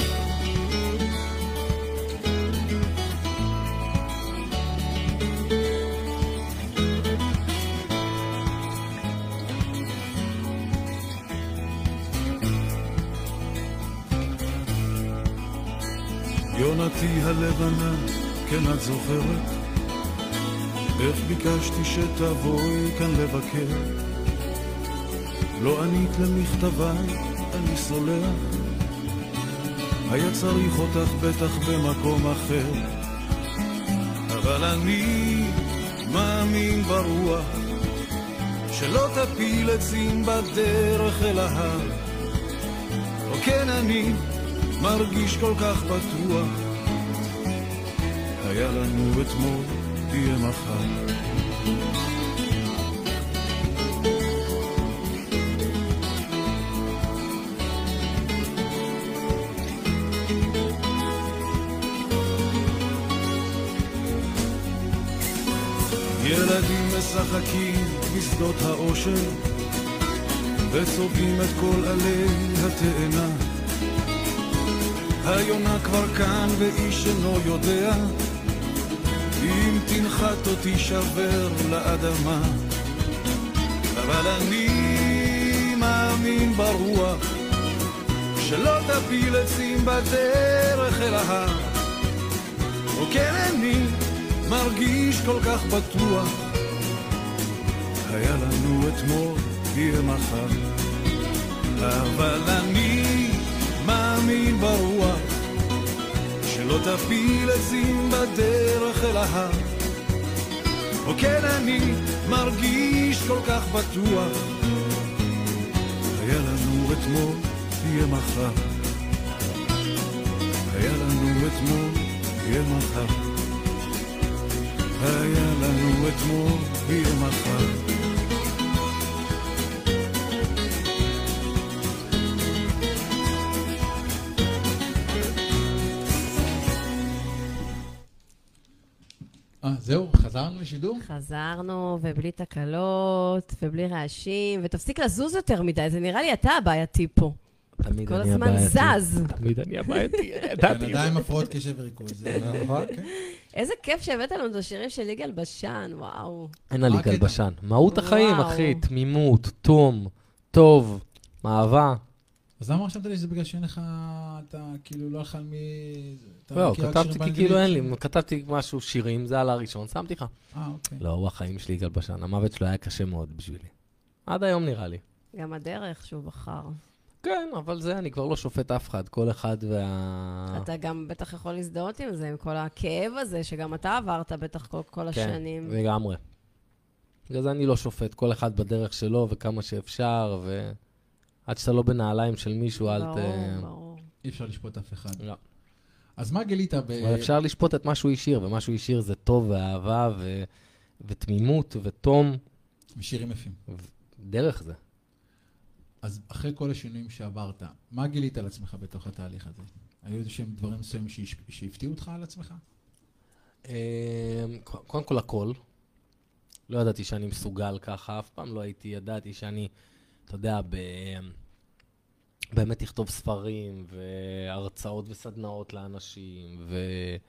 יונתי הלבנה, כן את זוכרת איך ביקשתי שתבואי כאן לבקר? לא ענית למכתביי, אני סולח, היה צריך אותך בטח במקום אחר. אבל אני מאמין ברוח, שלא תפיל עצים בדרך אל ההר. או כן אני מרגיש כל כך בטוח, היה לנו אתמול, תהיה מחר. ילדים משחקים בשדות האושר וצובעים את כל עלי התאנה. היונה כבר כאן ואיש אינו יודע אם תנחת אותי שבר לאדמה. אבל אני מאמין ברוח שלא תפיל עצים בדרך אל ההר. וכן אני מרגיש כל כך בטוח, היה לנו אתמול, תהיה מחר. אבל אני מאמין ברוח שלא תפיל עצים בדרך אל ההר. וכן אני מרגיש כל כך בטוח, היה לנו אתמול, תהיה מחר. היה לנו אתמול, תהיה מחר. היה לנו אתמול, תהיה מחר. אה, זהו, חזרנו לשידור? חזרנו, ובלי תקלות, ובלי רעשים, ותפסיק לזוז יותר מדי, זה נראה לי אתה הבעייתי פה. תמיד כל אני הזמן הבעייתי. זז. תמיד אני הבעייתי. בן אדם עם הפרעות קשב וריכוז. איזה כיף שהבאת לנו את השירים של יגאל בשן, וואו. אין על יגאל הקטע? בשן. מהות החיים, וואו. אחי. תמימות, תום, טוב, אהבה. אז למה חשבת לי שזה בגלל שאין לך, אתה כאילו לא אכל מ... אתה לא, מכיר רק כתבתי שירים כי כאילו באנגלית? אין לי, כתבתי משהו, שירים, זה על הראשון, שמתי לך. אה, אוקיי. לא, הוא החיים שלי יגאל בשן. המוות שלו היה קשה מאוד בשבילי. עד היום נראה לי. גם הדרך שהוא בחר. כן, אבל זה, אני כבר לא שופט אף אחד. כל אחד וה... אתה גם בטח יכול להזדהות עם זה, עם כל הכאב הזה, שגם אתה עברת בטח כל, כל השנים. כן, לגמרי. בגלל זה אני לא שופט. כל אחד בדרך שלו וכמה שאפשר, ו... עד שאתה לא בנעליים של מישהו, אל ת... ברור, ברור. אי אפשר לשפוט אף אחד. לא. אז מה גילית ב... אבל אפשר לשפוט את מה שהוא השאיר, ומה שהוא השאיר זה טוב ואהבה ו... ותמימות ותום. שירים יפים. דרך זה. אז אחרי כל השינויים שעברת, מה גילית על עצמך בתוך התהליך הזה? היו איזה שהם דברים מסוימים שהש- שהפתיעו אותך על עצמך? קודם כל הכל. לא ידעתי שאני מסוגל ככה, אף פעם לא הייתי, ידעתי שאני, אתה יודע, ב... באמת לכתוב ספרים והרצאות וסדנאות לאנשים, ו...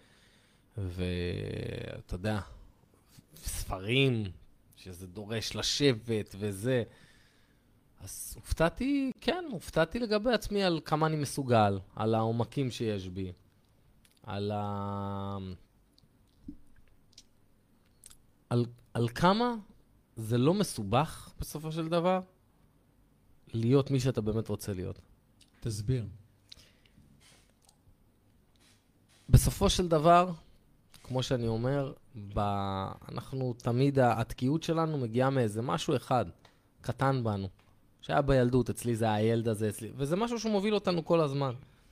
ואתה יודע, ספרים, שזה דורש לשבת וזה. אז הופתעתי, כן, הופתעתי לגבי עצמי על כמה אני מסוגל, על העומקים שיש בי, על ה... על, על כמה זה לא מסובך בסופו של דבר, להיות מי שאתה באמת רוצה להיות. תסביר. בסופו של דבר, כמו שאני אומר, ב... אנחנו תמיד, התקיעות שלנו מגיעה מאיזה משהו אחד, קטן בנו, שהיה בילדות, אצלי זה הילד הזה, אצלי, וזה משהו שמוביל אותנו כל הזמן.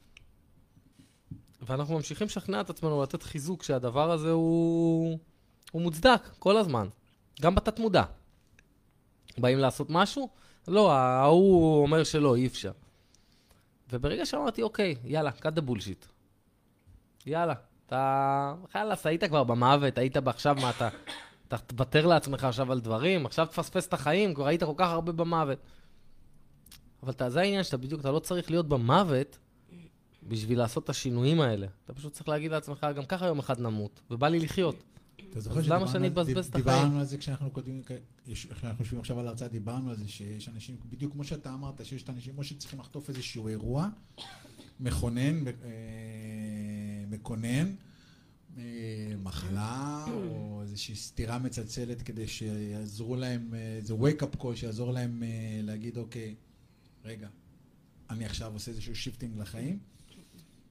ואנחנו ממשיכים לשכנע את עצמנו לתת חיזוק שהדבר הזה הוא, הוא מוצדק כל הזמן, גם בתת מודע. באים לעשות משהו? לא, ההוא אומר שלא, אי אפשר. וברגע שאמרתי, אוקיי, יאללה, cut the bullshit. יאללה, אתה... חלאס, היית כבר במוות, היית בעכשיו, מה אתה... אתה תוותר לעצמך עכשיו על דברים, עכשיו תפספס את החיים, כבר היית כל כך הרבה במוות. אבל אתה, זה העניין שאתה בדיוק, אתה לא צריך להיות במוות בשביל לעשות את השינויים האלה. אתה פשוט צריך להגיד לעצמך, גם ככה יום אחד נמות, ובא לי לחיות. אתה זוכר אז למה שאני אבזבז את החיים? דיברנו על זה כשאנחנו כותבים, כשאנחנו יושבים עכשיו על ההרצאה, דיברנו על זה שיש אנשים, בדיוק כמו שאתה אמרת, שיש את אנשים כמו שצריכים לחטוף איזשהו אירוע, מכונן, מקונן, מחלה, או איזושהי סתירה מצלצלת כדי שיעזרו להם, איזה wake-up call שיעזור להם להגיד, אוקיי, רגע, אני עכשיו עושה איזשהו שיפטינג לחיים,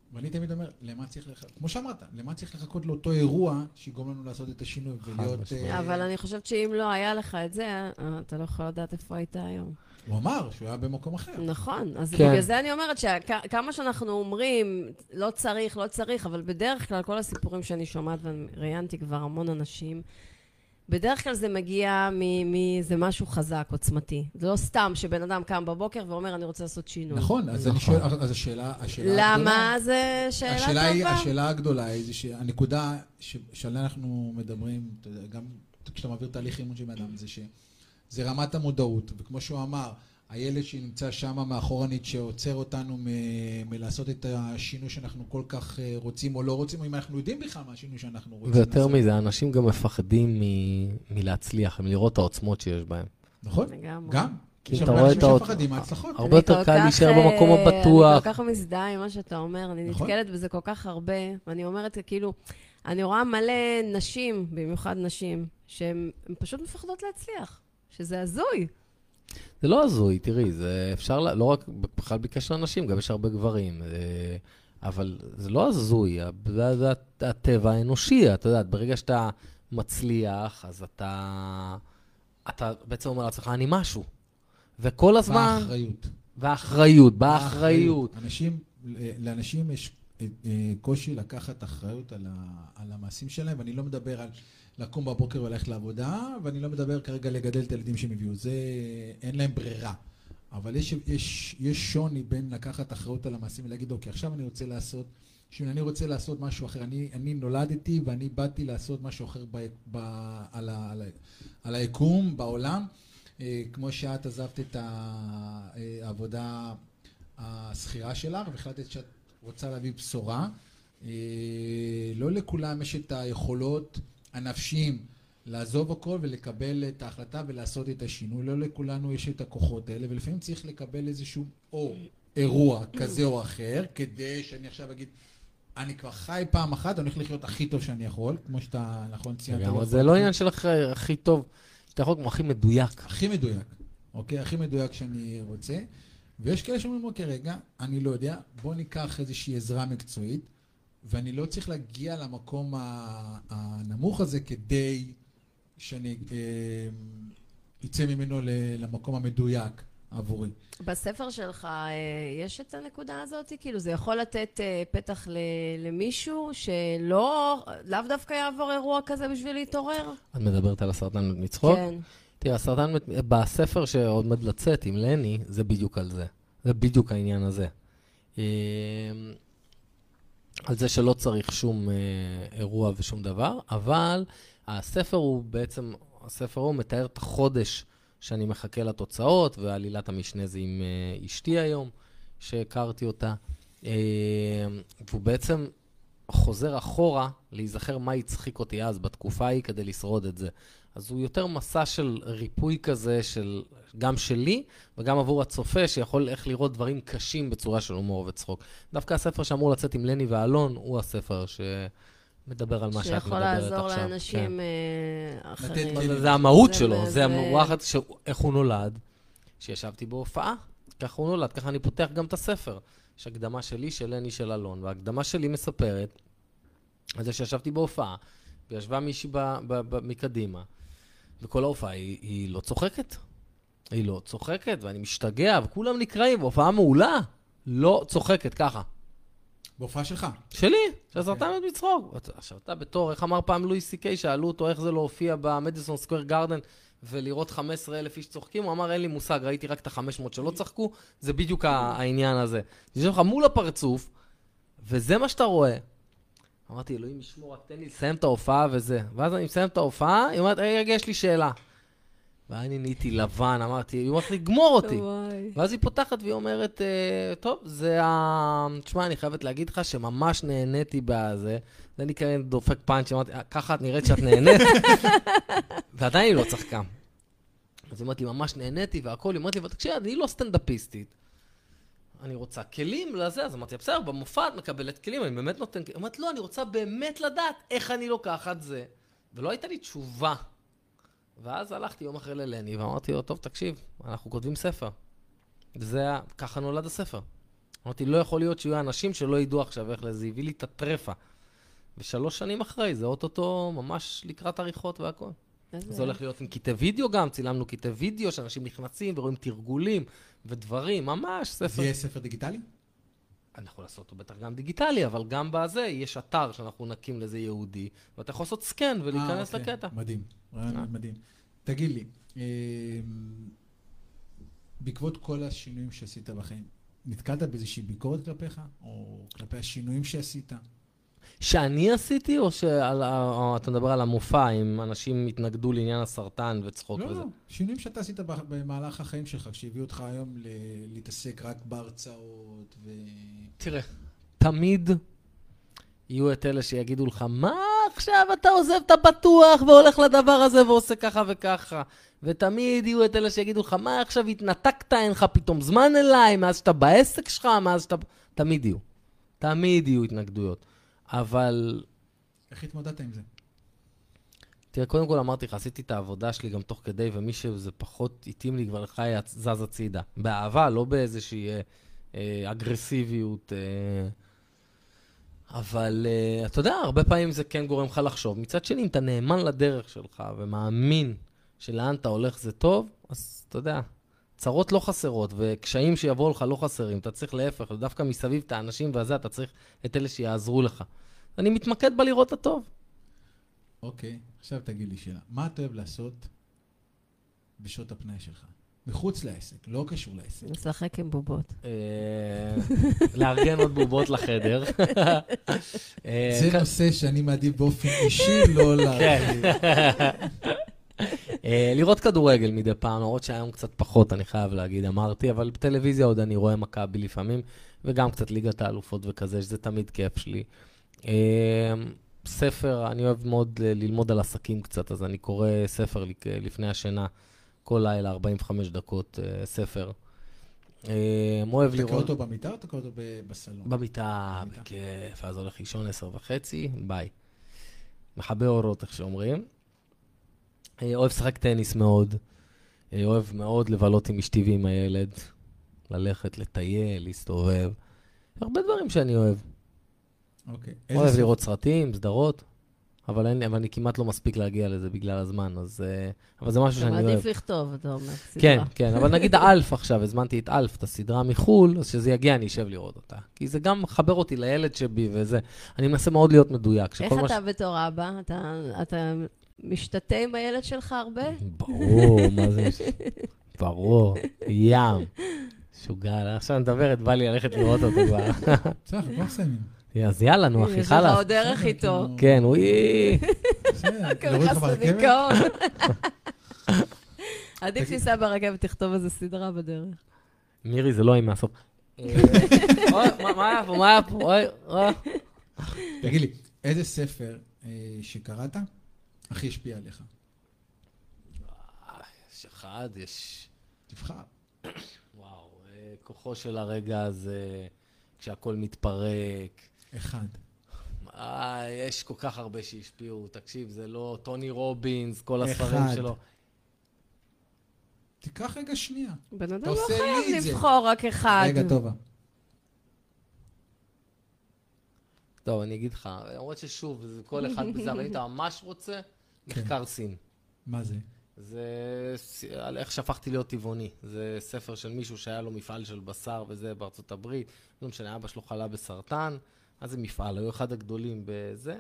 ואני תמיד אומר, למה צריך לחכות, כמו שאמרת, למה צריך לחכות לאותו אירוע שיגרום לנו לעשות את השינוי ולהיות... אבל אני חושבת שאם לא היה לך את זה, אתה לא יכול לדעת איפה היית היום. הוא אמר שהוא היה במקום אחר. נכון, אז בגלל זה אני אומרת שכמה שאנחנו אומרים, לא צריך, לא צריך, אבל בדרך כלל כל הסיפורים שאני שומעת, וראיינתי כבר המון אנשים, בדרך כלל זה מגיע מאיזה משהו חזק, עוצמתי. זה לא סתם שבן אדם קם בבוקר ואומר, אני רוצה לעשות שינוי. נכון, אז אני שואל, אז השאלה הגדולה... למה? זה שאלה טובה. השאלה הגדולה היא, הנקודה שעליה אנחנו מדברים, גם כשאתה מעביר תהליך אימון של בן אדם, זה שזה רמת המודעות, וכמו שהוא אמר, הילד שנמצא שם מאחורנית שעוצר אותנו מ- מלעשות את השינוי שאנחנו כל כך רוצים או לא רוצים, או אם אנחנו יודעים בכלל מה השינוי שאנחנו רוצים. ויותר מזה, אנשים גם מפחדים מ- מלהצליח, מלראות את העוצמות שיש בהם. נכון, גם. כי אתה רואה את העוצמות. הרבה יותר קל להישאר במקום הבטוח. אני כל כך מזדהה עם מה שאתה אומר, אני נתקלת בזה כל כך הרבה, ואני אומרת כאילו, אני רואה מלא נשים, במיוחד נשים, שהן פשוט מפחדות להצליח, שזה הזוי. זה לא הזוי, תראי, זה אפשר, לא רק בכלל בקשר לאנשים, גם יש הרבה גברים, אבל זה לא הזוי, זה, זה הטבע האנושי, אתה יודע, ברגע שאתה מצליח, אז אתה, אתה בעצם אומר לעצמך, אני משהו, וכל הזמן... באחריות. באחריות, באחריות. אנשים, לאנשים יש קושי לקחת אחריות על, ה, על המעשים שלהם, ואני לא מדבר על... לקום בבוקר וללכת לעבודה, ואני לא מדבר כרגע לגדל את הילדים שהם הביאו, זה אין להם ברירה. אבל יש, יש, יש שוני בין לקחת אחריות על המעשים ולהגיד, אוקיי, עכשיו אני רוצה לעשות, שאני רוצה לעשות משהו אחר, אני, אני נולדתי ואני באתי לעשות משהו אחר ב, ב, על, ה, על, ה, על היקום, בעולם, כמו שאת עזבת את העבודה הסחירה שלך, והחלטת שאת רוצה להביא בשורה. לא לכולם יש את היכולות הנפשיים לעזוב הכל ולקבל את ההחלטה ולעשות את השינוי. לא לכולנו יש את הכוחות האלה, ולפעמים צריך לקבל איזשהו או אירוע כזה או אחר, כדי שאני עכשיו אגיד, אני כבר חי פעם אחת, אני הולך לחיות הכי טוב שאני יכול, כמו שאתה נכון ציינת. זה לא עניין של הכי טוב, אתה יכול כמו הכי מדויק. הכי מדויק, אוקיי? הכי מדויק שאני רוצה. ויש כאלה שאומרים, אוקיי, רגע, אני לא יודע, בוא ניקח איזושהי עזרה מקצועית, ואני לא צריך להגיע למקום הנמוך הזה כדי שאני יצא ממנו למקום המדויק עבורי. בספר שלך יש את הנקודה הזאת? כאילו זה יכול לתת פתח למישהו שלא, לאו דווקא יעבור אירוע כזה בשביל להתעורר? את מדברת על הסרטן מצחוק? כן. תראה, הסרטן, בספר שעוד מעט לצאת עם לני, זה בדיוק על זה. זה בדיוק העניין הזה. על זה שלא צריך שום אה, אירוע ושום דבר, אבל הספר הוא בעצם, הספר הוא מתאר את החודש שאני מחכה לתוצאות, ועלילת המשנה זה עם אה, אשתי היום, שהכרתי אותה, אה, והוא בעצם חוזר אחורה להיזכר מה יצחיק אותי אז בתקופה ההיא כדי לשרוד את זה. אז הוא יותר מסע של ריפוי כזה, של, גם שלי וגם עבור הצופה, שיכול איך לראות דברים קשים בצורה של הומור וצחוק. דווקא הספר שאמור לצאת עם לני ואלון, הוא הספר שמדבר על מה שאת מדברת עכשיו. שיכול לעזור לאנשים כן. אחרים. זה, זה המהות זה שלו, זה, זה המורחת, ש... איך הוא נולד, שישבתי בהופעה, ככה הוא נולד, ככה אני פותח גם את הספר. יש הקדמה שלי, של לני, של אלון, וההקדמה שלי מספרת על זה שישבתי בהופעה, וישבה מישהי ב, ב, ב, מקדימה, וכל ההופעה היא, היא לא צוחקת. היא לא צוחקת, ואני משתגע, וכולם נקראים, בהופעה מעולה, לא צוחקת, ככה. בהופעה שלך? שלי, שהסרטן מת מצחוק. עכשיו, אתה בתור, איך אמר פעם לואי סי קיי, שאלו אותו איך זה לא הופיע במדיסון סקוואר גארדן, ולראות חמישה עשר אלף איש צוחקים, הוא אמר, אין לי מושג, ראיתי רק את ה-חמש מאות שלא צחקו, זה בדיוק העניין הזה. זה שלך מול הפרצוף, וזה מה שאתה רואה. אמרתי, אלוהים ישמור, רק תן לי לסיים את ההופעה וזה. ואז אני מסיים את ההופעה, היא אומרת, רגע, יש לי שאלה. ואני נהייתי לבן, אמרתי, היא אומרת לי, גמור אותי. ואז היא פותחת והיא אומרת, טוב, זה ה... תשמע, אני חייבת להגיד לך שממש נהניתי בזה. זה אני כרגע דופק פאנץ', אמרתי, ככה את נראית שאת נהנית. ועדיין היא לא צחקה. אז היא אומרת לי, ממש נהניתי והכל, היא אומרת לי, ותקשיב, אני לא סטנדאפיסטית. אני רוצה כלים לזה, אז אמרתי, בסדר, במופע את מקבלת כלים, אני באמת נותן... היא אומרת, לא, אני רוצה באמת לדעת איך אני לוקחת זה. ולא הייתה לי תשובה. ואז הלכתי יום אחרי ללני, ואמרתי לו, טוב, תקשיב, אנחנו כותבים ספר. וזה, ככה נולד הספר. אמרתי, לא יכול להיות שיהיו אנשים שלא ידעו עכשיו איך לזה, הביא לי את הטרפה. ושלוש שנים אחרי, זה אוטוטו ממש לקראת עריכות והכל. זה הולך להיות עם קטעי וידאו גם, צילמנו קטעי וידאו, שאנשים נכנסים ורואים תרגולים ודברים, ממש ספר. זה יהיה ספר דיגיטלי? אני יכול לעשות אותו בטח גם דיגיטלי, אבל גם בזה יש אתר שאנחנו נקים לזה יהודי, ואתה יכול לעשות סקן ולהיכנס אה, אוקיי. לקטע. מדהים, רעיון מדהים. תגיד לי, אה, בעקבות כל השינויים שעשית בחיים, נתקלת באיזושהי ביקורת כלפיך, או כלפי השינויים שעשית? שאני עשיתי, או שאתה מדבר על המופע, אם אנשים התנגדו לעניין הסרטן וצחוק לא, וזה? לא, שינויים שאתה עשית במהלך החיים שלך, שהביאו אותך היום ל- להתעסק רק בהרצאות ו... תראה, תמיד יהיו את אלה שיגידו לך, מה עכשיו אתה עוזב את הפתוח והולך לדבר הזה ועושה ככה וככה? ותמיד יהיו את אלה שיגידו לך, מה עכשיו התנתקת, אין לך פתאום זמן אליי, מאז שאתה בעסק שלך, מאז שאתה... תמיד יהיו. תמיד יהיו התנגדויות. אבל... איך התמודדת עם זה? תראה, קודם כל אמרתי לך, עשיתי את העבודה שלי גם תוך כדי, ומי שזה פחות התאים לי כבר לך זז הצידה. באהבה, לא באיזושהי אה, אה, אגרסיביות. אה, אבל אה, אתה יודע, הרבה פעמים זה כן גורם לך לחשוב. מצד שני, אם אתה נאמן לדרך שלך ומאמין שלאן אתה הולך זה טוב, אז אתה יודע, צרות לא חסרות, וקשיים שיבואו לך לא חסרים. אתה צריך להפך, דווקא מסביב את האנשים והזה, אתה צריך את אלה שיעזרו לך. אני מתמקד בלראות הטוב. אוקיי, עכשיו תגיד לי שאלה. מה אתה אוהב לעשות בשעות הפנאי שלך? מחוץ לעסק, לא קשור לעסק. לשחק עם בובות. לארגן עוד בובות לחדר. זה נושא שאני מעדיף באופן אישי לא להרחיב. לראות כדורגל מדי פעם, למרות שהיום קצת פחות, אני חייב להגיד, אמרתי, אבל בטלוויזיה עוד אני רואה מכבי לפעמים, וגם קצת ליגת האלופות וכזה, שזה תמיד כיף שלי. ספר, אני אוהב מאוד ללמוד על עסקים קצת, אז אני קורא ספר לפני השינה, כל לילה, ארבעים וחמש דקות ספר. אוהב לראות... אתה קורא אותו במיטה או אתה קורא אותו בסלון? במיטה, בכיף, אז הולך לישון עשר וחצי, ביי. מחבא אורות, איך שאומרים. אוהב שחק טניס מאוד, אוהב מאוד לבלות עם אשתי ועם הילד, ללכת, לטייל, להסתובב, הרבה דברים שאני אוהב. אוקיי. אוהב לראות סרטים, סדרות, אבל אני, אבל אני כמעט לא מספיק להגיע לזה בגלל הזמן, אז, אבל זה משהו שאני אוהב. אתה מעדיף לכתוב, אתה אומר, סדרה. כן, כן, אבל נגיד האלף עכשיו, הזמנתי את אלף, את הסדרה מחול, אז שזה יגיע, אני אשב לראות אותה. כי זה גם מחבר אותי לילד שבי וזה. אני מנסה מאוד להיות מדויק. איך אתה ש... בתור אבא? אתה, אתה משתתה עם הילד שלך הרבה? ברור, מה זה? ברור, ים. שוגע, עכשיו נדברת, בא לי ללכת לראות אותו כבר. צריך, כבר מסיימים. אז יאללה, נו, אחי, חלאס. יש לך עוד דרך איתו. כן, וואי. נוריד לך ברכבת? עדיף תיסע ברכבת, תכתוב איזה סדרה בדרך. מירי, זה לא עם מהסוף. מה היה פה? מה היה פה? תגיד לי, איזה ספר שקראת הכי השפיע עליך? יש אחד, יש... תבחר. וואו, כוחו של הרגע הזה, כשהכל מתפרק. אחד. אה, יש כל כך הרבה שהשפיעו, תקשיב, זה לא טוני רובינס, כל הספרים שלו. תיקח רגע שנייה. בן אדם לא חייב לבחור רק אחד. רגע, טובה. טוב, אני אגיד לך, למרות ששוב, זה כל אחד בזה, אבל אם אתה ממש רוצה, מחקר סין. מה זה? זה על איך שהפכתי להיות טבעוני. זה ספר של מישהו שהיה לו מפעל של בשר וזה בארצות הברית. לא משנה, אבא שלו חלה בסרטן, אז זה מפעל, היו אחד הגדולים בזה.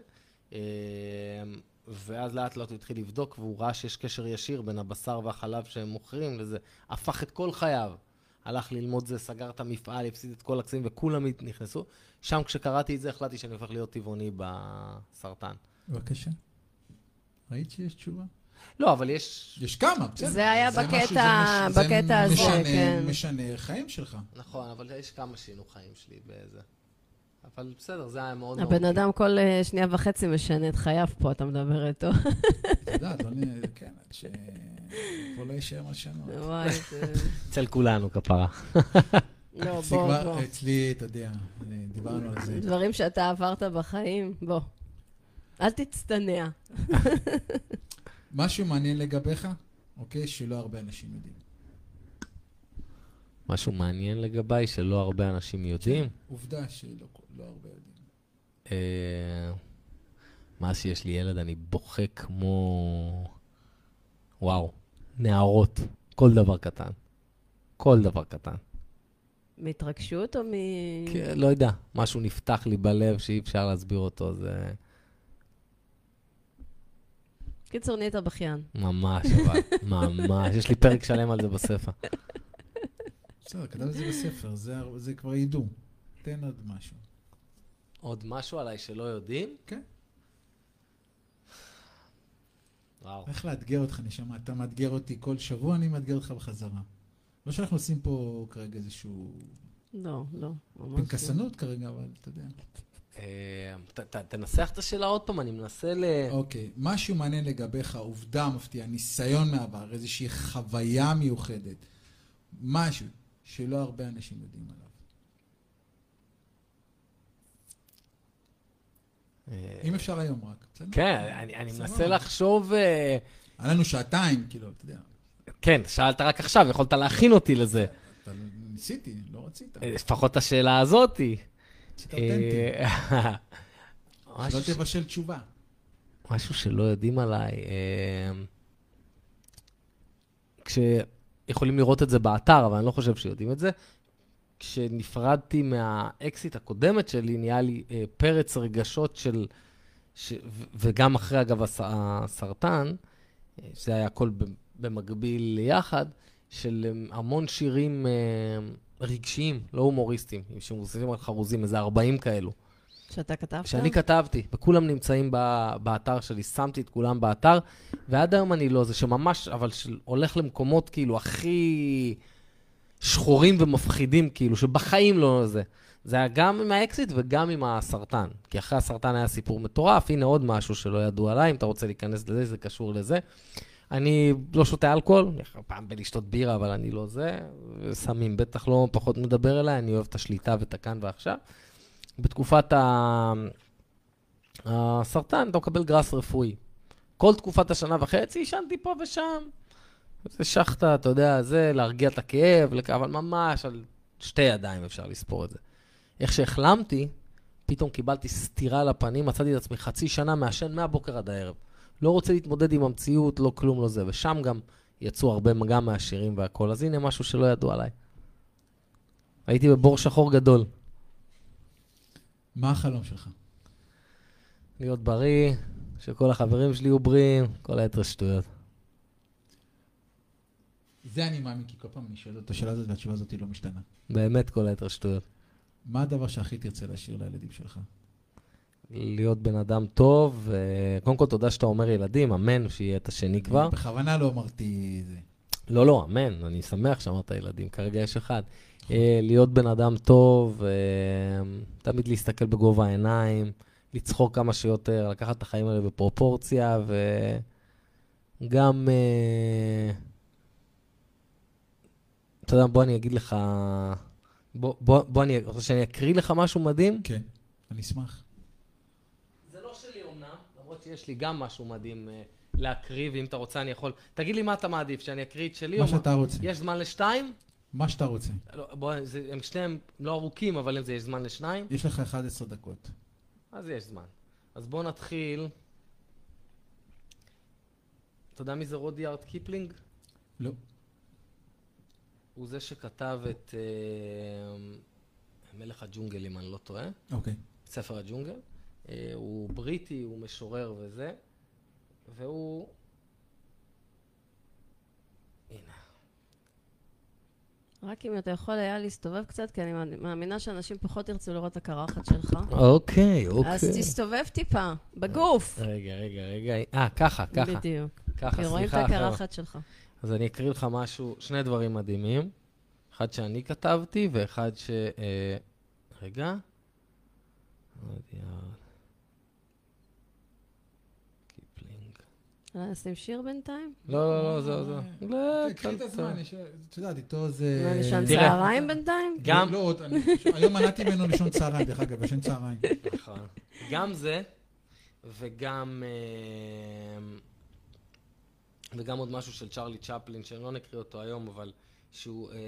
ואז לאט לאט הוא התחיל לבדוק, והוא ראה שיש קשר ישיר בין הבשר והחלב שהם מוכרים לזה. הפך את כל חייו. הלך ללמוד זה, סגר את המפעל, הפסיד את כל הקצים, וכולם נכנסו. שם כשקראתי את זה, החלטתי שאני הופך להיות טבעוני בסרטן. בבקשה. ראית שיש תשובה? לא, אבל יש... יש כמה, בסדר. זה היה בקטע, בקטע הזה, כן. זה משנה חיים שלך. נכון, אבל יש כמה שינו חיים שלי באיזה. אבל בסדר, זה היה מאוד... הבן אדם כל שנייה וחצי משנה את חייו פה, אתה מדבר איתו. אתה יודע, לא נהיה, כן, שפה לא יישאר מה שנות. וואי, זה... אצל כולנו, כפרה. לא, בוא, בוא. אצלי, אתה יודע, דיברנו על זה. דברים שאתה עברת בחיים, בוא. אל תצטנע. משהו מעניין לגביך, אוקיי, שלא הרבה אנשים יודעים. משהו מעניין לגביי שלא הרבה אנשים יודעים. עובדה שלא לא הרבה יודעים. אה, מאז שיש לי ילד אני בוכה כמו... וואו, נערות, כל דבר קטן. כל דבר קטן. מהתרגשות או מ... כן, לא יודע, משהו נפתח לי בלב שאי אפשר להסביר אותו, זה קיצור, נהיית בכיין. ממש, אבל, ממש. יש לי פרק שלם על זה בספר. בסדר, כתב את זה בספר, זה, זה כבר ידעו. תן עוד משהו. עוד משהו עליי שלא יודעים? כן. וואו. איך לאתגר אותך, נשמה? אתה מאתגר אותי כל שבוע, אני מאתגר אותך בחזרה. לא שאנחנו עושים פה כרגע איזשהו... לא, לא. ממש פנקסנות כרגע, אבל אתה יודע. אה, ת- ת- תנסח את השאלה עוד פעם, אני מנסה ל... אוקיי, משהו מעניין לגביך, עובדה מפתיעה, ניסיון מהעבר, איזושהי חוויה מיוחדת, משהו שלא הרבה אנשים יודעים עליו. אה, אם אפשר היום רק. בסדר? כן, אני אני סבבה. מנסה לחשוב... אה, היה לנו שעתיים, כאילו, אתה יודע. כן, שאלת רק עכשיו, יכולת להכין אותי לזה. אתה ניסיתי, לא רצית. אה, לפחות את השאלה הזאתי. רצית אותנטי. אה, לא משהו ש- תבשל תשובה. משהו שלא יודעים עליי. אה, כשיכולים לראות את זה באתר, אבל אני לא חושב שיודעים את זה. כשנפרדתי מהאקסיט הקודמת שלי, נהיה לי אה, פרץ רגשות של... ש... ו- וגם אחרי, אגב, הס... הסרטן, אה, שזה היה הכל ב- במקביל ליחד, של אה, המון שירים אה, רגשיים, לא הומוריסטיים, שמבוססים על חרוזים, איזה ארבעים כאלו. שאתה כתבת? שאני כתבתי, וכולם נמצאים ב- באתר שלי, שמתי את כולם באתר, ועד היום אני לא, זה שממש, אבל של, הולך למקומות כאילו הכי שחורים ומפחידים, כאילו, שבחיים לא זה. זה היה גם עם האקסיט וגם עם הסרטן, כי אחרי הסרטן היה סיפור מטורף, הנה עוד משהו שלא ידעו עליי, אם אתה רוצה להיכנס לזה, זה קשור לזה. אני לא שותה אלכוהול, אני יכול פעם בלשתות בירה, אבל אני לא זה, וסמים בטח לא פחות מדבר אליי, אני אוהב את השליטה ואת הכאן ועכשיו. בתקופת ה... הסרטן, אתה מקבל גרס רפואי. כל תקופת השנה וחצי, ישנתי פה ושם. זה שחטה, אתה יודע, זה, להרגיע את הכאב, לק- אבל ממש על שתי ידיים אפשר לספור את זה. איך שהחלמתי, פתאום קיבלתי סתירה לפנים, מצאתי את עצמי חצי שנה מעשן מהבוקר עד הערב. לא רוצה להתמודד עם המציאות, לא כלום, לא זה. ושם גם יצאו הרבה גם מהשירים והכל. אז הנה משהו שלא ידעו עליי. הייתי בבור שחור גדול. מה החלום שלך? להיות בריא, שכל החברים שלי יהיו בריאים, כל היתר שטויות. זה אני מאמין, כי כל פעם אני שואל את השאלה הזאת, והתשובה הזאת לא משתנה. באמת כל היתר שטויות. מה הדבר שהכי תרצה להשאיר לילדים שלך? להיות בן אדם טוב, קודם כל תודה שאתה אומר ילדים, אמן, שיהיה את השני כבר. בכוונה לא אמרתי זה. לא, לא, אמן, אני שמח שאמרת ילדים, כרגע יש אחד. אה, להיות בן אדם טוב, אה, תמיד להסתכל בגובה העיניים, לצחוק כמה שיותר, לקחת את החיים האלה בפרופורציה, וגם, אה, אתה יודע, בוא אני אגיד לך, בוא, בוא, בוא אני, רוצה שאני אקריא לך משהו מדהים? כן, אני אשמח. זה לא שלי אומנם, למרות שיש לי גם משהו מדהים אה, להקריא, ואם אתה רוצה אני יכול... תגיד לי מה אתה מעדיף, שאני אקריא את שלי? מה או שאתה רוצה. יש זמן לשתיים? מה שאתה רוצה. לא, בוא, זה, הם שניהם לא ארוכים, אבל אם זה יש זמן לשניים, יש לך אחת עשרה דקות. אז יש זמן. אז בואו נתחיל. אתה יודע מי זה רודיארד קיפלינג? לא. הוא זה שכתב את אה, מלך הג'ונגל, אם אני לא טועה. אוקיי. ספר הג'ונגל. אה, הוא בריטי, הוא משורר וזה. והוא... הנה. רק אם אתה יכול היה להסתובב קצת, כי אני מאמינה שאנשים פחות ירצו לראות את הקרחת שלך. אוקיי, אוקיי. אז תסתובב טיפה, בגוף. רגע, רגע, רגע. אה, ככה, ככה. בדיוק. ככה, כי רואים את סליחה, חבר'ה. הקרחת שלך. אז אני אקריא לך משהו, שני דברים מדהימים. אחד שאני כתבתי, ואחד ש... אה, רגע. רודיארד קיפלינג. אולי נשים שיר בינתיים? לא, לא, לא, זהו, זהו. לא, קחי את טוב, הזמן, טוב. יש- את יודעת, איתו זה... אולי לישון תראה. צהריים בינתיים? גם- לא, עוד, אני- היום מנעתי ממנו לישון צהריים, דרך אגב, ישן צהריים. נכון. גם זה, וגם... אה, וגם עוד משהו של צ'רלי צ'פלין, שאני לא נקריא אותו היום, אבל שהוא אה,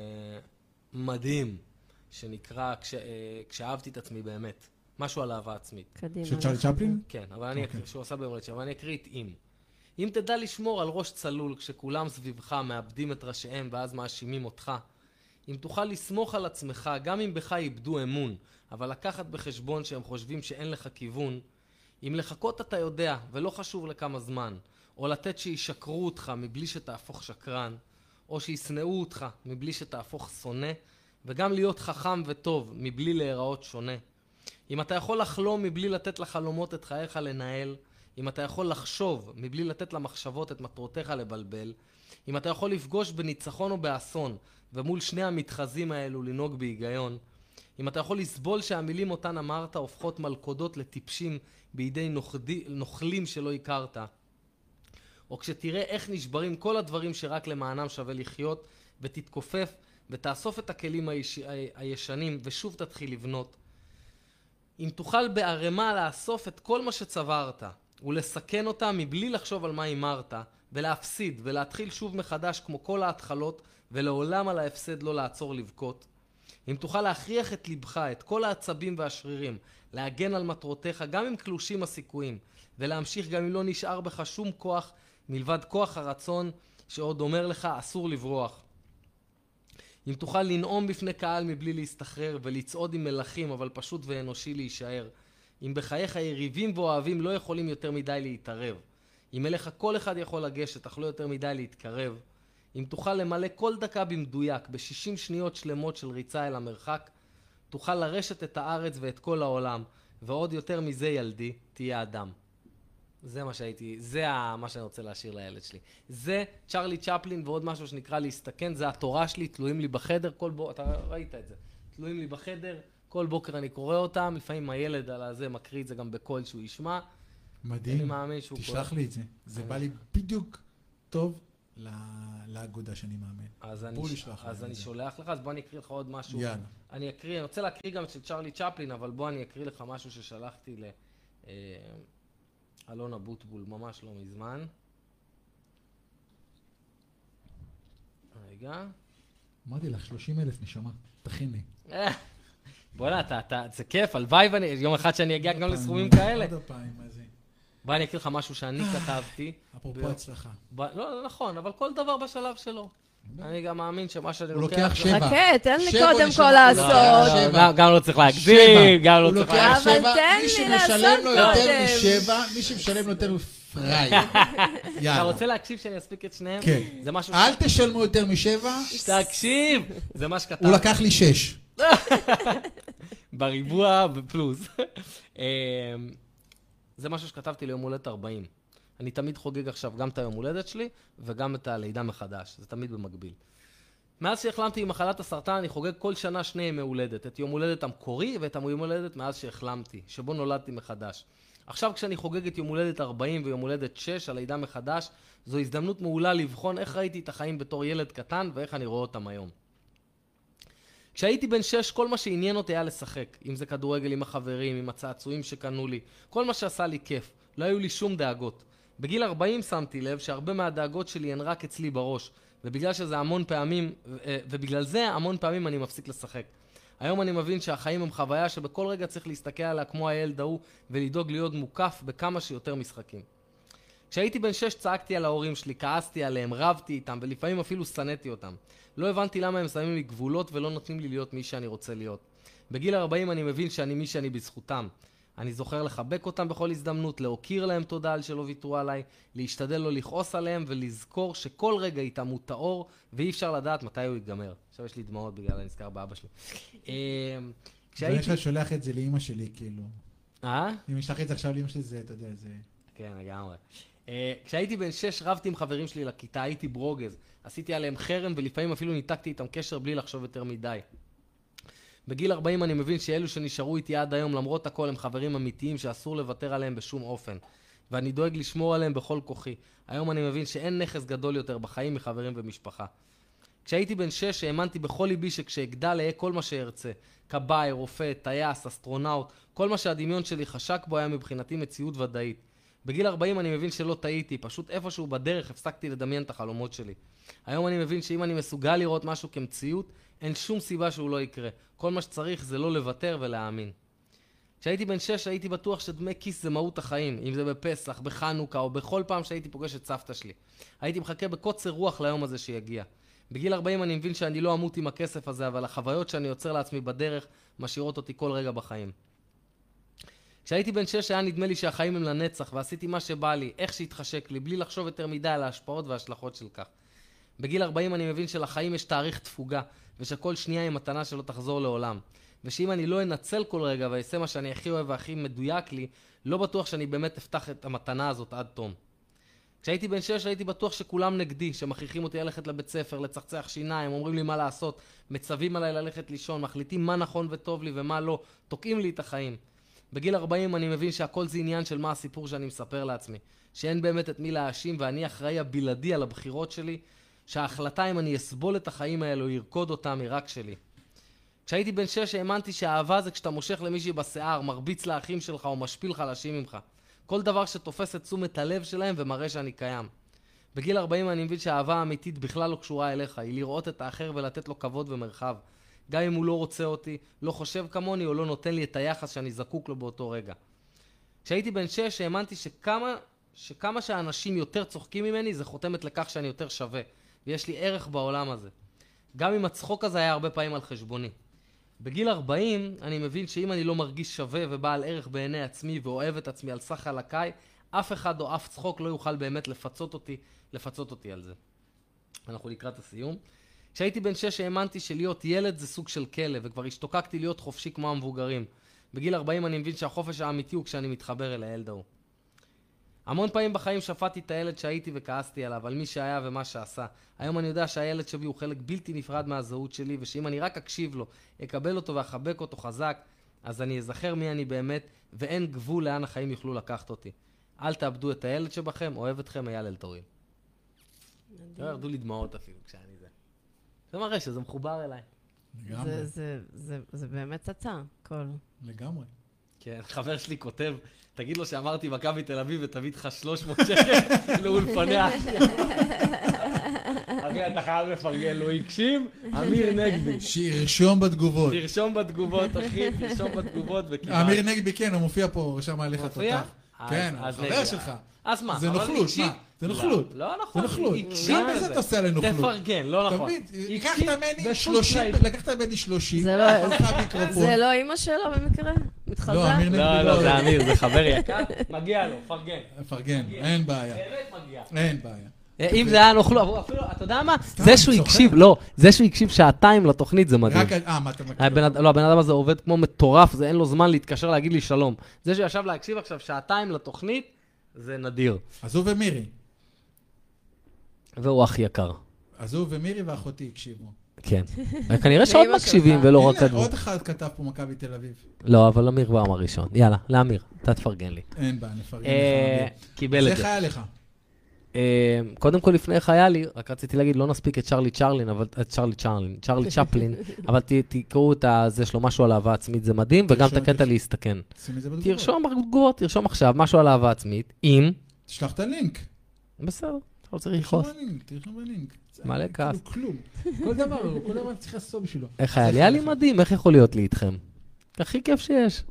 מדהים, שנקרא כש, אה, כשאהבתי את עצמי באמת. משהו על אהבה עצמית. קדימה. של צ'רלי צ'פלין? כן, אבל אני אקריא, שהוא עשה ביום הולדת שלו, אבל אני אקריא את אם. אם תדע לשמור על ראש צלול כשכולם סביבך מאבדים את ראשיהם ואז מאשימים אותך, אם תוכל לסמוך על עצמך, גם אם בך איבדו אמון, אבל לקחת בחשבון שהם חושבים שאין לך כיוון, אם לחכות אתה יודע ולא חשוב לכמה זמן, או לתת שישקרו אותך מבלי שתהפוך שקרן, או שיסנאו אותך מבלי שתהפוך שונא, וגם להיות חכם וטוב מבלי להיראות שונה. אם אתה יכול לחלום מבלי לתת לחלומות את חייך לנהל, אם אתה יכול לחשוב מבלי לתת למחשבות את מטרותיך לבלבל, אם אתה יכול לפגוש בניצחון או באסון, ומול שני המתחזים האלו לנהוג בהיגיון, אם אתה יכול לסבול שהמילים אותן אמרת הופכות מלכודות לטיפשים בידי נוחדי, נוכלים שלא הכרת, או כשתראה איך נשברים כל הדברים שרק למענם שווה לחיות, ותתכופף ותאסוף את הכלים היש... הישנים ושוב תתחיל לבנות, אם תוכל בערמה לאסוף את כל מה שצברת ולסכן אותה מבלי לחשוב על מה אמרת, ולהפסיד ולהתחיל שוב מחדש כמו כל ההתחלות, ולעולם על ההפסד לא לעצור לבכות, אם תוכל להכריח את לבך, את כל העצבים והשרירים, להגן על מטרותיך גם אם קלושים הסיכויים, ולהמשיך גם אם לא נשאר בך שום כוח מלבד כוח הרצון שעוד אומר לך אסור לברוח. אם תוכל לנאום בפני קהל מבלי להסתחרר ולצעוד עם מלכים אבל פשוט ואנושי להישאר, אם בחייך יריבים ואוהבים לא יכולים יותר מדי להתערב, אם אליך כל אחד יכול לגשת אך לא יותר מדי להתקרב, אם תוכל למלא כל דקה במדויק ב-שישים שניות שלמות של ריצה אל המרחק, תוכל לרשת את הארץ ואת כל העולם, ועוד יותר מזה ילדי, תהיה אדם. זה מה שהייתי, זה מה שאני רוצה להשאיר לילד שלי. זה צ'רלי צ'פלין ועוד משהו שנקרא להסתכן, זה התורה שלי, תלויים לי בחדר, כל בוקר, אתה ראית את זה, תלויים לי בחדר, כל בוקר אני קורא אותם, לפעמים הילד על הזה מקריא את זה גם בקול שהוא ישמע. מדהים, אני מאמין שהוא תשלח קורא. לי את זה, זה בא לי בדיוק טוב לאגודה שאני מאמן. אז אני, בוא ש... נשלח אז לי אני את זה. שולח לך, אז בוא אני אקריא לך עוד משהו. יאללה. אני אקריא, אני רוצה להקריא גם של צ'רלי צ'פלין, אבל בוא אני אקריא לך משהו ששלחתי ל... אה, אלונה בוטבול ממש לא מזמן. רגע. אמרתי לך, שלושים אלף נשמה, תכיני. בוא'נה, אתה, אתה, זה כיף, הלוואי ואני, יום אחד שאני אגיע גם לסכומים כאלה. עוד הפעם, מה זה? בוא אני אקריא לך משהו שאני כתבתי. אפרופו הצלחה. ב... לא, לא נכון, אבל כל דבר בשלב שלו. אני גם מאמין שמה שאני הוא לוקח... לוקח שבע. חכה, תן לי שבע קודם נשמה. כל לעשות. שבע. גם- גם לא צריך להגזים, גם לא הוא צריך... לוקח אבל שבע, תן מי לי שמשלם לעשות לו יותר קודם. משבע, מי שמשלם לו יותר מפראי. אתה יאללה. רוצה להקשיב שאני אספיק את שניהם? כן. זה משהו... אל תשלמו יותר משבע, ש... תקשיב! זה מה שכתבתי. הוא לקח לי שש. בריבוע ופלוס. אמ, זה משהו שכתבתי ליום הולדת ארבעים. אני תמיד חוגג עכשיו גם את היום הולדת שלי, וגם את הלידה מחדש. זה תמיד במקביל. מאז שהחלמתי עם מחלת הסרטן, אני חוגג כל שנה שני ימי הולדת. את יום הולדת המקורי ואת יום הולדת מאז שהחלמתי, שבו נולדתי מחדש. עכשיו כשאני חוגג את יום הולדת ארבעים ויום הולדת שש, הלידה מחדש, זו הזדמנות מעולה לבחון איך ראיתי את החיים בתור ילד קטן ואיך אני רואה אותם היום. כשהייתי בן שש, כל מה שעניין אותי היה לשחק. אם זה כדורגל עם החברים, עם הצעצועים שקנו לי. כל מה שעשה לי כיף. לא היו לי שום דאגות. בגיל ארבעים שמתי לב שהרבה מהדאגות שלי הן רק אצלי בראש. ובגלל שזה המון פעמים, ובגלל זה המון פעמים אני מפסיק לשחק. היום אני מבין שהחיים הם חוויה שבכל רגע צריך להסתכל עליה כמו הילד ההוא ולדאוג להיות מוקף בכמה שיותר משחקים. כשהייתי בן שש צעקתי על ההורים שלי, כעסתי עליהם, רבתי איתם ולפעמים אפילו שנאתי אותם. לא הבנתי למה הם שמים לי גבולות ולא נותנים לי להיות מי שאני רוצה להיות. בגיל ארבעים אני מבין שאני מי שאני בזכותם. אני זוכר לחבק אותם בכל הזדמנות, להוקיר להם תודה על שלא ויתרו עליי, להשתדל לא לכעוס עליהם ולזכור שכל רגע איתם הוא טהור ואי אפשר לדעת מתי הוא ייגמר. עכשיו יש לי דמעות בגלל אני נזכר באבא שלי. כשהייתי... אני שולח את זה לאמא שלי, כאילו. אה? אם אשלח את זה עכשיו לאמא שלי, זה, אתה יודע, זה... כן, לגמרי. כשהייתי בן שש רבתי עם חברים שלי לכיתה, הייתי ברוגז. עשיתי עליהם חרם ולפעמים אפילו ניתקתי איתם קשר בלי לחשוב יותר מדי. בגיל ארבעים אני מבין שאלו שנשארו איתי עד היום למרות הכל הם חברים אמיתיים שאסור לוותר עליהם בשום אופן. ואני דואג לשמור עליהם בכל כוחי. היום אני מבין שאין נכס גדול יותר בחיים מחברים ומשפחה. כשהייתי בן שש האמנתי בכל ליבי שכשאגדל אהיה כל מה שארצה. קב"י, רופא, טייס, אסטרונאוט, כל מה שהדמיון שלי חשק בו היה מבחינתי מציאות ודאית. בגיל ארבעים אני מבין שלא טעיתי, פשוט איפשהו בדרך הפסקתי לדמיין את החלומות שלי. היום אני מבין שאם אני מסוגל לראות משהו כמציאות, אין שום סיבה שהוא לא יקרה. כל מה שצריך זה לא לוותר ולהאמין. כשהייתי בן שש הייתי בטוח שדמי כיס זה מהות החיים, אם זה בפסח, בחנוכה או בכל פעם שהייתי פוגש את סבתא שלי. הייתי מחכה בקוצר רוח ליום הזה שיגיע. בגיל ארבעים אני מבין שאני לא אמות עם הכסף הזה, אבל החוויות שאני יוצר לעצמי בדרך משאירות אותי כל רגע בחיים. כשהייתי בן שש היה נדמה לי שהחיים הם לנצח, ועשיתי מה שבא לי, איך שהתחשק לי, בלי לחשוב יותר מדי על ההשפעות וההשלכות של כך. בגיל ארבעים אני מבין שלחיים יש תאריך תפוגה, ושכל שנייה היא מתנה שלא תחזור לעולם. ושאם אני לא אנצל כל רגע ואעשה מה שאני הכי אוהב והכי מדויק לי, לא בטוח שאני באמת אפתח את המתנה הזאת עד תום. כשהייתי בן שש הייתי בטוח שכולם נגדי, שמכריחים אותי ללכת לבית ספר, לצחצח שיניים, אומרים לי מה לעשות, מצווים עליי ללכת לישון, מחליטים מה נכון וטוב לי ומה לא, תוקעים לי את החיים. בגיל ארבעים אני מבין שהכל זה עניין של מה הסיפור שאני מספר לעצמי, שאין באמת את מי להאשים ואני אחראי הבלעדי על הבחירות שלי, שההחלטה אם אני אסבול את החיים האלו, ירקוד אותם, היא רק שלי. כשהייתי בן שש האמנתי שהאהבה זה כשאתה מושך למישהי בשיער, מרביץ לאחים שלך או משפיל חלשים ממך. כל דבר שתופס את תשומת הלב שלהם ומראה שאני קיים. בגיל ארבעים אני מבין שהאהבה האמיתית בכלל לא קשורה אליך, היא לראות את האחר ולתת לו כבוד ומרחב. גם אם הוא לא רוצה אותי, לא חושב כמוני או לא נותן לי את היחס שאני זקוק לו באותו רגע. כשהייתי בן שש האמנתי שכמה, שכמה שהאנשים יותר צוחקים ממני זה חותמת לכך שאני יותר שווה, ויש לי ערך בעולם הזה. גם אם הצחוק הזה היה הרבה פעמים על חשבוני. בגיל ארבעים אני מבין שאם אני לא מרגיש שווה ובעל ערך בעיני עצמי ואוהב את עצמי על סך חלקיי, אף אחד או אף צחוק לא יוכל באמת לפצות אותי, לפצות אותי על זה. אנחנו לקראת הסיום. כשהייתי בן שש האמנתי שלהיות ילד זה סוג של כלא, וכבר השתוקקתי להיות חופשי כמו המבוגרים. בגיל ארבעים אני מבין שהחופש האמיתי הוא כשאני מתחבר אל הילד ההוא. המון פעמים בחיים שפטתי את הילד שהייתי וכעסתי עליו, על מי שהיה ומה שעשה. היום אני יודע שהילד שבי הוא חלק בלתי נפרד מהזהות שלי, ושאם אני רק אקשיב לו, אקבל אותו ואחבק אותו חזק, אז אני אזכר מי אני באמת, ואין גבול לאן החיים יוכלו לקחת אותי. אל תאבדו את הילד שבכם, אוהב אתכם, אייל אלתורים. לא ירדו לי דמעות אפילו כשאני זה. זה מראה שזה מחובר אליי. לגמרי. זה, זה, זה, זה באמת צצה, כל. לגמרי. כן, חבר שלי כותב, תגיד לו שאמרתי מכבי תל אביב ותביא איתך שלוש מאות שקל לאולפניה. אחי, אתה חייב לפרגן, לא הקשיב, אמיר נגבי. שירשום בתגובות. תרשום בתגובות, אחי, תרשום בתגובות וקיבל. אמיר נגבי, כן, הוא מופיע פה, רשם עליך תותח. מופיע? כן, אז חבר נגבי. שלך. אז מה? זה אבל נוכלות, הקשיב- מה? זה נוכלות. לא, לא זה נכון. נוכלות. הקשיב למה לזה. זה אתה עושה עלינו נוכלות? תפרגן, לא נכון. תמיד, לקחת הקשיב ממני בפול שלושים, פרייד. לקחת ממני שלושים, זה לא- לקחת לך מיקרופון. זה לא אמא שלו במקרה? מתחזה? לא, אמיר נגבי לא, לא, זה אמיר, זה חבר יקר. מגיע לו, פרגן. פרגן, אין בעיה. באמת מגיע. אין בעיה. אם זה היה נוכלו, אבל אפילו, אתה יודע מה? סתם, זה שהוא צוחק. הקשיב, לא, זה שהוא הקשיב שעתיים לתוכנית זה מדהים. רק, אה, מה אתה מכיר? הבן אד- לא, הבן אדם הזה עובד כמו מטורף, זה אין לו זמן להתקשר להגיד לי שלום. זה שישב להקשיב עכשיו שעתיים לתוכנית, זה נדיר. אז הוא ומירי. והוא אח יקר. אז הוא ומירי ואחותי הקשיבו. כן. כנראה שעוד ואמא מקשיבים שלך. ולא רק הנה, כתבו. עוד אחד כתב פה מכבי תל אביב. לא, אבל אמיר כבר אמר ראשון. יאללה, לאמיר, אתה תפרגן לי. אין בעיה, נפרגן אה, לך. קיבל אז את איך זה. היה לך? אה, קודם כל לפני איך היה לי, רק רציתי להגיד, לא נספיק את צ'רלי צ'רלין, אבל את צ'רלי צ'רלין, צ'רלי צ'פלין, אבל ת- תקראו את זה שלו, משהו על אהבה עצמית, זה מדהים, וגם את תרשום, הקטע תרשום. להסתכן. שים את זה בתגובות. תרשום בתגובות, תרשום עכשיו משהו על אהבה עצמית, אם, תשלח את הלינק. בסדר, אתה לא צריך לכעוס. תרשום בלינק, תרשום בלינק. מלא כאילו כעס. כלום. כל דבר, כל דבר צריך לעשות בשבילו. איך אז היה לי? היה לי לך? מדהים, איך יכול להיות לי איתכם? הכי כיף שיש.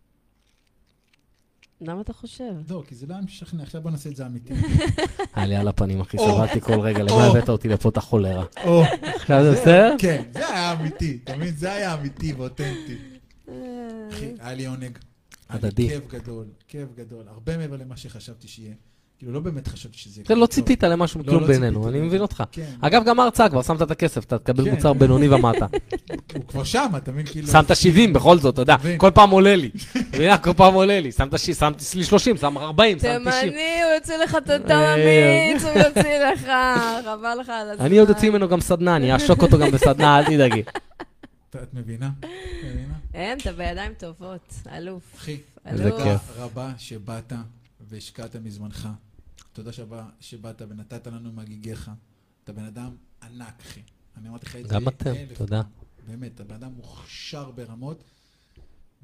למה אתה חושב? לא, כי זה לא היה משכנע, עכשיו בוא נעשה את זה אמיתי. היה לי על הפנים, אחי, או. סבלתי כל רגע, למה או. הבאת אותי לפה את החולרה? או, עכשיו זה בסדר? כן, זה היה אמיתי, אתה מבין? זה היה אמיתי ואותנטי. אחי, היה לי עונג. היה לי הדדי. כיף גדול, כיף גדול, הרבה מעבר למה שחשבתי שיהיה. כאילו, לא באמת חשבתי שזה יהיה. זה לא טוב. ציפית למשהו לא, מכלום לא בינינו, ציפיתי אני לזה. מבין אותך. כן. אגב, גם ההרצאה כבר, שמת את הכסף, אתה תקבל כן. מוצר בינוני ומטה. הוא כבר שם, אתה מבין? כאילו... שמת שבעים בכל זאת, אתה יודע, מבין. כל פעם עולה לי. מבינה, כל פעם עולה לי. שמת ש- שמתי לי שלושים, שם ארבעים, שם תשעים. תימני, הוא יוצא לך את הטעם אה, אמיץ, הוא יוצא לך, חבל לך על הזמן. אני עוד יוציא ממנו גם סדנה, אני אעשוק אותו גם בסדנה, אל תדאגי. אתה- את מבינה? את מבינה? אין, אתה בידיים טובות, אלוף. אחי, איזה אלוף. כיף. תודה רבה שבאת והשקעת מזמנך. תודה שבא- שבאת ונתת לנו מהגיגיך. אתה בן אדם ענק, אחי. אני אמרתי לך את זה גם אתם, אלף תודה. פעם. באמת, אתה בן אדם מוכשר ברמות,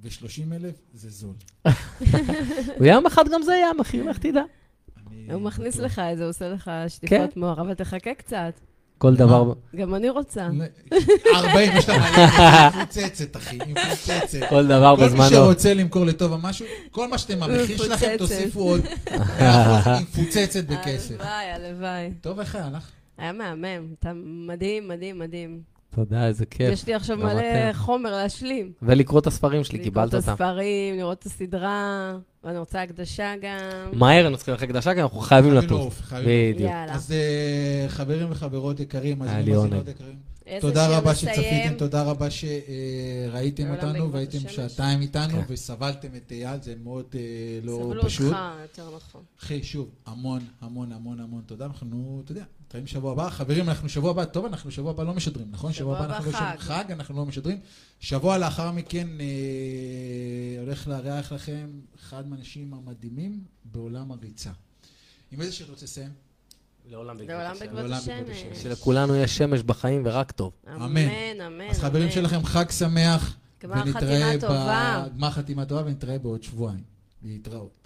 ו-שלושים אלף זה זול. ויום אחד גם זה יהיה המחיר, לך תדע. הוא מכניס לך את זה, הוא עושה לך שטיפות מוח, אבל תחכה קצת. כל דבר... גם אני רוצה. ארבעים, יש לה מפוצצת, אחי, מפוצצת. כל דבר כל בזמנו. מי שרוצה למכור לטובה משהו, כל מה שאתם, המחיר שלכם, תוסיפו עוד מפוצצת בכסף. הלוואי, הלוואי. טוב, איך היה לך? היה מהמם, אתה מדהים, מדהים, מדהים. תודה, איזה כיף. יש לי עכשיו מלא חומר להשלים. ולקרוא את הספרים שלי, קיבלת אותם. לקרוא את הספרים, לראות את הסדרה, ואני רוצה הקדשה גם. מהר, אני צריכים לך הקדשה, כי אנחנו חייבים לטוף. בדיוק. אז חברים וחברות יקרים, היה לי עונג. תודה רבה שצפיתם, תודה רבה שראיתם אותנו, והייתם שעתיים איתנו, וסבלתם את אייל, זה מאוד לא פשוט. סבלו אותך, יותר נכון. אחי, שוב, המון, המון, המון, המון תודה. אנחנו, אתה יודע, נתראים שבוע הבא. חברים, אנחנו שבוע הבא, טוב, אנחנו שבוע הבא לא משדרים, נכון? שבוע הבא אנחנו לא משדרים. חג, אנחנו לא משדרים. שבוע לאחר מכן הולך לארח לכם אחד מהאנשים המדהימים בעולם הריצה. עם איזה שיר רוצה לסיים? לעולם בעקבות השמש. שלכולנו יש שמש בחיים ורק טוב. אמן, אמן. אז חברים שלכם, חג שמח. גמר חתימה טובה. גמר חתימה טובה, ונתראה בעוד שבועיים. להתראות.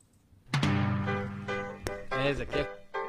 איזה כיף.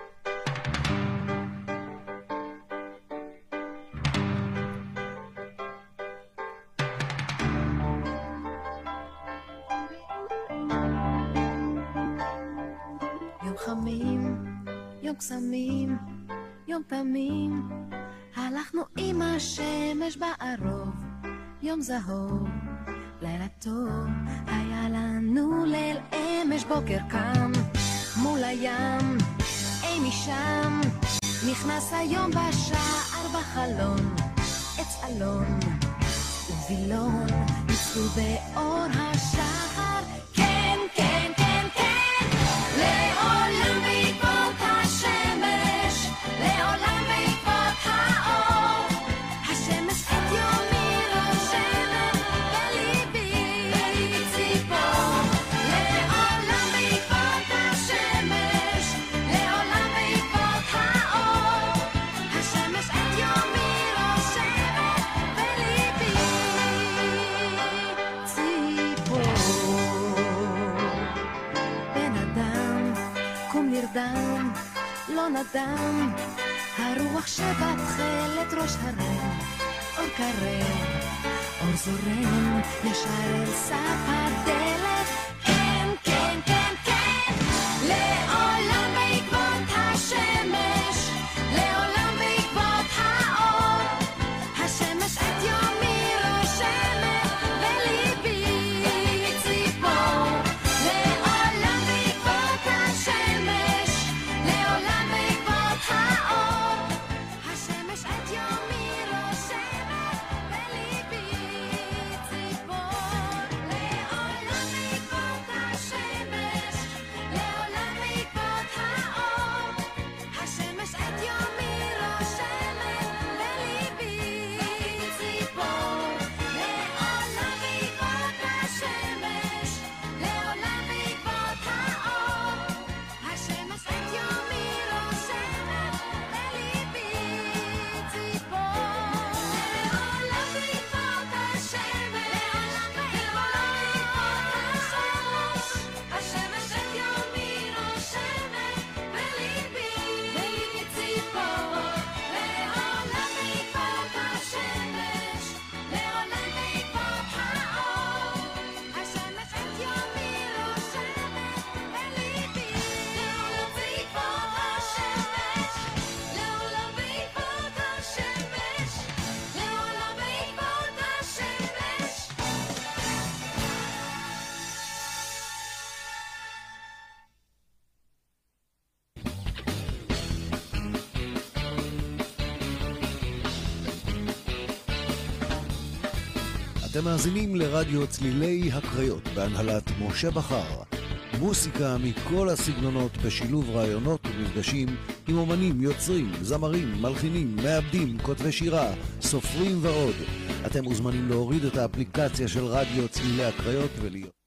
יום חמים, יום קסמים, יום תמים, הלכנו עם השמש בערוב, יום זהוב, לילה טוב, היה לנו ליל אמש, בוקר קם, מול הים, אי משם, נכנס היום בשער בחלון, עץ אלון, ובילון, ניצלו באור השחר, כן, כן, כן, כן, לעולם בעקבות השמש, לעולם בעקבות האור, השמש את יומי רושמת, בליבי ציפור, לעולם בעקבות השמש, לעולם בעקבות האור, השמש את יומי רושמת, בליבי ציפור. בן אדם, קום נרדם, לא נדם, הרוח שבתחלת ראש הרם, אור קרב, אור זורם, ישר אל סף הדלת, כן, כן, כן, כן, לעולם בעקבות השמש, לעולם בעקבות האור, השמש את יומי רושמת, בליבי ציפור, לעולם בעקבות השמש, לעולם בעקבות האור, השמש את יומי רושמת, בליבי ציפור, לעולם בעקבות השמש, לעולם בעקבות האור, השמש את יומי רושמת, בליבי ציפור, לעולם בעקבות השמש, לעולם בעקבות האור, השמש את יומי רושמת, בליבי ציפור, לעולם בעקבות השמש, השמש את יומי רושמת, בליבי ציפור, לעולם בעקבות השמש, לעולם בעקבות האור, השמש את יומי רושמת, בליבי ציפור, השמש, לעולם בעקבות השמש, לעולם בעקבות השמש. אתם מאזינים לרדיו צלילי הקריות בהנהלת משה בחר. מוסיקה מכל הסגנונות בשילוב רעיונות ומפגשים עם אומנים, יוצרים, זמרים, מלחינים, מעבדים, כותבי שירה, סופרים ועוד. אתם מוזמנים להוריד את האפליקציה של רדיו צלילי הקריות ולהיות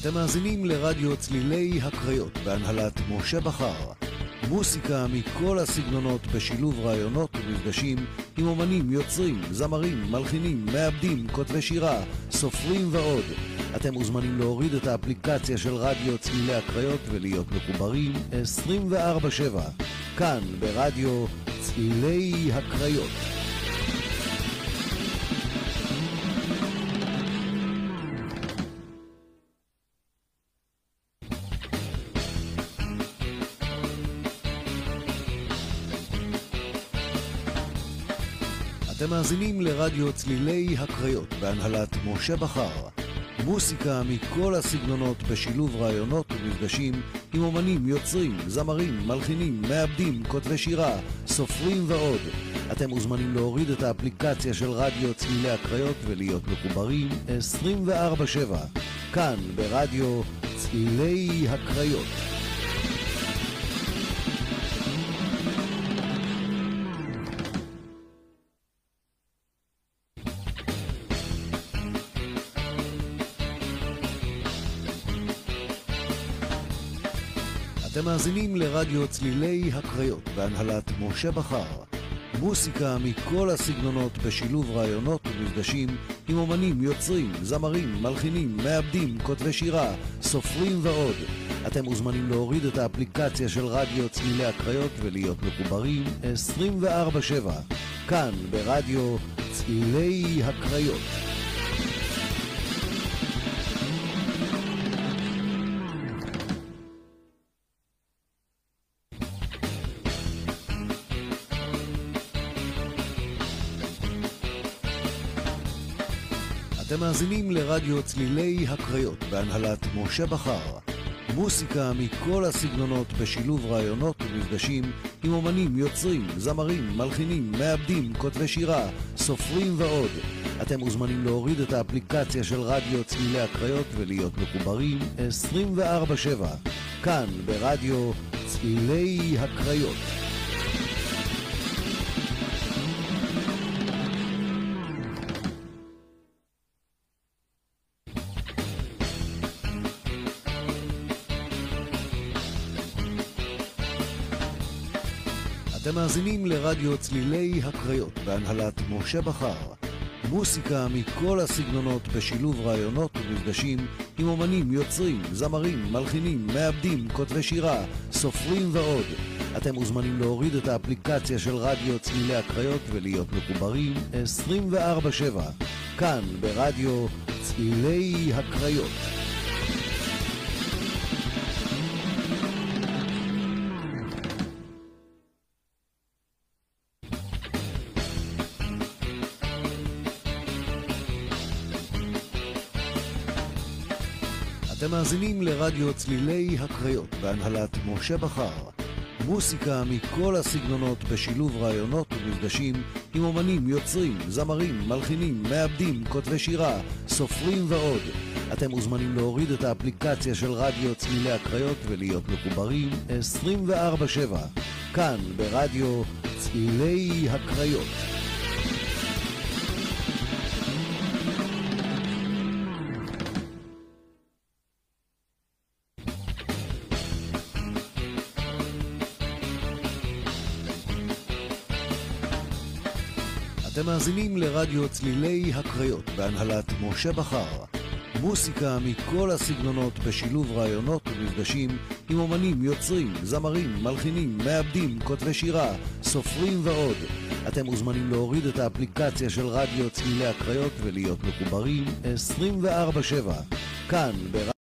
אתם מאזינים לרדיו צלילי הקריות בהנהלת משה בחר. מוסיקה מכל הסגנונות בשילוב רעיונות ומפגשים עם אומנים, יוצרים, זמרים, מלחינים, מעבדים, כותבי שירה, סופרים ועוד. אתם מוזמנים להוריד את האפליקציה של רדיו צלילי הקריות ולהיות מחוברים עשרים וארבע שבע. כאן ברדיו צלילי הקריות. אתם מאזינים לרדיו צלילי הקריות בהנהלת משה בחר. מוסיקה מכל הסגנונות בשילוב רעיונות ומפגשים עם אומנים, יוצרים, זמרים, מלחינים, מעבדים, כותבי שירה, סופרים ועוד. אתם מוזמנים להוריד את האפליקציה של רדיו צלילי הקריות ולהיות מחוברים עשרים וארבע שבע. כאן ברדיו צלילי הקריות. אתם מאזינים לרדיו צלילי הקריות בהנהלת משה בחר. מוסיקה מכל הסגנונות בשילוב רעיונות ומפגשים עם אומנים, יוצרים, זמרים, מלחינים, מעבדים, כותבי שירה, סופרים ועוד. אתם מוזמנים להוריד את האפליקציה של רדיו צלילי הקריות ולהיות מחוברים עשרים וארבע שבע. כאן ברדיו צלילי הקריות. אתם מאזינים לרדיו צלילי הקריות בהנהלת משה בחר. מוסיקה מכל הסגנונות בשילוב רעיונות ומפגשים עם אומנים, יוצרים, זמרים, מלחינים, מעבדים, כותבי שירה, סופרים ועוד. אתם מוזמנים להוריד את האפליקציה של רדיו צלילי הקריות ולהיות מחוברים עשרים וארבע שבע. כאן ברדיו צלילי הקריות. אתם מאזינים לרדיו צלילי הקריות בהנהלת משה בחר. מוסיקה מכל הסגנונות בשילוב רעיונות ומפגשים עם אומנים, יוצרים, זמרים, מלחינים, מעבדים, כותבי שירה, סופרים ועוד. אתם מוזמנים להוריד את האפליקציה של רדיו צלילי הקריות ולהיות מחוברים עשרים וארבע שבע. כאן ברדיו צלילי הקריות. אתם מאזינים לרדיו צלילי הקריות בהנהלת משה בחר. מוסיקה מכל הסגנונות בשילוב רעיונות ומפגשים עם אומנים, יוצרים, זמרים, מלחינים, מעבדים, כותבי שירה, סופרים ועוד. אתם מוזמנים להוריד את האפליקציה של רדיו צלילי הקריות ולהיות מחוברים עשרים וארבע שבע. כאן ברדיו צלילי הקריות. אתם מאזינים לרדיו צלילי הקריות בהנהלת משה בחר. מוסיקה מכל הסגנונות בשילוב רעיונות ומפגשים עם אומנים, יוצרים, זמרים, מלחינים, מעבדים, כותבי שירה, סופרים ועוד. אתם מוזמנים להוריד את האפליקציה של רדיו צלילי הקריות ולהיות מחוברים עשרים וארבע שבע. כאן ברדיו